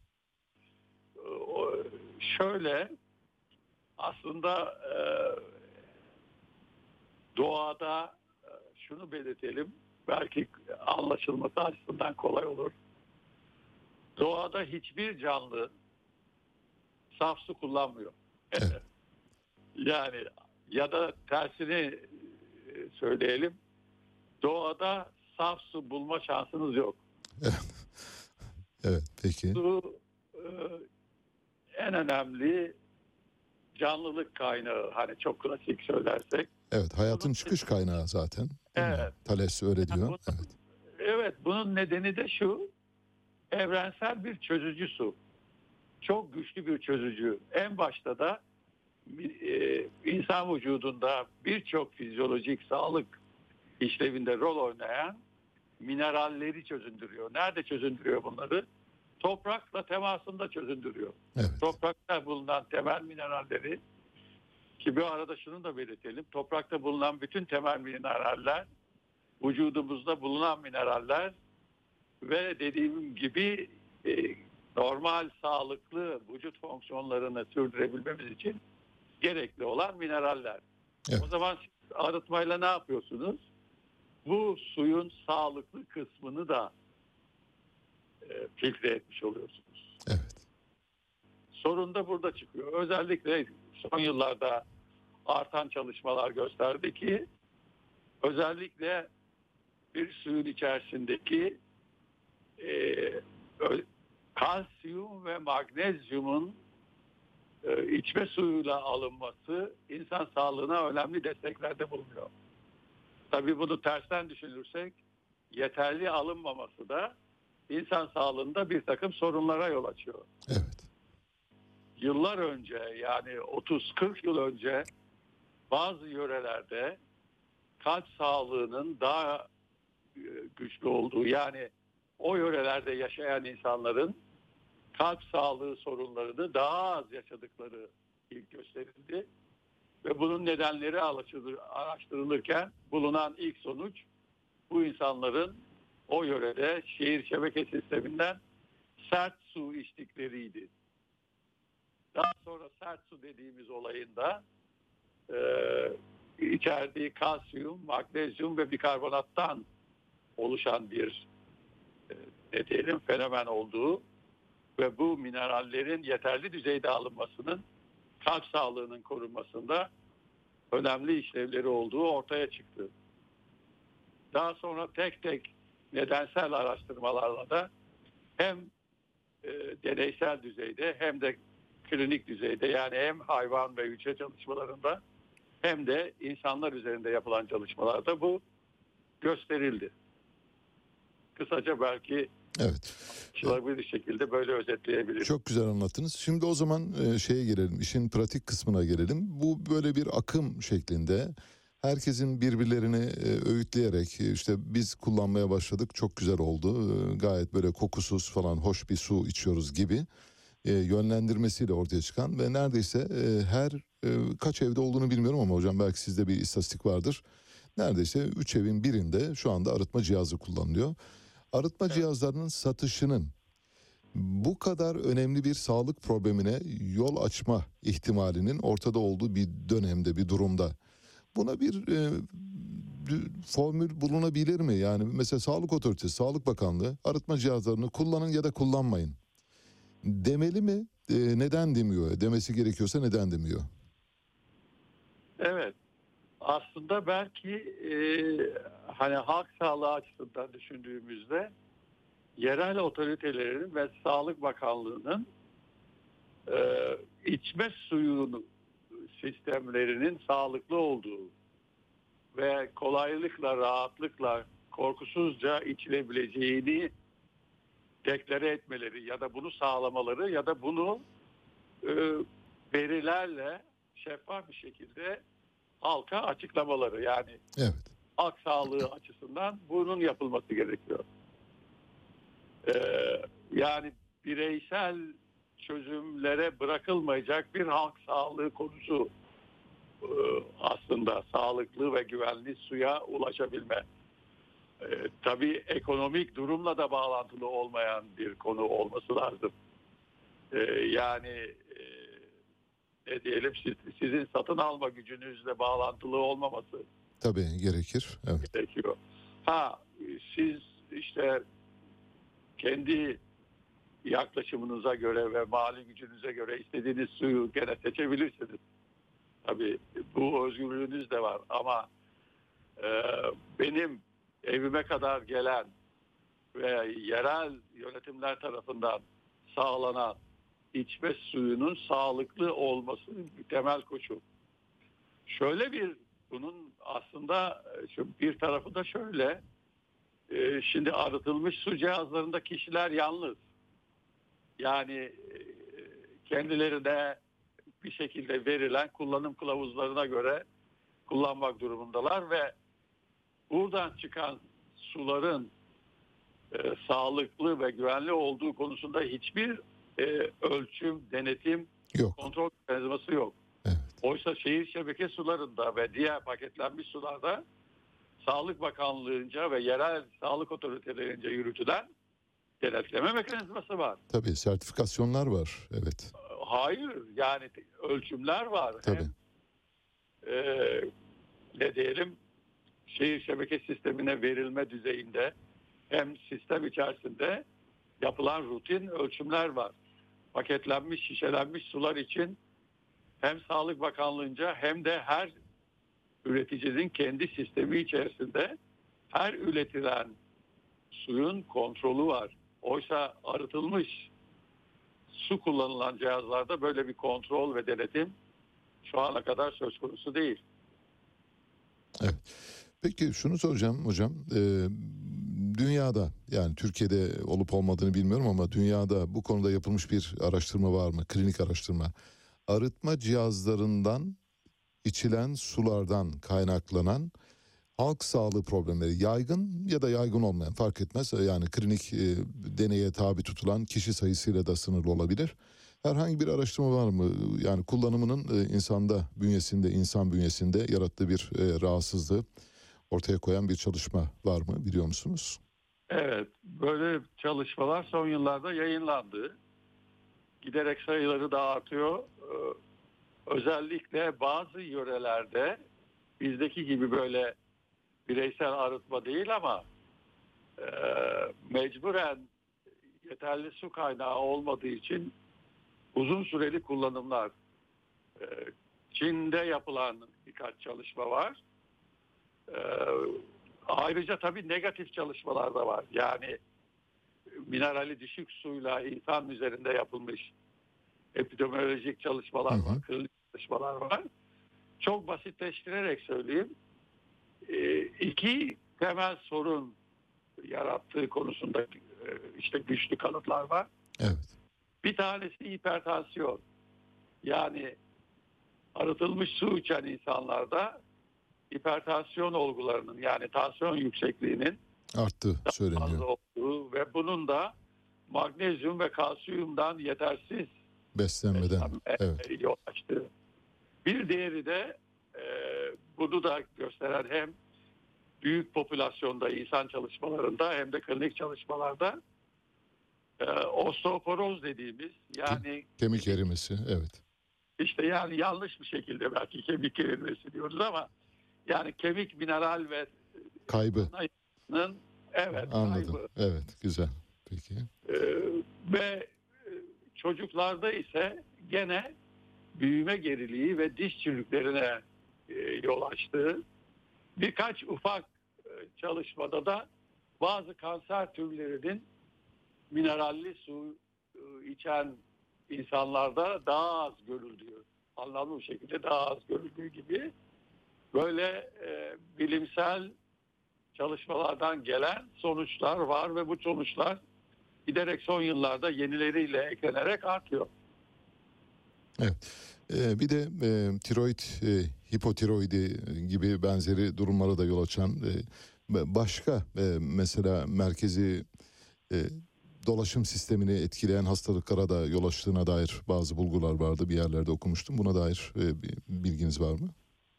Şöyle, aslında e, doğada e, şunu belirtelim, belki anlaşılması açısından kolay olur. Doğada hiçbir canlı saf su kullanmıyor. Evet. Yani ya da tersini söyleyelim, doğada saf su bulma şansınız yok. Evet, peki. Su e, en önemli canlılık kaynağı, hani çok klasik söylersek. Evet, hayatın Bunun- çıkış kaynağı zaten. Değil mi? Evet. Thales öyle diyor. Bunun- Evet. Evet, bunun nedeni de şu: evrensel bir çözücü su. Çok güçlü bir çözücü. En başta da e, insan vücudunda birçok fizyolojik sağlık işlevinde rol oynayan mineralleri çözündürüyor. Nerede çözündürüyor bunları? Toprakla temasında çözündürüyor. Evet. Toprakta bulunan temel mineralleri, ki bir arada şunu da belirtelim: toprakta bulunan bütün temel mineraller, vücudumuzda bulunan mineraller ve dediğim gibi e, normal sağlıklı vücut fonksiyonlarını sürdürebilmemiz için gerekli olan mineraller. Evet. O zaman siz arıtmayla ne yapıyorsunuz? Bu suyun sağlıklı kısmını da e, filtre etmiş oluyorsunuz. Evet. Sorun da burada çıkıyor. Özellikle son yıllarda artan çalışmalar gösterdi ki özellikle bir suyun içerisindeki e, ö- kalsiyum ve magnezyumun e, içme suyuyla alınması insan sağlığına önemli desteklerde bulunuyor. Tabii bunu tersten düşünürsek yeterli alınmaması da insan sağlığında bir takım sorunlara yol açıyor. Evet. Yıllar önce, yani otuz kırk yıl önce bazı yörelerde kalp sağlığının daha e, güçlü olduğu, yani o yörelerde yaşayan insanların kalp sağlığı sorunlarını daha az yaşadıkları ilk gösterildi. Ve bunun nedenleri araştırılırken bulunan ilk sonuç, bu insanların o yörede şehir şebeke sisteminden sert su içtikleriydi. Daha sonra sert su dediğimiz olayında e, içerdiği kalsiyum, magnezyum ve bikarbonattan oluşan bir e, ne diyelim fenomen olduğu ve bu minerallerin yeterli düzeyde alınmasının kalp sağlığının korunmasında önemli işlevleri olduğu ortaya çıktı. Daha sonra tek tek nedensel araştırmalarla da hem e, deneysel düzeyde hem de klinik düzeyde, yani hem hayvan ve hücre çalışmalarında hem de insanlar üzerinde yapılan çalışmalarda bu gösterildi. Kısaca belki Evet. anlaşılabilir şekilde böyle özetleyebilirim. Çok güzel anlattınız. Şimdi o zaman e, şeye gelelim, işin pratik kısmına gelelim. Bu böyle bir akım şeklinde herkesin birbirlerini e, öğütleyerek e, işte biz kullanmaya başladık, çok güzel oldu, e, gayet böyle kokusuz falan hoş bir su içiyoruz gibi e, yönlendirmesiyle ortaya çıkan ve neredeyse e, her e, kaç evde olduğunu bilmiyorum ama hocam belki sizde bir istatistik vardır. Neredeyse üç evin birinde şu anda arıtma cihazı kullanılıyor. Arıtma Evet. cihazlarının satışının bu kadar önemli bir sağlık problemine yol açma ihtimalinin ortada olduğu bir dönemde, bir durumda buna bir e, formül bulunabilir mi? Yani mesela Sağlık Otoritesi, Sağlık Bakanlığı arıtma cihazlarını kullanın ya da kullanmayın demeli mi? E, neden demiyor? Demesi gerekiyorsa neden demiyor? Evet. Aslında belki e, hani halk sağlığı açısından düşündüğümüzde yerel otoritelerin ve Sağlık Bakanlığı'nın e, içme suyu sistemlerinin sağlıklı olduğu ve kolaylıkla, rahatlıkla, korkusuzca içilebileceğini deklare etmeleri ya da bunu sağlamaları ya da bunu e, verilerle şeffaf bir şekilde halka açıklamaları, yani Evet. halk sağlığı açısından bunun yapılması gerekiyor. Ee, yani bireysel çözümlere bırakılmayacak bir halk sağlığı konusu ee, aslında sağlıklı ve güvenli suya ulaşabilme. Ee, tabii ekonomik durumla da bağlantılı olmayan bir konu olması lazım. Ee, yani e, ne diyelim siz, sizin satın alma gücünüzle bağlantılı olmaması Tabii gerekir. Evet. gerekiyor. Ha, siz işte kendi yaklaşımınıza göre ve mali gücünüze göre istediğiniz suyu gene seçebilirsiniz. Tabii bu özgürlüğünüz de var ama e, benim evime kadar gelen ve yerel yönetimler tarafından sağlanan içme suyunun sağlıklı olması bir temel koşul. Şöyle bir bunun aslında şu bir tarafı da şöyle. E, şimdi arıtılmış su cihazlarında kişiler yalnız. Yani e, kendilerine bir şekilde verilen kullanım kılavuzlarına göre kullanmak durumundalar ve buradan çıkan suların e, sağlıklı ve güvenli olduğu konusunda hiçbir e, ölçüm, denetim, Yok. kontrol mekanizması yok. Evet. Oysa şehir şebeke sularında ve diğer paketlenmiş sularda Sağlık Bakanlığı'nca ve yerel sağlık otoritelerince yürütülen denetleme mekanizması var. Tabii sertifikasyonlar var. Evet. Hayır, yani ölçümler var. Tabii. Hem e, ne diyelim şehir şebeke sistemine verilme düzeyinde hem sistem içerisinde yapılan rutin ölçümler var. Paketlenmiş, şişelenmiş sular için hem Sağlık Bakanlığı'nca hem de her üreticinin kendi sistemi içerisinde her üretilen suyun kontrolü var. Oysa arıtılmış su kullanılan cihazlarda böyle bir kontrol ve denetim şu ana kadar söz konusu değil. Evet. Peki şunu soracağım hocam. Ee, dünyada, yani Türkiye'de olup olmadığını bilmiyorum ama dünyada bu konuda yapılmış bir araştırma var mı? Klinik araştırma. Arıtma cihazlarından içilen sulardan kaynaklanan halk sağlığı problemleri, yaygın ya da yaygın olmayan fark etmez. Yani klinik e, deneye tabi tutulan kişi sayısıyla da sınırlı olabilir. Herhangi bir araştırma var mı? Yani kullanımının e, insanda, bünyesinde, insan bünyesinde yarattığı bir e, rahatsızlığı ortaya koyan bir çalışma var mı, biliyor musunuz? Evet, böyle çalışmalar son yıllarda yayınlandı. Giderek sayıları da artıyor. Ee, özellikle bazı yörelerde bizdeki gibi böyle bireysel arıtma değil ama e, mecburen yeterli su kaynağı olmadığı için uzun süreli kullanımlar. E, Çin'de yapılan birkaç çalışma var. E, ayrıca tabii negatif çalışmalar da var. Yani minerali düşük suyla insan üzerinde yapılmış epidemiolojik çalışmalar var, klinik çalışmalar var. Çok basitleştirerek söyleyeyim. E, iki temel sorun yarattığı konusunda e, işte güçlü kanıtlar var. Evet. Bir tanesi hipertansiyon. Yani arıtılmış su içen insanlarda hipertansiyon olgularının, yani tansiyon yüksekliğinin Arttı fazla söyleniyor. olduğu ve bunun da magnezyum ve kalsiyumdan yetersiz Beslenmeden. beslenme Evet. yol açtığı. Bir diğeri de e, bunu da gösteren hem büyük popülasyonda insan çalışmalarında hem de klinik çalışmalarda e, osteoporoz dediğimiz, yani Kemik erimesi, evet. işte yani yanlış bir şekilde belki kemik erimesi diyoruz ama yani kemik mineral ve Kaybı. evet Anladım. kaybı. Evet, güzel. Peki. E, ve çocuklarda ise gene büyüme geriliği ve diş çürüklerine e, yol açtığı, birkaç ufak e, çalışmada da bazı kanser türlerinin mineralli su e, içen insanlarda daha az görüldüğü, anlamlı bir şekilde daha az görüldüğü gibi böyle e, bilimsel çalışmalardan gelen sonuçlar var ve bu sonuçlar giderek son yıllarda yenileriyle eklenerek artıyor. Evet. Ee, bir de e, tiroid, e, hipotiroidi gibi benzeri durumlara da yol açan e, başka e, mesela merkezi e, dolaşım sistemini etkileyen hastalıklara da yol açtığına dair bazı bulgular vardı. Bir yerlerde okumuştum. Buna dair e, bir bilginiz var mı?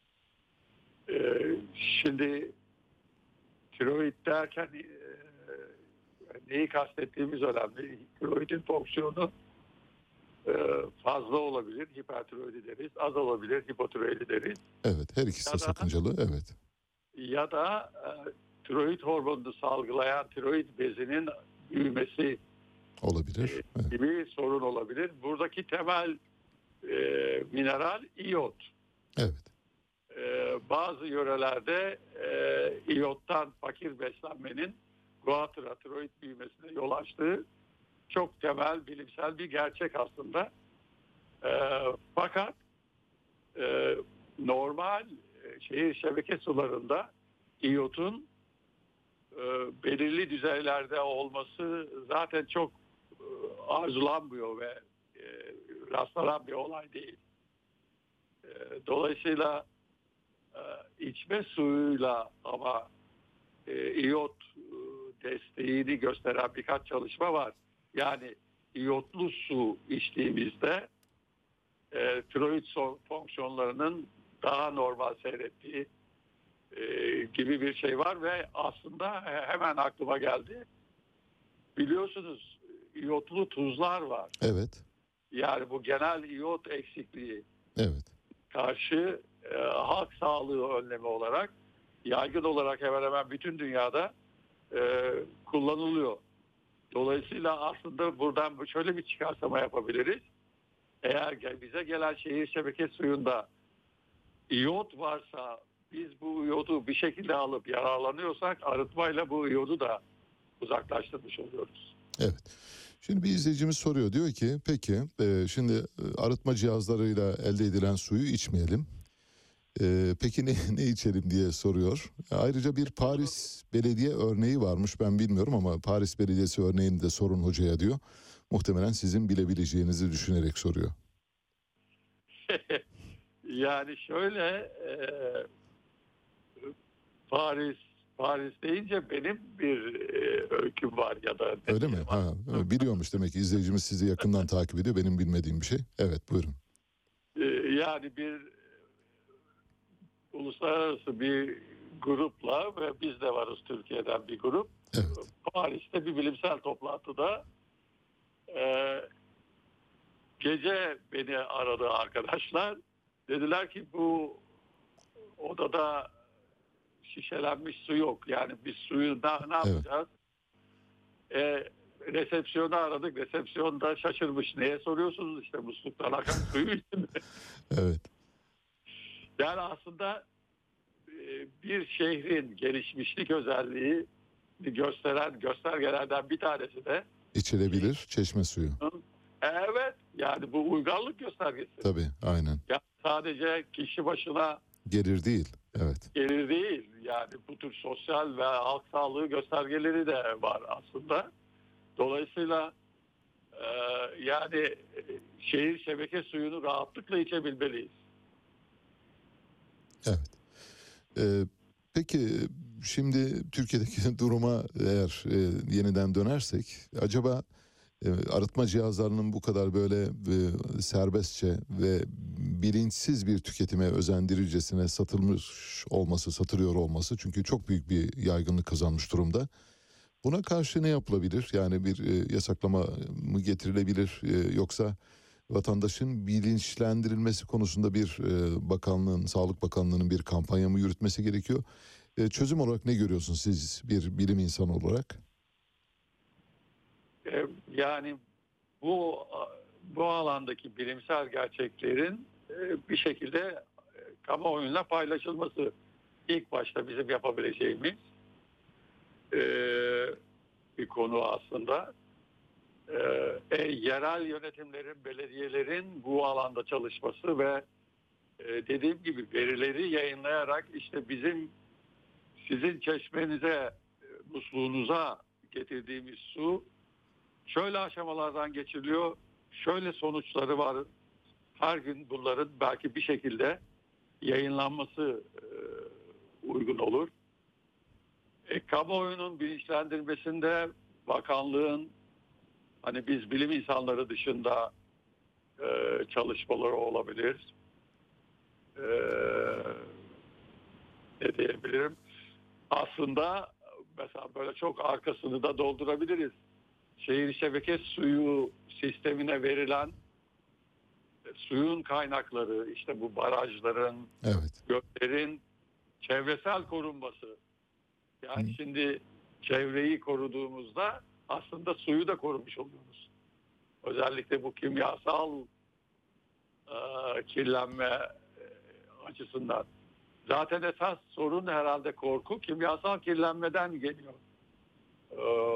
Ee, şimdi tiroid derken e, neyi kastettiğimiz önemli. Tiroidin fonksiyonu e, fazla olabilir, hipertiroidi deriz. Az olabilir, hipotiroidi deriz. Evet, her ikisi de Ya da- sakıncalı. Evet. Ya da e, tiroid hormonunu salgılayan tiroid bezinin büyümesi Olabilir. Evet. gibi sorun olabilir. Buradaki temel e, mineral iyot. Evet. Ee, bazı yörelerde e, iyottan fakir beslenmenin guatıra, tiroid büyümesine yol açtığı çok temel bilimsel bir gerçek aslında. E, fakat e, normal e, şehir şebeke sularında iyotun e, belirli düzeylerde olması zaten çok e, arzulanmıyor ve e, rastlanan bir olay değil. E, dolayısıyla e, içme suyuyla ama e, iyot e, desteğini gösteren birkaç çalışma var. Yani iyotlu su içtiğimizde e, tiroid fonksiyonlarının daha normal seyrettiği e, gibi bir şey var ve aslında hemen aklıma geldi. Biliyorsunuz iyotlu tuzlar var. Evet. Yani bu genel iyot eksikliği Evet. karşı e, halk sağlığı önlemi olarak yaygın olarak hemen hemen bütün dünyada e, kullanılıyor. Dolayısıyla aslında buradan şöyle bir çıkarsama yapabiliriz. Eğer bize gelen şehir şebeke suyunda iyot varsa biz bu iyodu bir şekilde alıp yararlanıyorsak arıtmayla bu iyodu da uzaklaştırmış oluyoruz. Evet. Şimdi bir izleyicimiz soruyor, diyor ki peki e, şimdi e, arıtma cihazlarıyla elde edilen suyu içmeyelim. E, peki ne, ne içelim diye soruyor. Ayrıca bir Paris Belediye örneği varmış, ben bilmiyorum ama Paris Belediyesi örneğini de sorun hocaya diyor. Muhtemelen sizin bilebileceğinizi düşünerek soruyor. Yani şöyle e, Paris Paris deyince benim bir e, öyküm var ya da öyle mi? Ha, biliyormuş demek ki izleyicimiz sizi yakından takip ediyor. Benim bilmediğim bir şey. Evet, buyurun. E, yani bir uluslararası bir grupla ve biz de varız Türkiye'den bir grup. Evet. Paris'te bir bilimsel toplantıda e, gece beni aradı arkadaşlar. Dediler ki bu odada şişelenmiş su yok. Yani biz suyu ne, ne yapacağız? Evet. E, resepsiyonu aradık. Resepsiyonda şaşırmış. Neye soruyorsunuz? İşte musluktan akan suyu için. Evet. Yani aslında e, bir şehrin gelişmişlik özelliği gösteren göstergelerden bir tanesi de İçilebilir çeşme suyu. Evet. Yani bu uygarlık göstergesi. Tabii, aynen. Ya sadece kişi başına Gelir değil. Evet. gelir değil. Yani bu tür sosyal ve halk sağlığı göstergeleri de var aslında. Dolayısıyla e, yani şehir şebeke suyunu rahatlıkla içebilmeliyiz. Evet. Ee, peki şimdi Türkiye'deki duruma eğer e, yeniden dönersek, acaba e, arıtma cihazlarının bu kadar böyle e, serbestçe ve bilinçsiz bir tüketime özendiricesine satılmış olması, satılıyor olması, çünkü çok büyük bir yaygınlık kazanmış durumda. Buna karşı ne yapılabilir? Yani bir e, yasaklama mı getirilebilir, e, yoksa vatandaşın bilinçlendirilmesi konusunda bir e, bakanlığın, Sağlık Bakanlığı'nın bir kampanya mı yürütmesi gerekiyor? E, çözüm olarak ne görüyorsunuz siz bir bilim insanı olarak? E, yani bu bu alandaki bilimsel gerçeklerin e, bir şekilde e, kamuoyuyla paylaşılması ilk başta bizim yapabileceğimiz e, bir konu aslında. E, yerel yönetimlerin, belediyelerin bu alanda çalışması ve e, dediğim gibi verileri yayınlayarak işte bizim sizin çeşmenize, e, musluğunuza getirdiğimiz su şöyle aşamalardan geçiriliyor, şöyle sonuçları var. Her gün bunların belki bir şekilde yayınlanması e, uygun olur. E, kamuoyunun bilinçlendirmesinde bakanlığın, hani biz bilim insanları dışında e, çalışmaları olabilir. E, ne diyebilirim? Aslında mesela böyle çok arkasını da doldurabiliriz. Şehir şebeke suyu sistemine verilen e, suyun kaynakları, işte bu barajların, Evet. göllerin çevresel korunması. Yani Hı. şimdi çevreyi koruduğumuzda aslında suyu da korumuş oluyoruz. Özellikle bu kimyasal e, kirlenme e, açısından. Zaten esas sorun herhalde korku kimyasal kirlenmeden geliyor. E,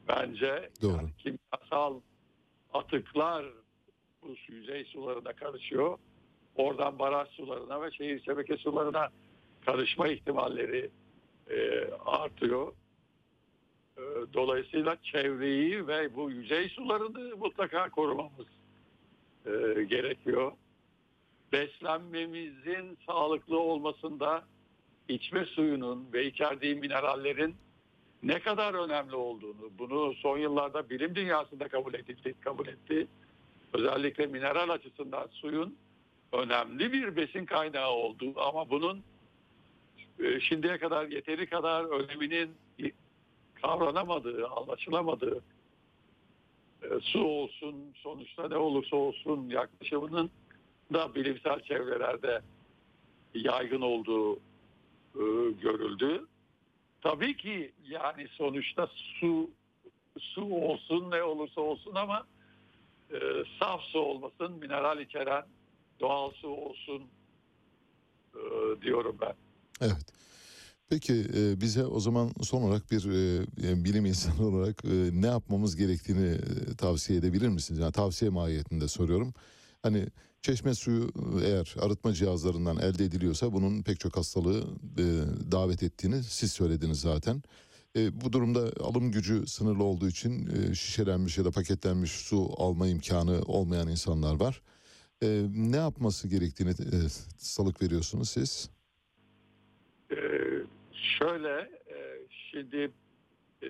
bence. Doğru. Yani kimyasal atıklar bu yüzey sularına karışıyor. Oradan baraj sularına ve şehir şebeke sularına karışma ihtimalleri e, artıyor. E, dolayısıyla çevreyi ve bu yüzey sularını mutlaka korumamız e, gerekiyor. Beslenmemizin sağlıklı olmasında içme suyunun ve içerdiği minerallerin ne kadar önemli olduğunu, bunu son yıllarda bilim dünyasında kabul edildi, kabul etti. Özellikle mineral açısından suyun önemli bir besin kaynağı olduğu ama bunun e, şimdiye kadar yeteri kadar öneminin kavranamadığı, anlaşılamadığı, e, su olsun, sonuçta ne olursa olsun yaklaşımının da bilimsel çevrelerde yaygın olduğu e, görüldü. Tabii ki yani sonuçta su su olsun ne olursa olsun ama e, saf su olmasın, mineral içeren doğal su olsun e, diyorum ben. Evet. Peki e, bize o zaman son olarak bir e, bilim insanı olarak e, ne yapmamız gerektiğini e, tavsiye edebilir misiniz? Yani tavsiye mahiyetinde soruyorum. Hani çeşme suyu eğer arıtma cihazlarından elde ediliyorsa bunun pek çok hastalığı e, davet ettiğini siz söylediniz zaten. E, bu durumda alım gücü sınırlı olduğu için e, şişelenmiş ya da paketlenmiş su alma imkanı olmayan insanlar var. E, ne yapması gerektiğini e, salık veriyorsunuz siz? Ee, şöyle e, şimdi e,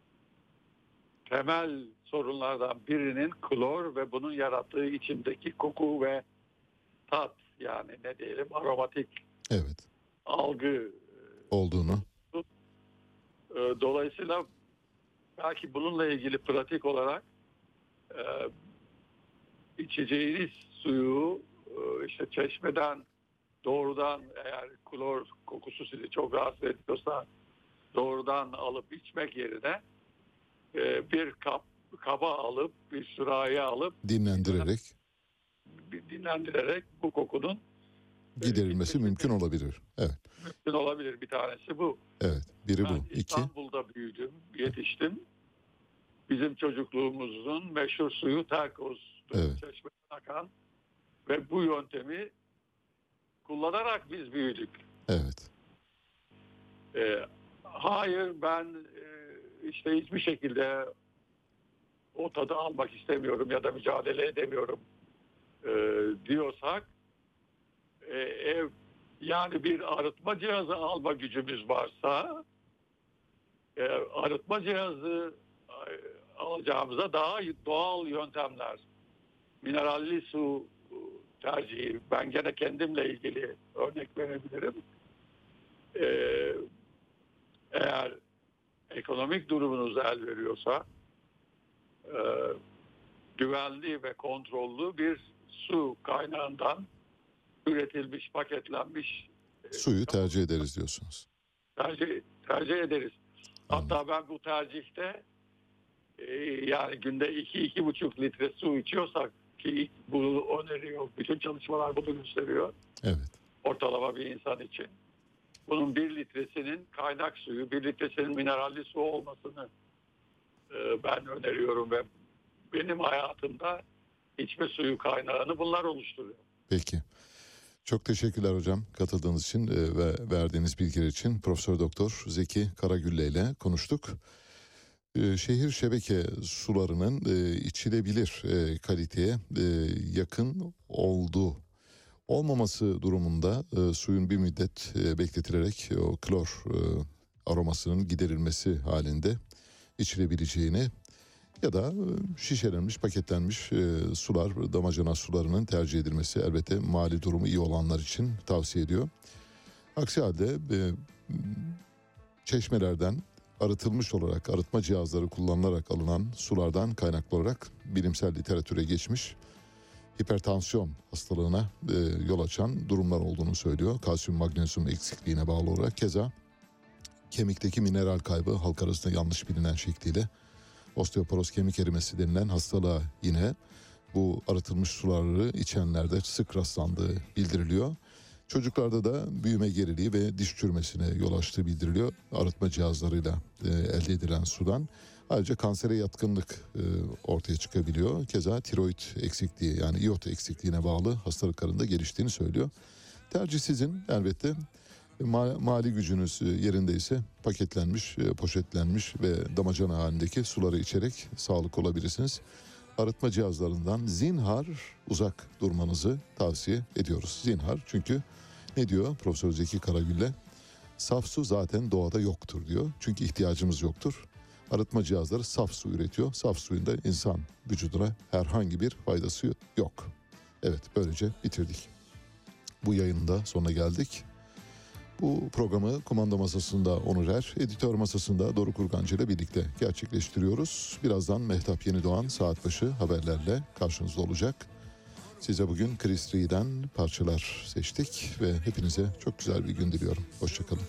temel sorunlardan birinin klor ve bunun yarattığı içindeki koku ve tat, yani ne diyelim aromatik Evet. algı Olduğunu. e, dolayısıyla belki bununla ilgili pratik olarak e, içeceğiniz suyu e, işte çeşmeden doğrudan, eğer klor kokusu sizi çok rahatsız ediyorsa doğrudan alıp içmek yerine e, bir kap kaba alıp bir sürahiye alıp Dinlendirerek bir dinlendirerek bu kokunun giderilmesi e, mümkün olabilir. Evet. mümkün olabilir. Bir tanesi bu. Evet. Biri Ben bu. İki. İstanbul'da büyüdüm, yetiştim. Bizim çocukluğumuzun meşhur suyu Terkoz Evet. çeşmeden akan ve bu yöntemi kullanarak biz büyüdük. Evet. E, hayır ben e, işte hiçbir şekilde o tadı almak istemiyorum ya da mücadele edemiyorum e, diyorsak e, ev yani bir arıtma cihazı alma gücümüz varsa e, arıtma cihazı e, alacağımıza daha doğal yöntemler, mineralli su tercihi, ben gene kendimle ilgili örnek verebilirim. E, eğer ekonomik durumunuz el veriyorsa e, güvenli ve kontrollü bir su kaynağından üretilmiş, paketlenmiş e, Suyu tercih ederiz diyorsunuz. tercih, tercih ederiz. Anladım. Hatta ben bu tercihte e, yani günde iki iki buçuk litre su içiyorsak, ki bunu öneriyor, bütün çalışmalar bunu gösteriyor Evet. ortalama bir insan için. Bunun bir litresinin kaynak suyu, bir litresinin mineralli su olmasını e, ben öneriyorum ve benim hayatımda içme suyu kaynağını bunlar oluşturuyor. Peki. Çok teşekkürler hocam katıldığınız için e, ve verdiğiniz bilgiler için. Profesör Doktor Zeki Karagülle ile konuştuk. E, şehir şebeke sularının e, içilebilir e, kaliteye e, yakın olduğu, olmaması durumunda e, suyun bir müddet e, bekletilerek o klor e, aromasının giderilmesi halinde içilebileceğini ya da e, şişelenmiş, paketlenmiş e, sular, damacana sularının tercih edilmesi elbette mali durumu iyi olanlar için tavsiye ediyor. Aksi halde e, çeşmelerden arıtılmış olarak, arıtma cihazları kullanılarak alınan sulardan kaynaklı olarak bilimsel literatüre geçmiş hipertansiyon hastalığına e, yol açan durumlar olduğunu söylüyor. Kalsiyum magnezyum eksikliğine bağlı olarak. Keza kemikteki mineral kaybı halk arasında yanlış bilinen şekliyle osteoporoz, kemik erimesi denilen hastalığa yine bu arıtılmış suları içenlerde sık rastlandığı bildiriliyor. Çocuklarda da büyüme geriliği ve diş çürümesine yol açtığı bildiriliyor arıtma cihazlarıyla e, elde edilen sudan. Ayrıca kansere yatkınlık e, ortaya çıkabiliyor. Keza tiroid eksikliği yani iot eksikliğine bağlı hastalıklarında geliştiğini söylüyor. Tercih sizin elbette. Ma- mali gücünüz yerindeyse paketlenmiş, e, poşetlenmiş ve damacana halindeki suları içerek sağlıklı olabilirsiniz. Arıtma cihazlarından zinhar uzak durmanızı tavsiye ediyoruz. Zinhar çünkü ne diyor Profesör Zeki Karagül'le? Saf su zaten doğada yoktur diyor. Çünkü ihtiyacımız yoktur. Arıtma cihazları saf su üretiyor. Saf suyun da insan vücuduna herhangi bir faydası yok. Evet, böylece bitirdik. Bu yayının da sonuna geldik. Bu programı kumanda masasında Onur Er, editör masasında Doruk Urgancı ile birlikte gerçekleştiriyoruz. Birazdan Mehtap Yenidoğan saat başı haberlerle karşınızda olacak. Size bugün Chris Ree'den parçalar seçtik ve hepinize çok güzel bir gün diliyorum. Hoşçakalın.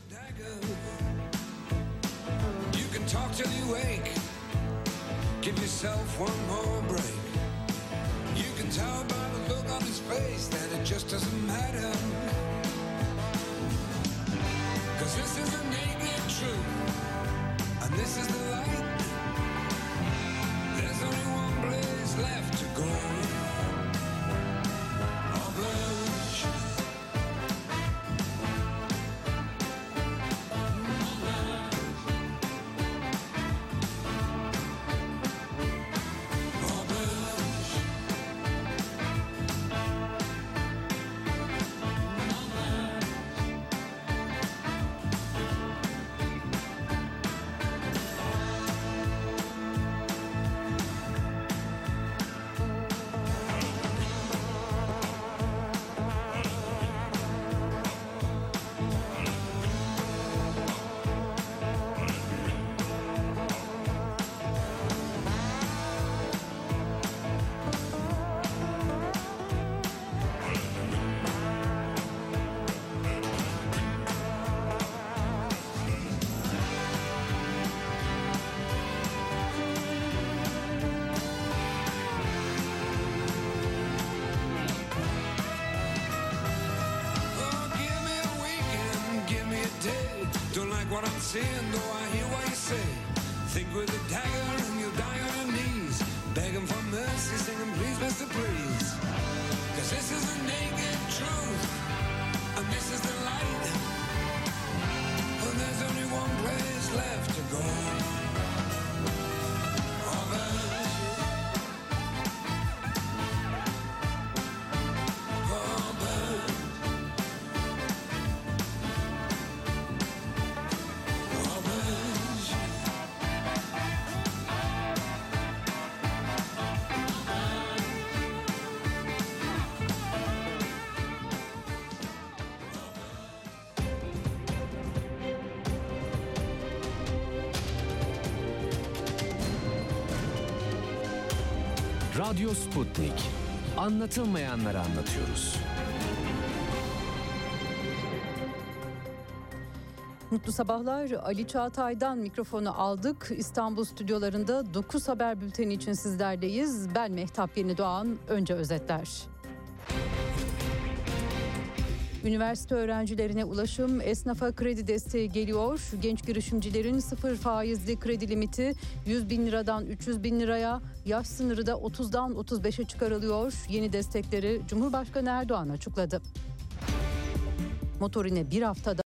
Talk till you wake. Give yourself one more break. You can tell by the look on his face that it just doesn't matter. Cause this is the naked truth, and this is the light. There's only one place left to go. Our blush. What I'm saying, though I hear what you say. Think with a dagger and you'll die on your knees, begging for mercy, singing please, Mister Please. Cause this is the naked truth, and this is the light. And there's only one place left to go. Oh, man. Oh, man. Radyo Sputnik. Anlatılmayanları anlatıyoruz. Mutlu sabahlar. Ali Çağatay'dan mikrofonu aldık. İstanbul stüdyolarında dokuz Haber Bülteni için sizlerleyiz. Ben Mehtap Yenidoğan. Önce özetler. Üniversite öğrencilerine ulaşım, esnafa kredi desteği geliyor. Genç girişimcilerin sıfır faizli kredi limiti yüz bin liradan üç yüz bin liraya, yaş sınırı da otuzdan otuz beşe çıkarılıyor. Yeni destekleri Cumhurbaşkanı Erdoğan açıkladı. Motorine bir haftada